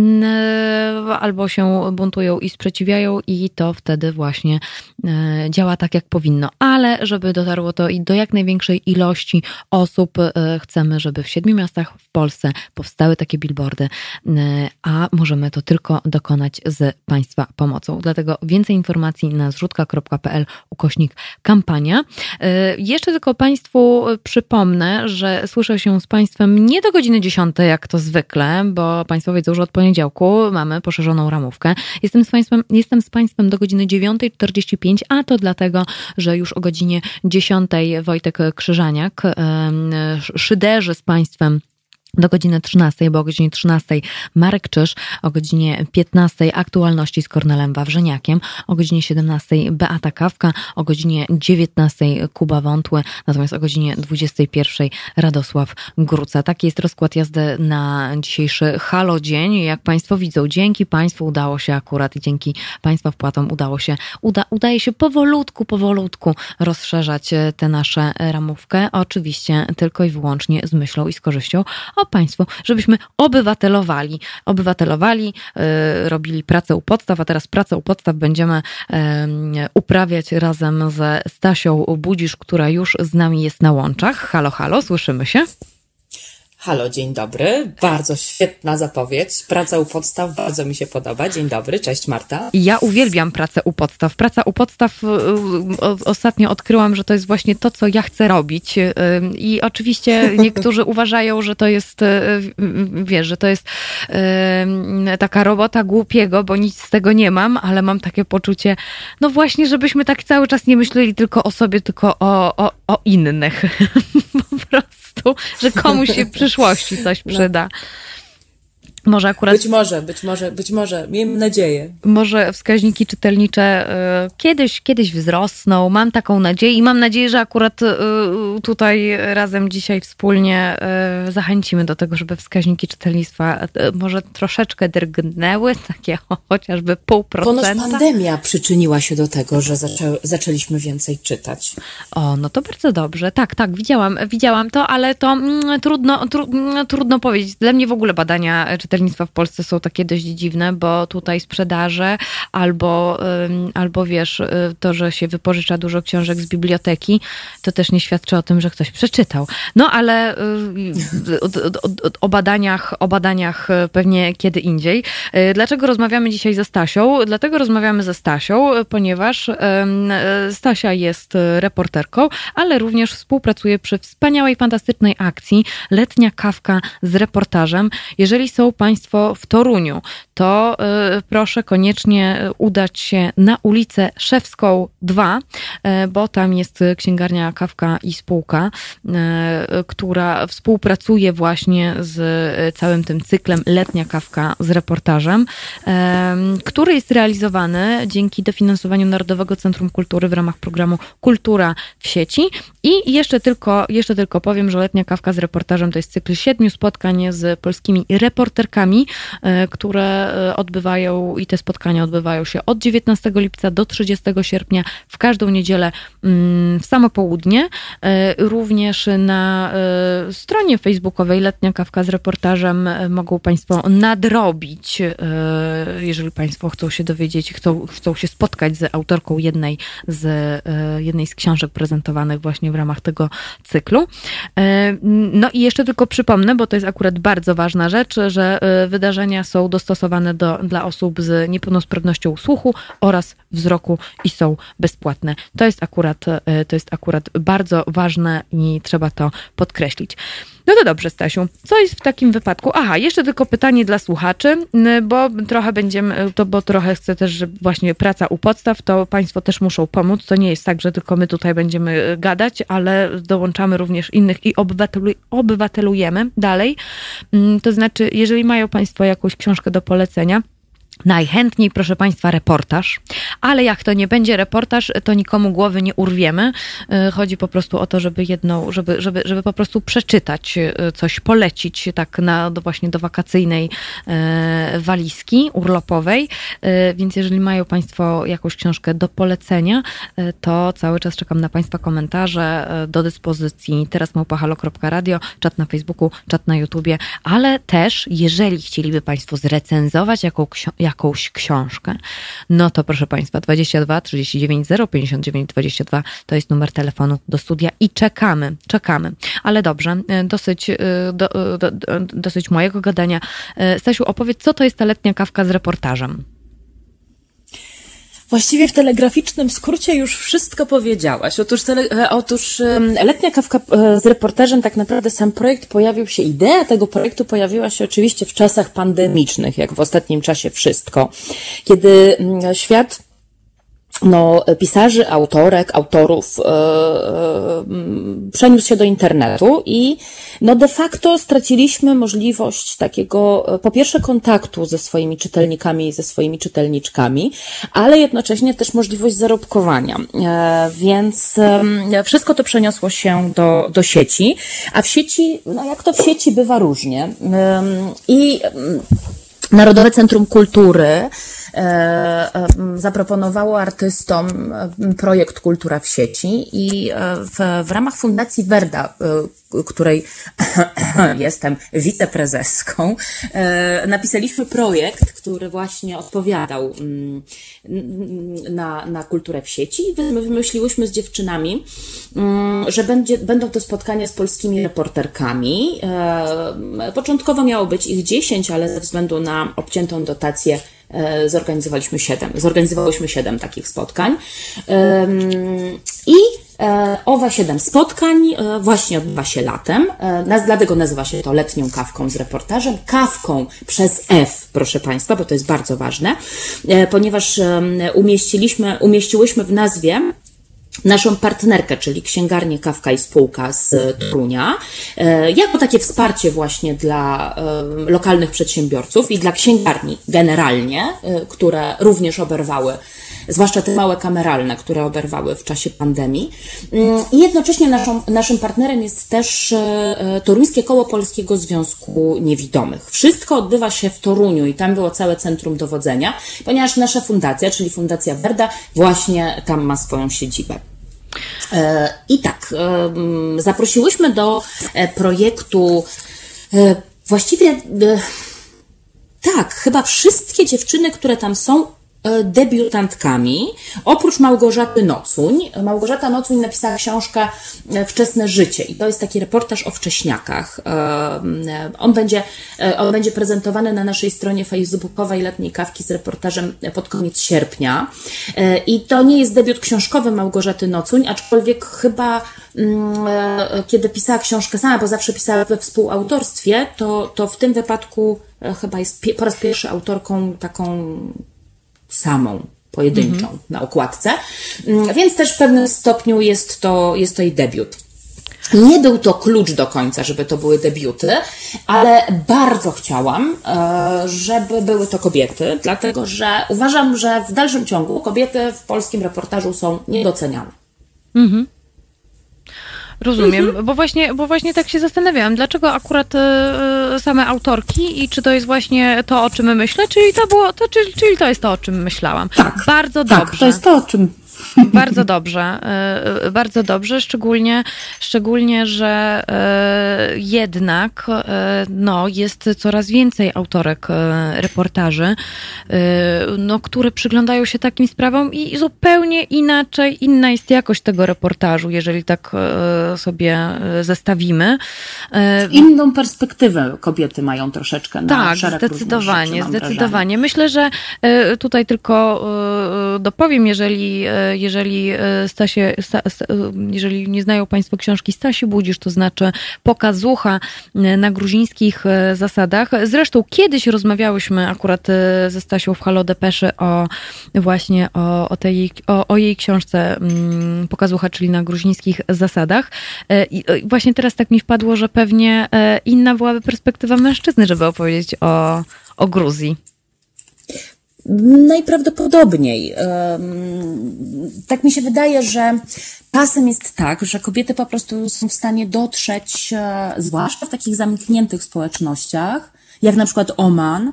albo się buntują i sprzeciwiają i to wtedy właśnie działa tak, jak powinno. Ale żeby dotarło to i do jak największej ilości osób, chcemy, żeby w siedmiu miastach w Polsce powstały takie billboardy, a możemy to tylko dokonać z Państwa pomocą. Dlatego więcej informacji na zrzutka kropka p l ukośnik kampania. Jeszcze tylko Państwu przypomnę, że słyszę się z Państwem nie do godziny dziesiątej, jak to zwykle, bo Państwo wiedzą, że od poniedziałku mamy poszerzoną ramówkę. Jestem z Państwem, jestem z Państwem do godziny dziewiątej czterdzieści pięć, a to dlatego, że już o godzinie dziesiątej Wojtek Krzyżaniak szyderzy z Państwem do godziny trzynastej, bo o godzinie trzynastej Marek Czyż, o godzinie piętnastej aktualności z Kornelem Wawrzyniakiem, o godzinie siedemnastej Beata Kawka, o godzinie dziewiętnastej Kuba Wątły, natomiast o godzinie dwudziestej pierwszej Radosław Gruca. Taki jest rozkład jazdy na dzisiejszy Halo Dzień. Jak Państwo widzą, dzięki Państwu udało się akurat i dzięki Państwa wpłatom udało się, uda, udaje się powolutku, powolutku rozszerzać tę nasze ramówkę. Oczywiście tylko i wyłącznie z myślą i z korzyścią o Państwu, żebyśmy obywatelowali, obywatelowali, yy, robili pracę u podstaw, a teraz pracę u podstaw będziemy yy, uprawiać razem ze Stasią Budzisz, która już z nami jest na łączach. Halo, halo, słyszymy się? Halo, dzień dobry. Bardzo świetna zapowiedź. Praca u podstaw bardzo mi się podoba. Dzień dobry, cześć Marta. Ja uwielbiam pracę u podstaw. Praca u podstaw ostatnio odkryłam, że to jest właśnie to, co ja chcę robić. I oczywiście niektórzy uważają, że to jest, wiesz, że to jest taka robota głupiego, bo nic z tego nie mam, ale mam takie poczucie, no właśnie, żebyśmy tak cały czas nie myśleli tylko o sobie, tylko o, o, o innych. Po prostu, że komuś się w przyszłości coś przyda. Może akurat... Być może, być może, być może. Miejmy nadzieję. Może wskaźniki czytelnicze y, kiedyś, kiedyś wzrosną. Mam taką nadzieję i mam nadzieję, że akurat y, tutaj razem dzisiaj wspólnie y, zachęcimy do tego, żeby wskaźniki czytelnictwa y, może troszeczkę drgnęły, takie o, chociażby pół procenta. Ponoć pandemia przyczyniła się do tego, że zaczę, zaczęliśmy więcej czytać. O, no to bardzo dobrze. Tak, tak, widziałam, widziałam to, ale to mm, trudno, tru, mm, trudno powiedzieć. Dla mnie w ogóle badania czytelnictwa w Polsce są takie dość dziwne, bo tutaj sprzedaże albo, albo wiesz, to, że się wypożycza dużo książek z biblioteki, to też nie świadczy o tym, że ktoś przeczytał. No ale o, o, o, badaniach, o badaniach pewnie kiedy indziej. Dlaczego rozmawiamy dzisiaj ze Stasią? Dlatego rozmawiamy ze Stasią, ponieważ Stasia jest reporterką, ale również współpracuje przy wspaniałej, fantastycznej akcji Letnia Kawka z reportażem. Jeżeli są Państwo w Toruniu, to y, proszę koniecznie udać się na ulicę Szewską dwa, y, bo tam jest księgarnia Kawka i Spółka, y, która współpracuje właśnie z całym tym cyklem Letnia Kawka z reportażem, y, który jest realizowany dzięki dofinansowaniu Narodowego Centrum Kultury w ramach programu Kultura w sieci. I jeszcze tylko, jeszcze tylko powiem, że Letnia Kawka z reportażem to jest cykl siedmiu spotkań z polskimi reporterkami, które odbywają i te spotkania odbywają się od dziewiętnastego lipca do trzydziestego sierpnia w każdą niedzielę w samo południe. Również na stronie facebookowej Letnia Kawka z reportażem mogą Państwo nadrobić, jeżeli Państwo chcą się dowiedzieć, chcą, chcą się spotkać z autorką jednej z, jednej z książek prezentowanych właśnie w ramach tego cyklu. No i jeszcze tylko przypomnę, bo to jest akurat bardzo ważna rzecz, że wydarzenia są dostosowane do, dla osób z niepełnosprawnością słuchu oraz wzroku i są bezpłatne. To jest akurat, to jest akurat bardzo ważne i trzeba to podkreślić. No to dobrze, Stasiu. Co jest w takim wypadku? Aha, jeszcze tylko pytanie dla słuchaczy, bo trochę będziemy, to bo trochę chcę też, że właśnie praca u podstaw, to Państwo też muszą pomóc. To nie jest tak, że tylko my tutaj będziemy gadać, ale dołączamy również innych i obywatelu, obywatelujemy dalej. To znaczy, jeżeli mają Państwo jakąś książkę do polecenia, najchętniej, proszę Państwa, reportaż, ale jak to nie będzie reportaż, to nikomu głowy nie urwiemy. Chodzi po prostu o to, żeby jedną, żeby, żeby, żeby po prostu przeczytać coś, polecić tak na, do właśnie do wakacyjnej e, walizki urlopowej. E, więc jeżeli mają Państwo jakąś książkę do polecenia, e, to cały czas czekam na Państwa komentarze e, do dyspozycji. Teraz małpa halo kropka radio, czat na Facebooku, czat na YouTubie, ale też, jeżeli chcieliby Państwo zrecenzować jaką książkę, jakąś książkę, no to proszę Państwa, dwadzieścia dwa trzydzieści dziewięć zero pięćdziesiąt dziewięć dwadzieścia dwa to jest numer telefonu do studia i czekamy, czekamy. Ale dobrze, dosyć, do, do, dosyć mojego gadania. Stasiu, opowiedz, co to jest ta letnia kawka z reportażem? Właściwie w telegraficznym skrócie już wszystko powiedziałaś. Otóż, tele, otóż letnia kawka z reportażem, tak naprawdę sam projekt pojawił się, idea tego projektu pojawiła się oczywiście w czasach pandemicznych, jak w ostatnim czasie wszystko, kiedy świat no, pisarzy, autorek, autorów e, e, przeniósł się do internetu i no de facto straciliśmy możliwość takiego, po pierwsze kontaktu ze swoimi czytelnikami i ze swoimi czytelniczkami, ale jednocześnie też możliwość zarobkowania. E, więc e, wszystko to przeniosło się do, do sieci, a w sieci, no jak to w sieci bywa różnie. E, I Narodowe Centrum Kultury zaproponowało artystom projekt Kultura w sieci i w, w ramach Fundacji Verda, której jestem wiceprezeską, napisaliśmy projekt, który właśnie odpowiadał na, na kulturę w sieci i wymyśliłyśmy z dziewczynami, że będzie, będą to spotkania z polskimi reporterkami. Początkowo miało być ich dziesięć, ale ze względu na obciętą dotację zorganizowaliśmy siedem. Zorganizowałyśmy siedem takich spotkań. I owe siedem spotkań właśnie odbywa się latem. Dlatego nazywa się to letnią kawką z reportażem. Kawką przez F, proszę Państwa, bo to jest bardzo ważne, ponieważ umieściliśmy, umieściłyśmy w nazwie naszą partnerkę, czyli księgarnię Kawka i Spółka z Torunia, jako takie wsparcie właśnie dla lokalnych przedsiębiorców i dla księgarni generalnie, które również oberwały, zwłaszcza te małe kameralne, które oberwały w czasie pandemii. I jednocześnie naszą, naszym partnerem jest też Toruńskie Koło Polskiego Związku Niewidomych. Wszystko odbywa się w Toruniu i tam było całe centrum dowodzenia, ponieważ nasza fundacja, czyli Fundacja Verda, właśnie tam ma swoją siedzibę. I tak, zaprosiłyśmy do projektu właściwie tak, chyba wszystkie dziewczyny, które tam są debiutantkami, oprócz Małgorzaty Nocuń. Małgorzata Nocuń napisała książkę Wczesne życie i to jest taki reportaż o wcześniakach. On będzie, on będzie prezentowany na naszej stronie facebookowej Letniej Kawki z reportażem pod koniec sierpnia. I to nie jest debiut książkowy Małgorzaty Nocuń, aczkolwiek chyba kiedy pisała książkę sama, bo zawsze pisała we współautorstwie, to, to w tym wypadku chyba jest po raz pierwszy autorką taką samą, pojedynczą mm-hmm. na okładce, więc też w pewnym stopniu jest to, jest to jej debiut. Nie był to klucz do końca, żeby to były debiuty, ale bardzo chciałam, żeby były to kobiety, dlatego że uważam, że w dalszym ciągu kobiety w polskim reportażu są niedoceniane. Mhm. Rozumiem, mhm. bo, właśnie, bo właśnie tak się zastanawiałam, dlaczego akurat y, same autorki i czy to jest właśnie to, o czym myślę, czyli to było, to, czyli, czyli to jest to, o czym myślałam. Tak, bardzo tak, dobrze. To jest to, o czym... Bardzo dobrze, y, bardzo dobrze, szczególnie, szczególnie, że y, jednak y, no, jest coraz więcej autorek y, reportaży, y, no, które przyglądają się takim sprawom i zupełnie inaczej, inna jest jakość tego reportażu, jeżeli tak y, sobie zestawimy. Y, Inną perspektywę kobiety mają troszeczkę na tak, szereg zdecydowanie, różnych rzeczy, zdecydowanie. Myślę, że y, tutaj tylko y, dopowiem, jeżeli jeżeli Stasie, sta, sta, jeżeli nie znają Państwo książki Stasi Budzisz, to znaczy pokazucha na gruzińskich zasadach. Zresztą kiedyś rozmawiałyśmy akurat ze Stasią w Halo Depeszy o właśnie o, o, tej, o, o jej książce Pokazucha, czyli na gruzińskich zasadach. I właśnie teraz tak mi wpadło, że pewnie inna byłaby perspektywa mężczyzny, żeby opowiedzieć o, o Gruzji. Najprawdopodobniej. Tak mi się wydaje, że czasem jest tak, że kobiety po prostu są w stanie dotrzeć, zwłaszcza w takich zamkniętych społecznościach, jak na przykład Oman,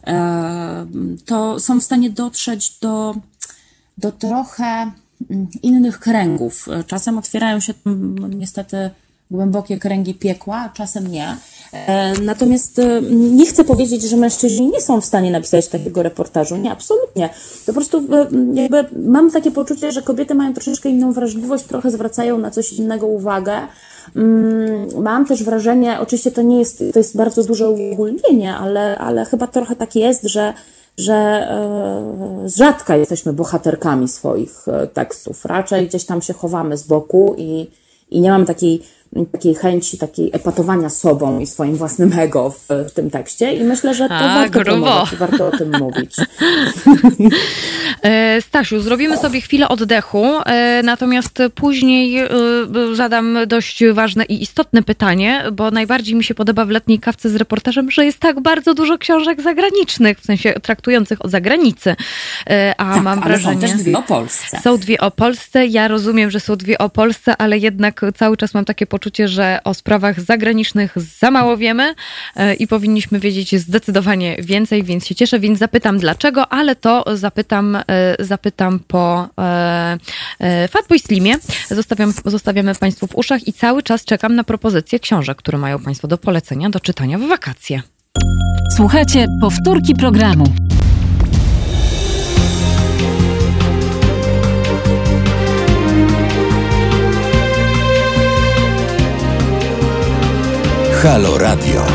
to są w stanie dotrzeć do, do trochę innych kręgów. Czasem otwierają się niestety głębokie kręgi piekła, a czasem nie. Natomiast nie chcę powiedzieć, że mężczyźni nie są w stanie napisać takiego reportażu. Nie, absolutnie. To po prostu jakby mam takie poczucie, że kobiety mają troszeczkę inną wrażliwość, trochę zwracają na coś innego uwagę. Mam też wrażenie, oczywiście to nie jest, to jest bardzo duże uogólnienie, ale, ale chyba trochę tak jest, że że z rzadka jesteśmy bohaterkami swoich tekstów. Raczej gdzieś tam się chowamy z boku i, i nie mam takiej, takiej chęci, takiej epatowania sobą i swoim własnym ego w, w tym tekście i myślę, że to A, warto promować, warto o tym mówić. Stasiu, zrobimy sobie chwilę oddechu, natomiast później zadam dość ważne i istotne pytanie, bo najbardziej mi się podoba w Letniej Kawce z reportażem, że jest tak bardzo dużo książek zagranicznych, w sensie traktujących o zagranicy. A tak, mam ale wrażenie... są też dwie o Polsce. Są dwie o Polsce, ja rozumiem, że są dwie o Polsce, ale jednak cały czas mam takie poczucie, że o sprawach zagranicznych za mało wiemy i powinniśmy wiedzieć zdecydowanie więcej, więc się cieszę, więc zapytam dlaczego, ale to zapytam, zapytam po Fatboy Slimie. Zostawiam, zostawiamy Państwu w uszach i cały czas czekam na propozycje książek, które mają Państwo do polecenia, do czytania w wakacje. Słuchajcie powtórki programu. Halo Radio.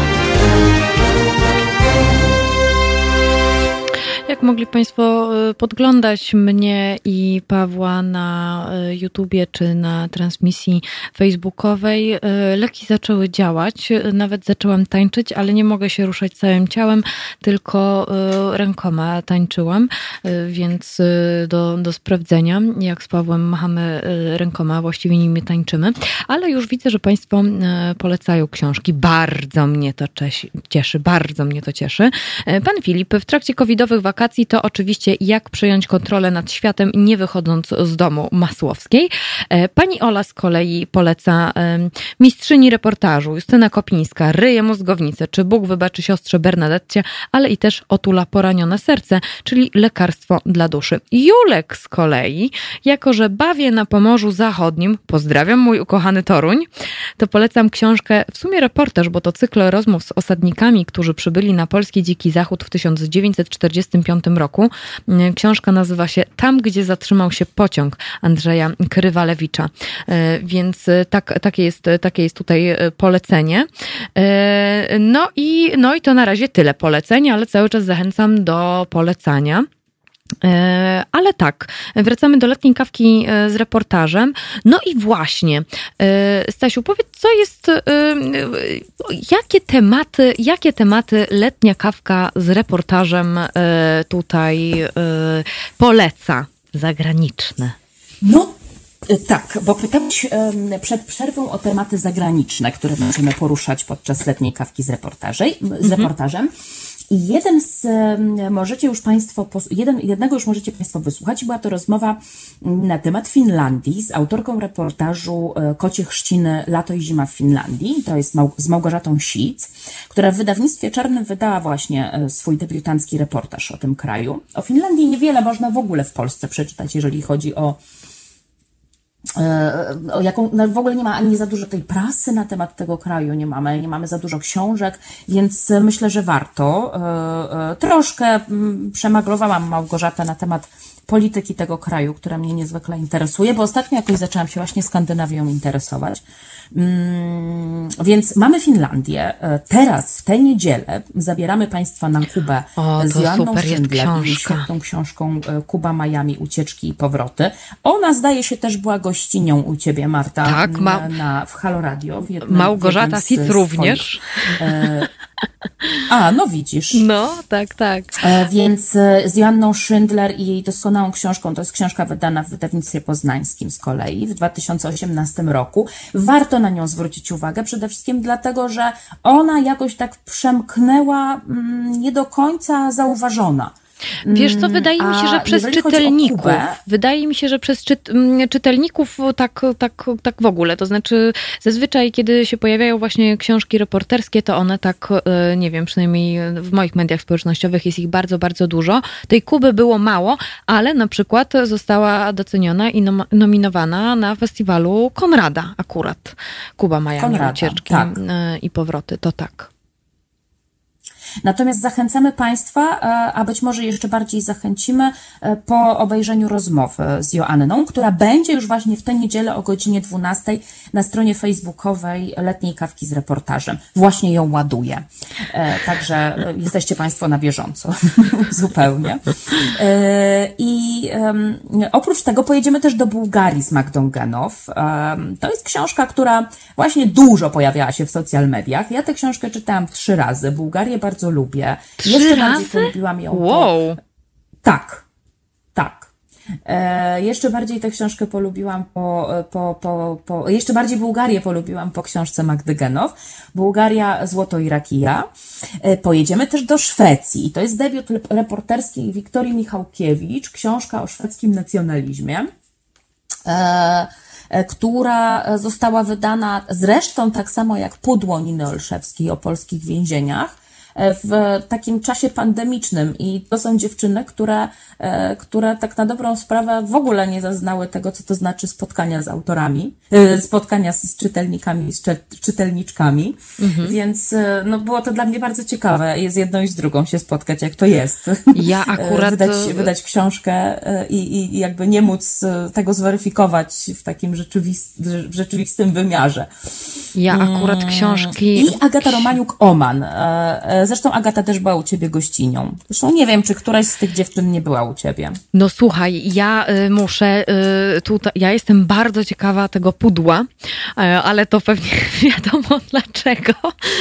Jak mogli Państwo podglądać mnie i Pawła na YouTubie czy na transmisji facebookowej, leki zaczęły działać, nawet zaczęłam tańczyć, ale nie mogę się ruszać całym ciałem, tylko rękoma tańczyłam, więc do, do sprawdzenia, jak z Pawłem machamy rękoma, właściwie nimi tańczymy, ale już widzę, że Państwo polecają książki. Bardzo mnie to cieszy, bardzo mnie to cieszy. Pan Filip, w trakcie covidowych wakacji to oczywiście jak przejąć kontrolę nad światem, nie wychodząc z domu Masłowskiej. Pani Ola z kolei poleca mistrzyni reportażu Justyna Kopińska, Ryje mózgownicę, czy Bóg wybaczy siostrze Bernadetcie, ale i też Otula Poranione serce, czyli lekarstwo dla duszy. Julek z kolei, jako że bawię na Pomorzu Zachodnim, pozdrawiam mój ukochany Toruń, to polecam książkę, w sumie reportaż, bo to cykl rozmów z osadnikami, którzy przybyli na polski Dziki Zachód w tysiąc dziewięćset czterdziestym piątym roku. Książka nazywa się Tam, gdzie zatrzymał się pociąg Andrzeja Krywalewicza. Więc tak, takie jest, takie jest tutaj polecenie. No i, no i to na razie tyle polecenia, ale cały czas zachęcam do polecania. Ale tak, wracamy do Letniej Kawki z reportażem. No i właśnie, Stasiu, powiedz, co jest, jakie tematy, jakie tematy Letnia Kawka z reportażem tutaj poleca zagraniczne? No tak, bo pytałeś przed przerwą o tematy zagraniczne, które będziemy poruszać podczas Letniej Kawki z, z reportażem. I jeden z, możecie już Państwo, jeden, jednego już możecie Państwo wysłuchać. Była to rozmowa na temat Finlandii z autorką reportażu Kocie chrzciny Lato i zima w Finlandii. To jest z Małgorzatą Sic, która w wydawnictwie czarnym wydała właśnie swój debiutancki reportaż o tym kraju. O Finlandii niewiele można w ogóle w Polsce przeczytać, jeżeli chodzi o o jaką, no w ogóle nie ma ani za dużo tej prasy na temat tego kraju, nie mamy, nie mamy za dużo książek, więc myślę, że warto. Troszkę przemaglowałam Małgorzatę na temat polityki tego kraju, która mnie niezwykle interesuje, bo ostatnio jakoś zaczęłam się właśnie Skandynawią interesować. Mm, więc mamy Finlandię. Teraz, w tę niedzielę, zabieramy Państwa na Kubę o, z Joanną Schindler i świetną książką Kuba Miami, Ucieczki i powroty. Ona zdaje się też była gościnią u Ciebie, Marta, tak, ma... na, na, w Halo Radio. W jednym, Małgorzata Sic również. E, a, no widzisz. No, tak, tak. E, więc z Joanną Schindler i jej doskonałą książką, to jest książka wydana w wydawnictwie poznańskim z kolei w dwa tysiące osiemnastym roku. Warto na nią zwrócić uwagę, przede wszystkim dlatego, że ona jakoś tak przemknęła mm, nie do końca zauważona. Wiesz co, wydaje mi się, że przez czytelników, wydaje mi się, że przez czyt, czytelników tak, tak, tak w ogóle, to znaczy zazwyczaj, kiedy się pojawiają właśnie książki reporterskie, to one tak, nie wiem, przynajmniej w moich mediach społecznościowych jest ich bardzo, bardzo dużo. Tej Kuby było mało, ale na przykład została doceniona i nominowana na festiwalu Konrada akurat. Kuba Miami, Konrada, Ucieczki tak. i powroty, to tak. Natomiast zachęcamy Państwa, a być może jeszcze bardziej zachęcimy po obejrzeniu rozmowy z Joanną, która będzie już właśnie w tę niedzielę o godzinie dwunastej na stronie facebookowej Letniej Kawki z reportażem. Właśnie ją ładuję. Także jesteście Państwo na bieżąco. Zupełnie. I oprócz tego pojedziemy też do Bułgarii z Magdą Genow. To jest książka, która właśnie dużo pojawiała się w social mediach. Ja tę książkę czytałam trzy razy. Bułgarię bardzo bardzo lubię. Trzy Jeszcze razy? bardziej polubiłam ją. Wow. Po... Tak, tak. E, jeszcze bardziej tę książkę polubiłam po, po, po, po... Jeszcze bardziej Bułgarię polubiłam po książce Magdy Genow. Bułgaria, Złoto i Rakija. E, pojedziemy też do Szwecji. I to jest debiut reporterski Wiktorii Michałkiewicz, książka o szwedzkim nacjonalizmie. E, która została wydana zresztą tak samo jak Pudło Niny Olszewskiej o polskich więzieniach w takim czasie pandemicznym i to są dziewczyny, które, które tak na dobrą sprawę w ogóle nie zaznały tego, co to znaczy spotkania z autorami, spotkania z czytelnikami, z czytelniczkami, mhm. więc no, było to dla mnie bardzo ciekawe z jedną i z drugą się spotkać, jak to jest. Ja akurat... wydać, wydać książkę i, i jakby nie móc tego zweryfikować w takim rzeczywist, w rzeczywistym wymiarze. Ja akurat książki... I Agata Romaniuk-Oman. Zresztą Agata też była u Ciebie gościnią. Zresztą nie wiem, czy któraś z tych dziewczyn nie była u Ciebie. No słuchaj, ja y, muszę y, tutaj, ja jestem bardzo ciekawa tego Pudła, y, ale to pewnie wiadomo dlaczego,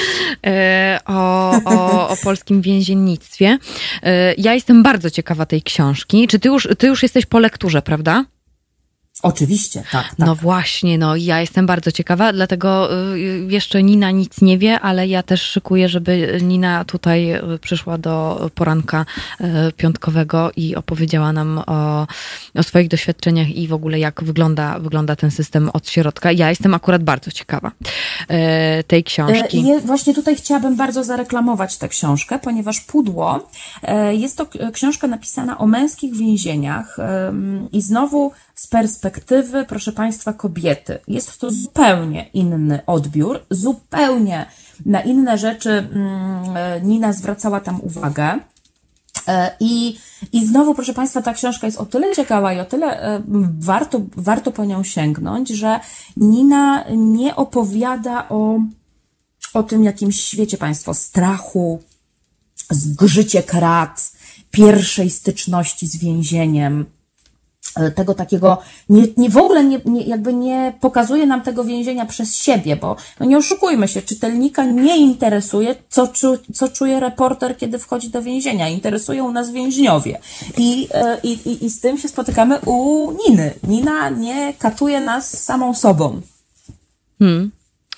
y, o, o, o polskim więziennictwie. Y, ja jestem bardzo ciekawa tej książki. Czy ty już, ty już jesteś po lekturze, prawda? Oczywiście, tak, tak. No właśnie, no ja jestem bardzo ciekawa, dlatego jeszcze Nina nic nie wie, ale ja też szykuję, żeby Nina tutaj przyszła do poranka piątkowego i opowiedziała nam o, o swoich doświadczeniach i w ogóle jak wygląda, wygląda ten system od środka. Ja jestem akurat bardzo ciekawa tej książki. Ja właśnie tutaj chciałabym bardzo zareklamować tę książkę, ponieważ Pudło jest to książka napisana o męskich więzieniach i znowu z perspektywy, proszę Państwa, kobiety. Jest to zupełnie inny odbiór, zupełnie na inne rzeczy Nina zwracała tam uwagę. I, i znowu, proszę Państwa, ta książka jest o tyle ciekawa i o tyle warto, warto po nią sięgnąć, że Nina nie opowiada o, o tym jakimś, świecie Państwo, strachu, zgrzycie krat, pierwszej styczności z więzieniem, tego takiego, nie, nie w ogóle nie, nie, jakby nie pokazuje nam tego więzienia przez siebie, bo no nie oszukujmy się, czytelnika nie interesuje, co, czu, co czuje reporter, kiedy wchodzi do więzienia. Interesują nas więźniowie. I, i, i, i z tym się spotykamy u Niny. Nina nie katuje nas samą sobą. Hmm.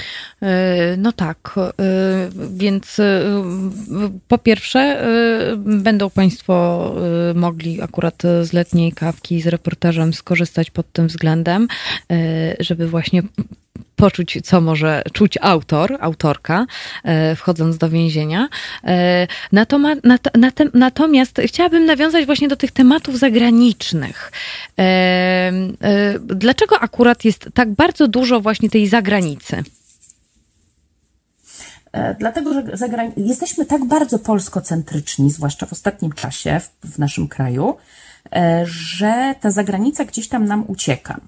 No tak, więc po pierwsze będą Państwo mogli akurat z Letniej Kawki z reportażem skorzystać pod tym względem, żeby właśnie poczuć, co może czuć autor, autorka, wchodząc do więzienia. Natomiast chciałabym nawiązać właśnie do tych tematów zagranicznych. Dlaczego akurat jest tak bardzo dużo właśnie tej zagranicy? Dlatego, że zagrań... jesteśmy tak bardzo polskocentryczni, zwłaszcza w ostatnim czasie w, w naszym kraju, że ta zagranica gdzieś tam nam ucieka.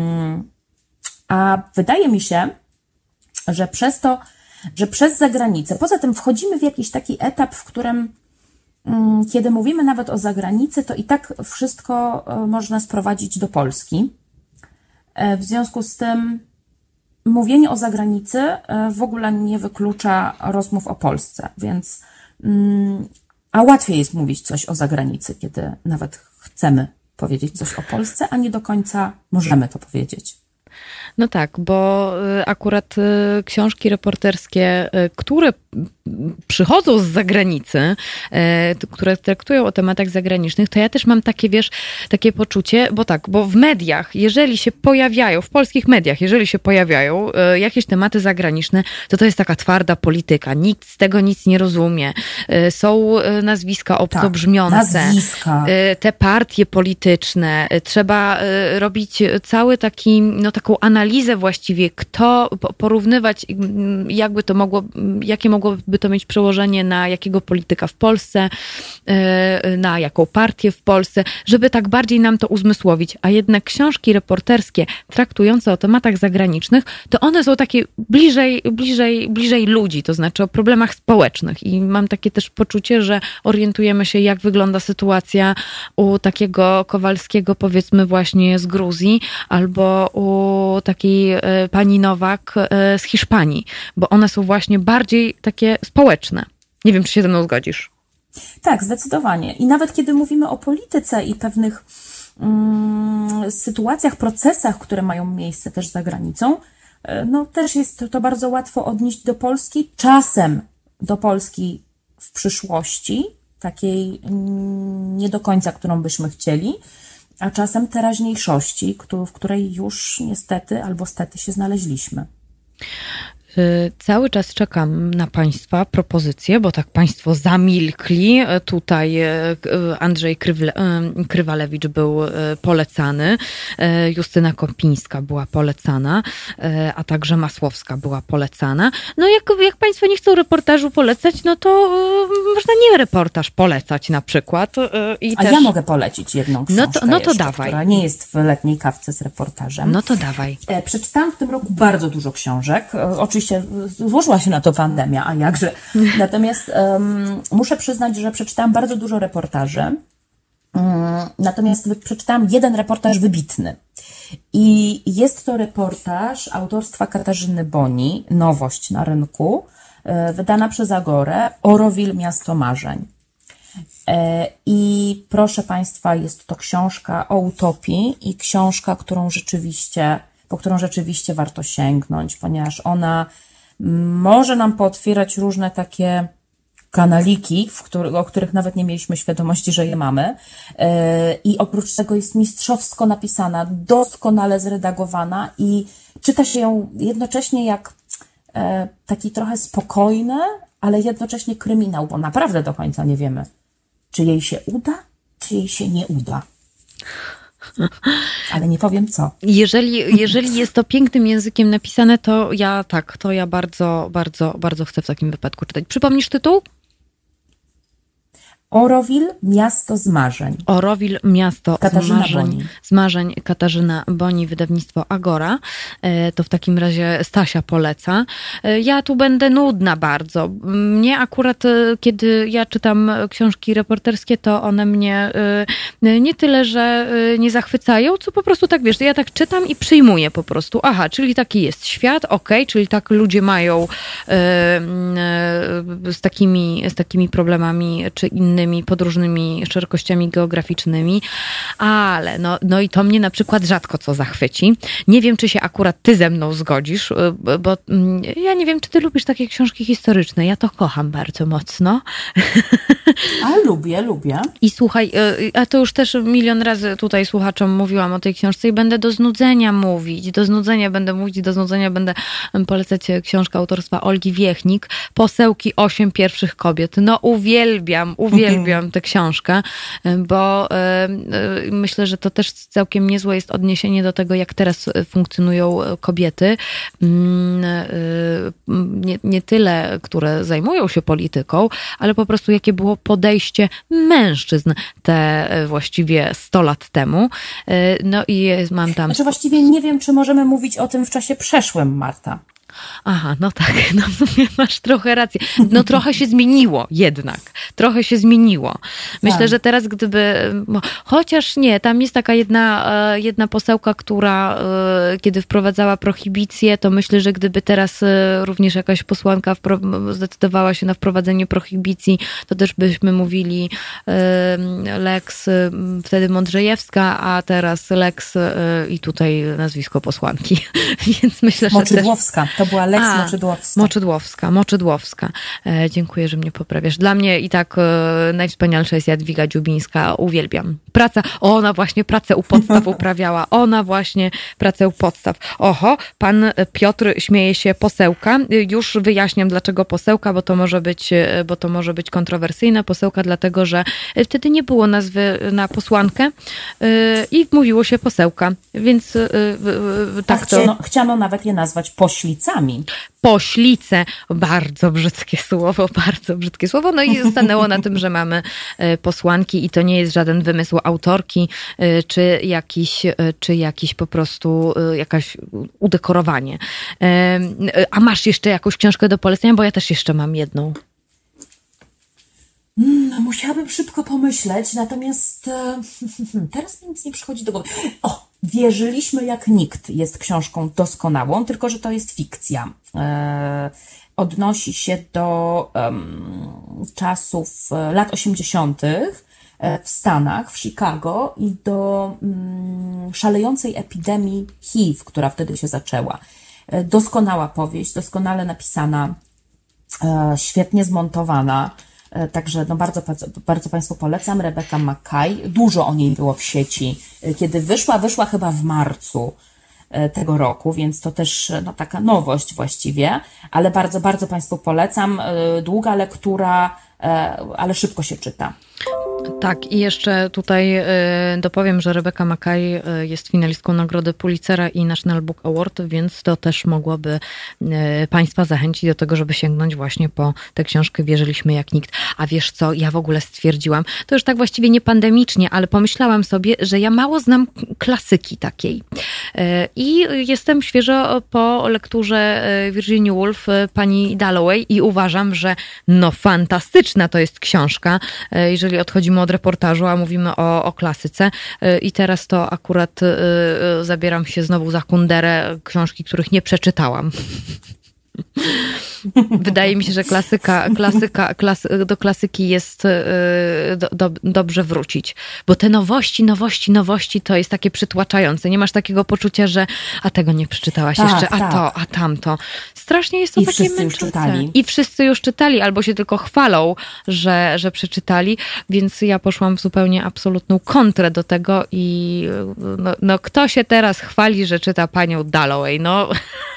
A wydaje mi się, że przez to, że przez zagranicę, poza tym wchodzimy w jakiś taki etap, w którym kiedy mówimy nawet o zagranicy, to i tak wszystko można sprowadzić do Polski. W związku z tym mówienie o zagranicy w ogóle nie wyklucza rozmów o Polsce, więc a łatwiej jest mówić coś o zagranicy, kiedy nawet chcemy powiedzieć coś o Polsce, a nie do końca możemy to powiedzieć. No tak, bo akurat książki reporterskie, które przychodzą z zagranicy, które traktują o tematach zagranicznych, to ja też mam takie, wiesz, takie poczucie, bo tak, bo w mediach, jeżeli się pojawiają, w polskich mediach, jeżeli się pojawiają jakieś tematy zagraniczne, to to jest taka twarda polityka. Nikt z tego nic nie rozumie. Są nazwiska obcobrzmiące. Tak, nazwiska. Te partie polityczne. Trzeba robić cały taki, no taką analizę właściwie, kto, porównywać, jakby to mogło, jakie mogłoby to mieć przełożenie na jakiego polityka w Polsce, na jaką partię w Polsce, żeby tak bardziej nam to uzmysłowić. A jednak książki reporterskie traktujące o tematach zagranicznych, to one są takie bliżej, bliżej, bliżej ludzi, to znaczy o problemach społecznych. I mam takie też poczucie, że orientujemy się, jak wygląda sytuacja u takiego Kowalskiego, powiedzmy właśnie z Gruzji, albo u takiej pani Nowak z Hiszpanii, bo one są właśnie bardziej takie społeczne. Nie wiem, czy się ze mną zgodzisz. Tak, zdecydowanie. I nawet kiedy mówimy o polityce i pewnych mm, sytuacjach, procesach, które mają miejsce też za granicą, no też jest to bardzo łatwo odnieść do Polski, czasem do Polski w przyszłości, takiej nie do końca, którą byśmy chcieli, a czasem teraźniejszości, w której już niestety albo stety się znaleźliśmy. Cały czas czekam na Państwa propozycje, bo tak Państwo zamilkli. Tutaj Andrzej Krywle, Krywalewicz był polecany, Justyna Kopińska była polecana, a także Masłowska była polecana. No jak, jak Państwo nie chcą reportażu polecać, no to można nie reportaż polecać na przykład. I a też... ja mogę polecić jedną książkę No to, no to jeszcze, dawaj. która nie jest w letniej kawce z reportażem. No to dawaj. Przeczytałam w tym roku bardzo dużo książek. Oczywiście złożyła się na to pandemia, a jakże. Natomiast um, muszę przyznać, że przeczytałam bardzo dużo reportaży. Um, natomiast przeczytałam jeden reportaż wybitny. I jest to reportaż autorstwa Katarzyny Boni, nowość na rynku, e, wydana przez Agorę, Oroville, Miasto Marzeń. E, I proszę Państwa, jest to książka o utopii i książka, którą rzeczywiście, po którą rzeczywiście warto sięgnąć, ponieważ ona może nam pootwierać różne takie kanaliki, w który, o których nawet nie mieliśmy świadomości, że je mamy. I oprócz tego jest mistrzowsko napisana, doskonale zredagowana i czyta się ją jednocześnie jak taki trochę spokojny, ale jednocześnie kryminał, bo naprawdę do końca nie wiemy, czy jej się uda, czy jej się nie uda. Ale nie powiem co. Jeżeli, jeżeli jest to pięknym językiem napisane, to ja tak, to ja bardzo, bardzo, bardzo chcę w takim wypadku czytać. Przypomnisz tytuł? Oroville, Miasto z Marzeń. Oroville, Miasto Katarzyna z Marzeń. Boni. Z Marzeń, Katarzyna Boni, wydawnictwo Agora. To w takim razie Stasia poleca. Ja tu będę nudna bardzo. Mnie akurat, kiedy ja czytam książki reporterskie, to one mnie nie tyle, że nie zachwycają, co po prostu tak, wiesz, ja tak czytam i przyjmuję po prostu. Aha, czyli taki jest świat, okej, czyli tak ludzie mają z takimi, z takimi problemami, czy innymi podróżnymi szerokościami geograficznymi, ale no, no i to mnie na przykład rzadko co zachwyci. Nie wiem, czy się akurat ty ze mną zgodzisz, bo ja nie wiem, czy ty lubisz takie książki historyczne. Ja to kocham bardzo mocno. A lubię, lubię. I słuchaj, a to już też milion razy tutaj słuchaczom mówiłam o tej książce i będę do znudzenia mówić. Do znudzenia będę mówić, do znudzenia będę polecać książkę autorstwa Olgi Wiechnik, Posełki osiem pierwszych kobiet. No uwielbiam, uwielbiam Uwielbiam tę książkę, bo y, myślę, że to też całkiem niezłe jest odniesienie do tego, jak teraz funkcjonują kobiety. Y, y, nie, nie tyle, które zajmują się polityką, ale po prostu jakie było podejście mężczyzn te właściwie sto lat temu. No i mam tam... Znaczy właściwie nie wiem, czy możemy mówić o tym w czasie przeszłym, Marta. Aha, no tak, no w sumie masz trochę rację. No trochę się zmieniło jednak. Trochę się zmieniło. Myślę, tak. że teraz gdyby... Chociaż nie, tam jest taka jedna, jedna posełka, która kiedy wprowadzała prohibicję, to myślę, że gdyby teraz również jakaś posłanka zdecydowała się na wprowadzenie prohibicji, to też byśmy mówili Lex wtedy Mądrzejewska, a teraz Lex i tutaj nazwisko posłanki. Więc myślę, że Moczydłowska. też... To była Lex A, Moczydłowska. Moczydłowska, Moczydłowska. E, dziękuję, że mnie poprawiasz. Dla mnie i tak e, najwspanialsza jest Jadwiga Dziubińska. Uwielbiam. Praca, ona właśnie pracę u podstaw uprawiała. Ona właśnie pracę u podstaw. Oho, pan Piotr śmieje się, posełka. Już wyjaśniam, dlaczego posełka, bo to może być, bo to może być kontrowersyjna posełka, dlatego, że wtedy nie było nazwy na posłankę e, i mówiło się posełka. Więc e, e, tak to... Chciano, chciano nawet je nazwać poślicami. Poślice. Bardzo brzydkie słowo, bardzo brzydkie słowo. No i stanęło na tym, że mamy posłanki i to nie jest żaden wymysł autorki, czy jakiś, czy jakiś po prostu jakaś udekorowanie. A masz jeszcze jakąś książkę do polecenia? Bo ja też jeszcze mam jedną. No, musiałabym szybko pomyśleć, natomiast e, teraz mi nic nie przychodzi do głowy. O, Wierzyliśmy jak nikt jest książką doskonałą, tylko że to jest fikcja. E, odnosi się do um, czasów lat osiemdziesiątych w Stanach, w Chicago i do um, szalejącej epidemii H I V, która wtedy się zaczęła. E, doskonała powieść, doskonale napisana, e, świetnie zmontowana. Także no bardzo, bardzo Państwu polecam. Rebecca Makkai. Dużo o niej było w sieci. Kiedy wyszła, wyszła chyba w marcu tego roku, więc to też no, taka nowość właściwie, ale bardzo, bardzo Państwu polecam. Długa lektura, ale szybko się czyta. Tak, i jeszcze tutaj dopowiem, że Rebecca Makkai jest finalistką Nagrody Pulitzera i National Book Award, więc to też mogłoby Państwa zachęcić do tego, żeby sięgnąć właśnie po tę książkę Wierzyliśmy jak nikt. A wiesz co, ja w ogóle stwierdziłam, to już tak właściwie nie pandemicznie, ale pomyślałam sobie, że ja mało znam klasyki takiej. I jestem świeżo po lekturze Virginia Woolf, pani Dalloway, i uważam, że no fantastyczna to jest książka, jeżeli odchodzimy od reportażu, a mówimy o, o klasyce. I teraz to akurat y, zabieram się znowu za kunderę książki, których nie przeczytałam. Wydaje mi się, że klasyka, klasyka, klasy, do klasyki jest y, do, do, dobrze wrócić. Bo te nowości, nowości, nowości to jest takie przytłaczające. Nie masz takiego poczucia, że a tego nie przeczytałaś tak, jeszcze, a tak. to, a tamto. Strasznie jest to I takie wszyscy męczące. Już czytali. I wszyscy już czytali, albo się tylko chwalą, że, że przeczytali, więc ja poszłam w zupełnie absolutną kontrę do tego i no, no kto się teraz chwali, że czyta panią Dalloway? No...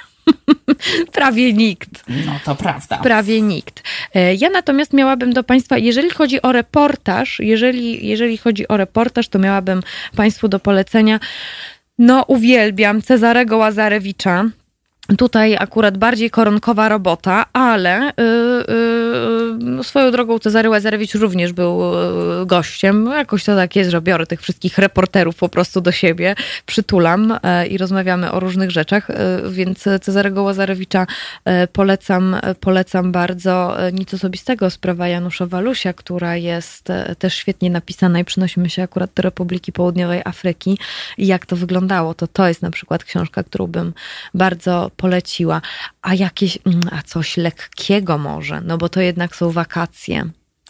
Prawie nikt. No to prawda. Prawie nikt. Ja natomiast miałabym do Państwa, jeżeli chodzi o reportaż, jeżeli, jeżeli chodzi o reportaż, to miałabym Państwu do polecenia, no uwielbiam Cezarego Łazarewicza. Tutaj akurat bardziej koronkowa robota, ale yy, yy, swoją drogą Cezary Łazarewicz również był yy, gościem. Jakoś to tak jest, że biorę tych wszystkich reporterów po prostu do siebie, przytulam yy, i rozmawiamy o różnych rzeczach, yy, więc Cezarego Łazarewicza yy, polecam, polecam bardzo. Yy, nic osobistego, sprawa Janusza Walusia, która jest yy, też świetnie napisana i przynosimy się akurat do Republiki Południowej Afryki i jak to wyglądało, to to jest na przykład książka, którą bym bardzo poleciła. A jakieś, a coś lekkiego może, no bo to jednak są wakacje.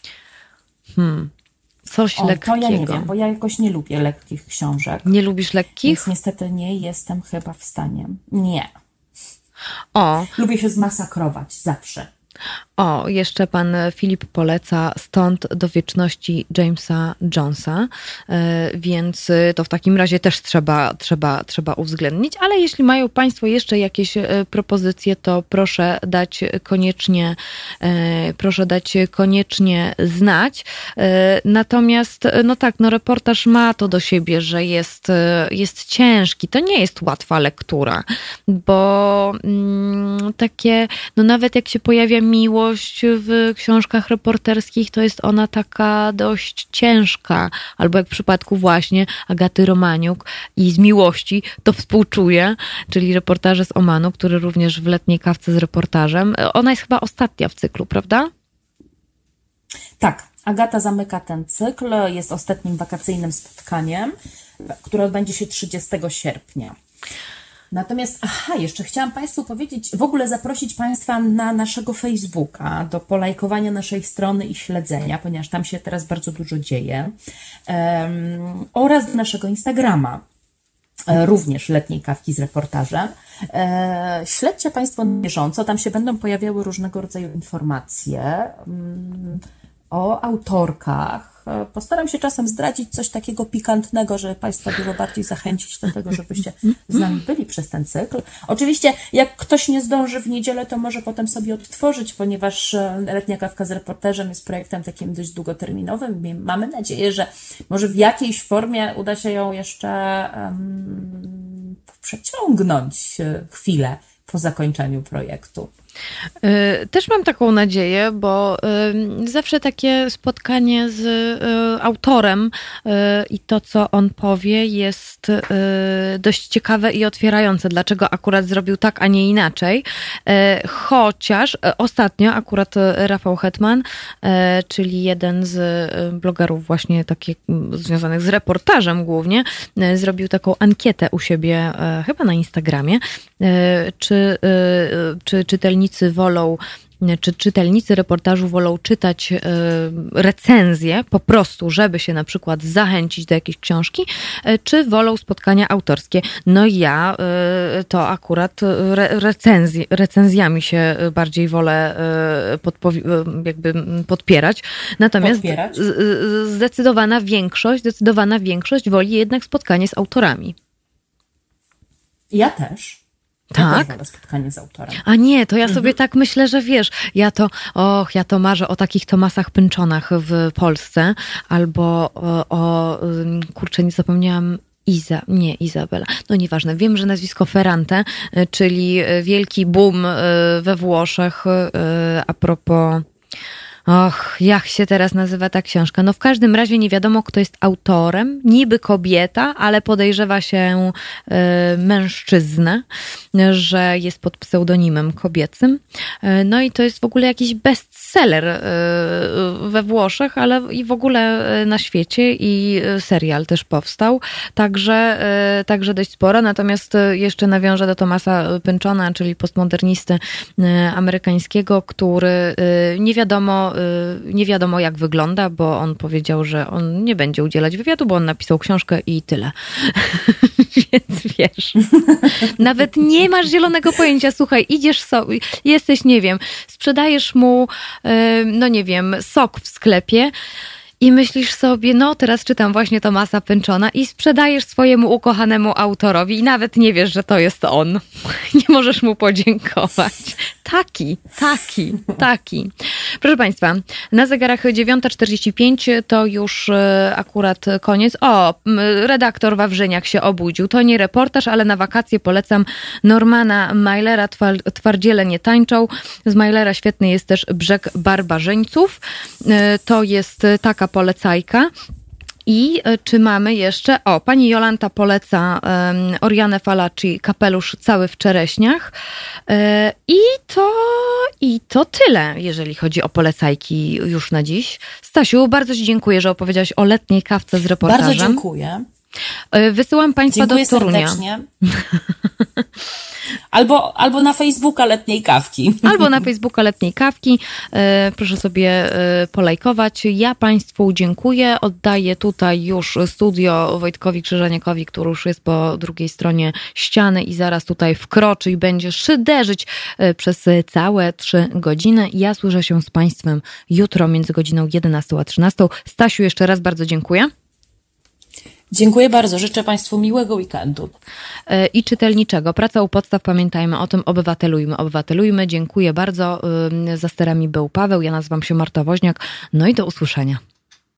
Hmm. Coś o, lekkiego. To ja nie wiem, bo ja jakoś nie lubię lekkich książek. Nie lubisz lekkich? Więc niestety nie jestem chyba w stanie. Nie. O. Lubię się zmasakrować zawsze. O, jeszcze pan Filip poleca Stąd do wieczności Jamesa Jonesa, więc to w takim razie też trzeba, trzeba, trzeba uwzględnić, ale jeśli mają Państwo jeszcze jakieś propozycje, to proszę dać koniecznie, proszę dać koniecznie znać. Natomiast, no tak, no reportaż ma to do siebie, że jest, jest ciężki, to nie jest łatwa lektura, bo mm, takie, no nawet jak się pojawia miłość, miłość w książkach reporterskich to jest ona taka dość ciężka, albo jak w przypadku właśnie Agaty Romaniuk i Z miłości, to współczuję, czyli reportaże z Omanu, który również w Letniej kawce z reportażem. Ona jest chyba ostatnia w cyklu, prawda? Tak, Agata zamyka ten cykl, jest ostatnim wakacyjnym spotkaniem, które odbędzie się trzydziestego sierpnia. Natomiast, aha, jeszcze chciałam Państwu powiedzieć, w ogóle zaprosić Państwa na naszego Facebooka, do polajkowania naszej strony i śledzenia, ponieważ tam się teraz bardzo dużo dzieje, um, oraz do naszego Instagrama, e, również Letniej kawki z reportażem. E, śledźcie Państwo na bieżąco, tam się będą pojawiały różnego rodzaju informacje um, o autorkach. Postaram się czasem zdradzić coś takiego pikantnego, żeby Państwa dużo bardziej zachęcić do tego, żebyście z nami byli przez ten cykl. Oczywiście, jak ktoś nie zdąży w niedzielę, to może potem sobie odtworzyć, ponieważ Letnia kawka z reporterzem jest projektem takim dość długoterminowym. Mamy nadzieję, że może w jakiejś formie uda się ją jeszcze um, przeciągnąć chwilę po zakończeniu projektu. Też mam taką nadzieję, bo zawsze takie spotkanie z autorem i to, co on powie, jest dość ciekawe i otwierające. Dlaczego akurat zrobił tak, a nie inaczej. Chociaż ostatnio akurat Rafał Hetman, czyli jeden z blogerów właśnie takich związanych z reportażem głównie, zrobił taką ankietę u siebie, chyba na Instagramie, czy, czy czytelnicy wolą, czy czytelnicy reportażu wolą czytać recenzje po prostu, żeby się na przykład zachęcić do jakiejś książki, czy wolą spotkania autorskie. No ja to akurat recenzji, recenzjami się bardziej wolę podpowi- jakby podpierać. Natomiast podpierać? zdecydowana większość, zdecydowana większość woli jednak spotkanie z autorami. Ja też. Tak? Ja spotkanie z autorem. A nie, to ja sobie mhm. tak myślę, że wiesz, ja to, och, ja to marzę o takich Tomasach Pynczonach w Polsce, albo o, o kurczę, nie zapomniałam, Iza, nie Izabela, no nieważne, wiem, że nazwisko Ferrante, czyli wielki boom we Włoszech a propos... Och, jak się teraz nazywa ta książka? No w każdym razie nie wiadomo, kto jest autorem. Niby kobieta, ale podejrzewa się y, mężczyznę, że jest pod pseudonimem kobiecym. Y, no i to jest w ogóle jakiś bestseller y, we Włoszech, ale i w ogóle na świecie i serial też powstał. Także, y, także dość sporo. Natomiast jeszcze nawiążę do Thomasa Pynczona, czyli postmodernisty y, amerykańskiego, który y, nie wiadomo nie wiadomo jak wygląda, bo on powiedział, że on nie będzie udzielać wywiadu, bo on napisał książkę i tyle. Więc wiesz, nawet nie masz zielonego pojęcia. Słuchaj, idziesz sobie, jesteś, nie wiem, sprzedajesz mu, no nie wiem, sok w sklepie i myślisz sobie, no teraz czytam właśnie Thomasa Pynczona i sprzedajesz swojemu ukochanemu autorowi i nawet nie wiesz, że to jest on. Nie możesz mu podziękować. Taki, taki, taki. Proszę Państwa, na zegarach dziewiąta czterdzieści pięć to już akurat koniec. O, redaktor Wawrzyniak się obudził. To nie reportaż, ale na wakacje polecam Normana Mailera, Twardziele nie tańczą. Z Mailera świetny jest też Brzeg barbarzyńców. To jest taka polecajka. I czy mamy jeszcze, o, pani Jolanta poleca um, Orianę Fallaci, Kapelusz cały w czereśniach. E, I to, i to tyle, jeżeli chodzi o polecajki już na dziś. Stasiu, bardzo Ci dziękuję, że opowiedziałaś o letniej kawce z reportażem. Bardzo dziękuję. E, wysyłam Państwa dziękuję do Torunia. Serdecznie. Albo, albo na Facebooka Letniej Kawki. Albo na Facebooka Letniej Kawki. Proszę sobie polajkować. Ja Państwu dziękuję. Oddaję tutaj już studio Wojtkowi Krzyżaniakowi, który już jest po drugiej stronie ściany i zaraz tutaj wkroczy i będzie szyderzyć przez całe trzy godziny. Ja słyszę się z Państwem jutro między godziną jedenastą a trzynastą. Stasiu, jeszcze raz bardzo dziękuję. Dziękuję bardzo. Życzę Państwu miłego weekendu. I czytelniczego. Praca u podstaw. Pamiętajmy o tym. Obywatelujmy, obywatelujmy. Dziękuję bardzo. Za sterami był Paweł. Ja nazywam się Marta Woźniak. No i do usłyszenia.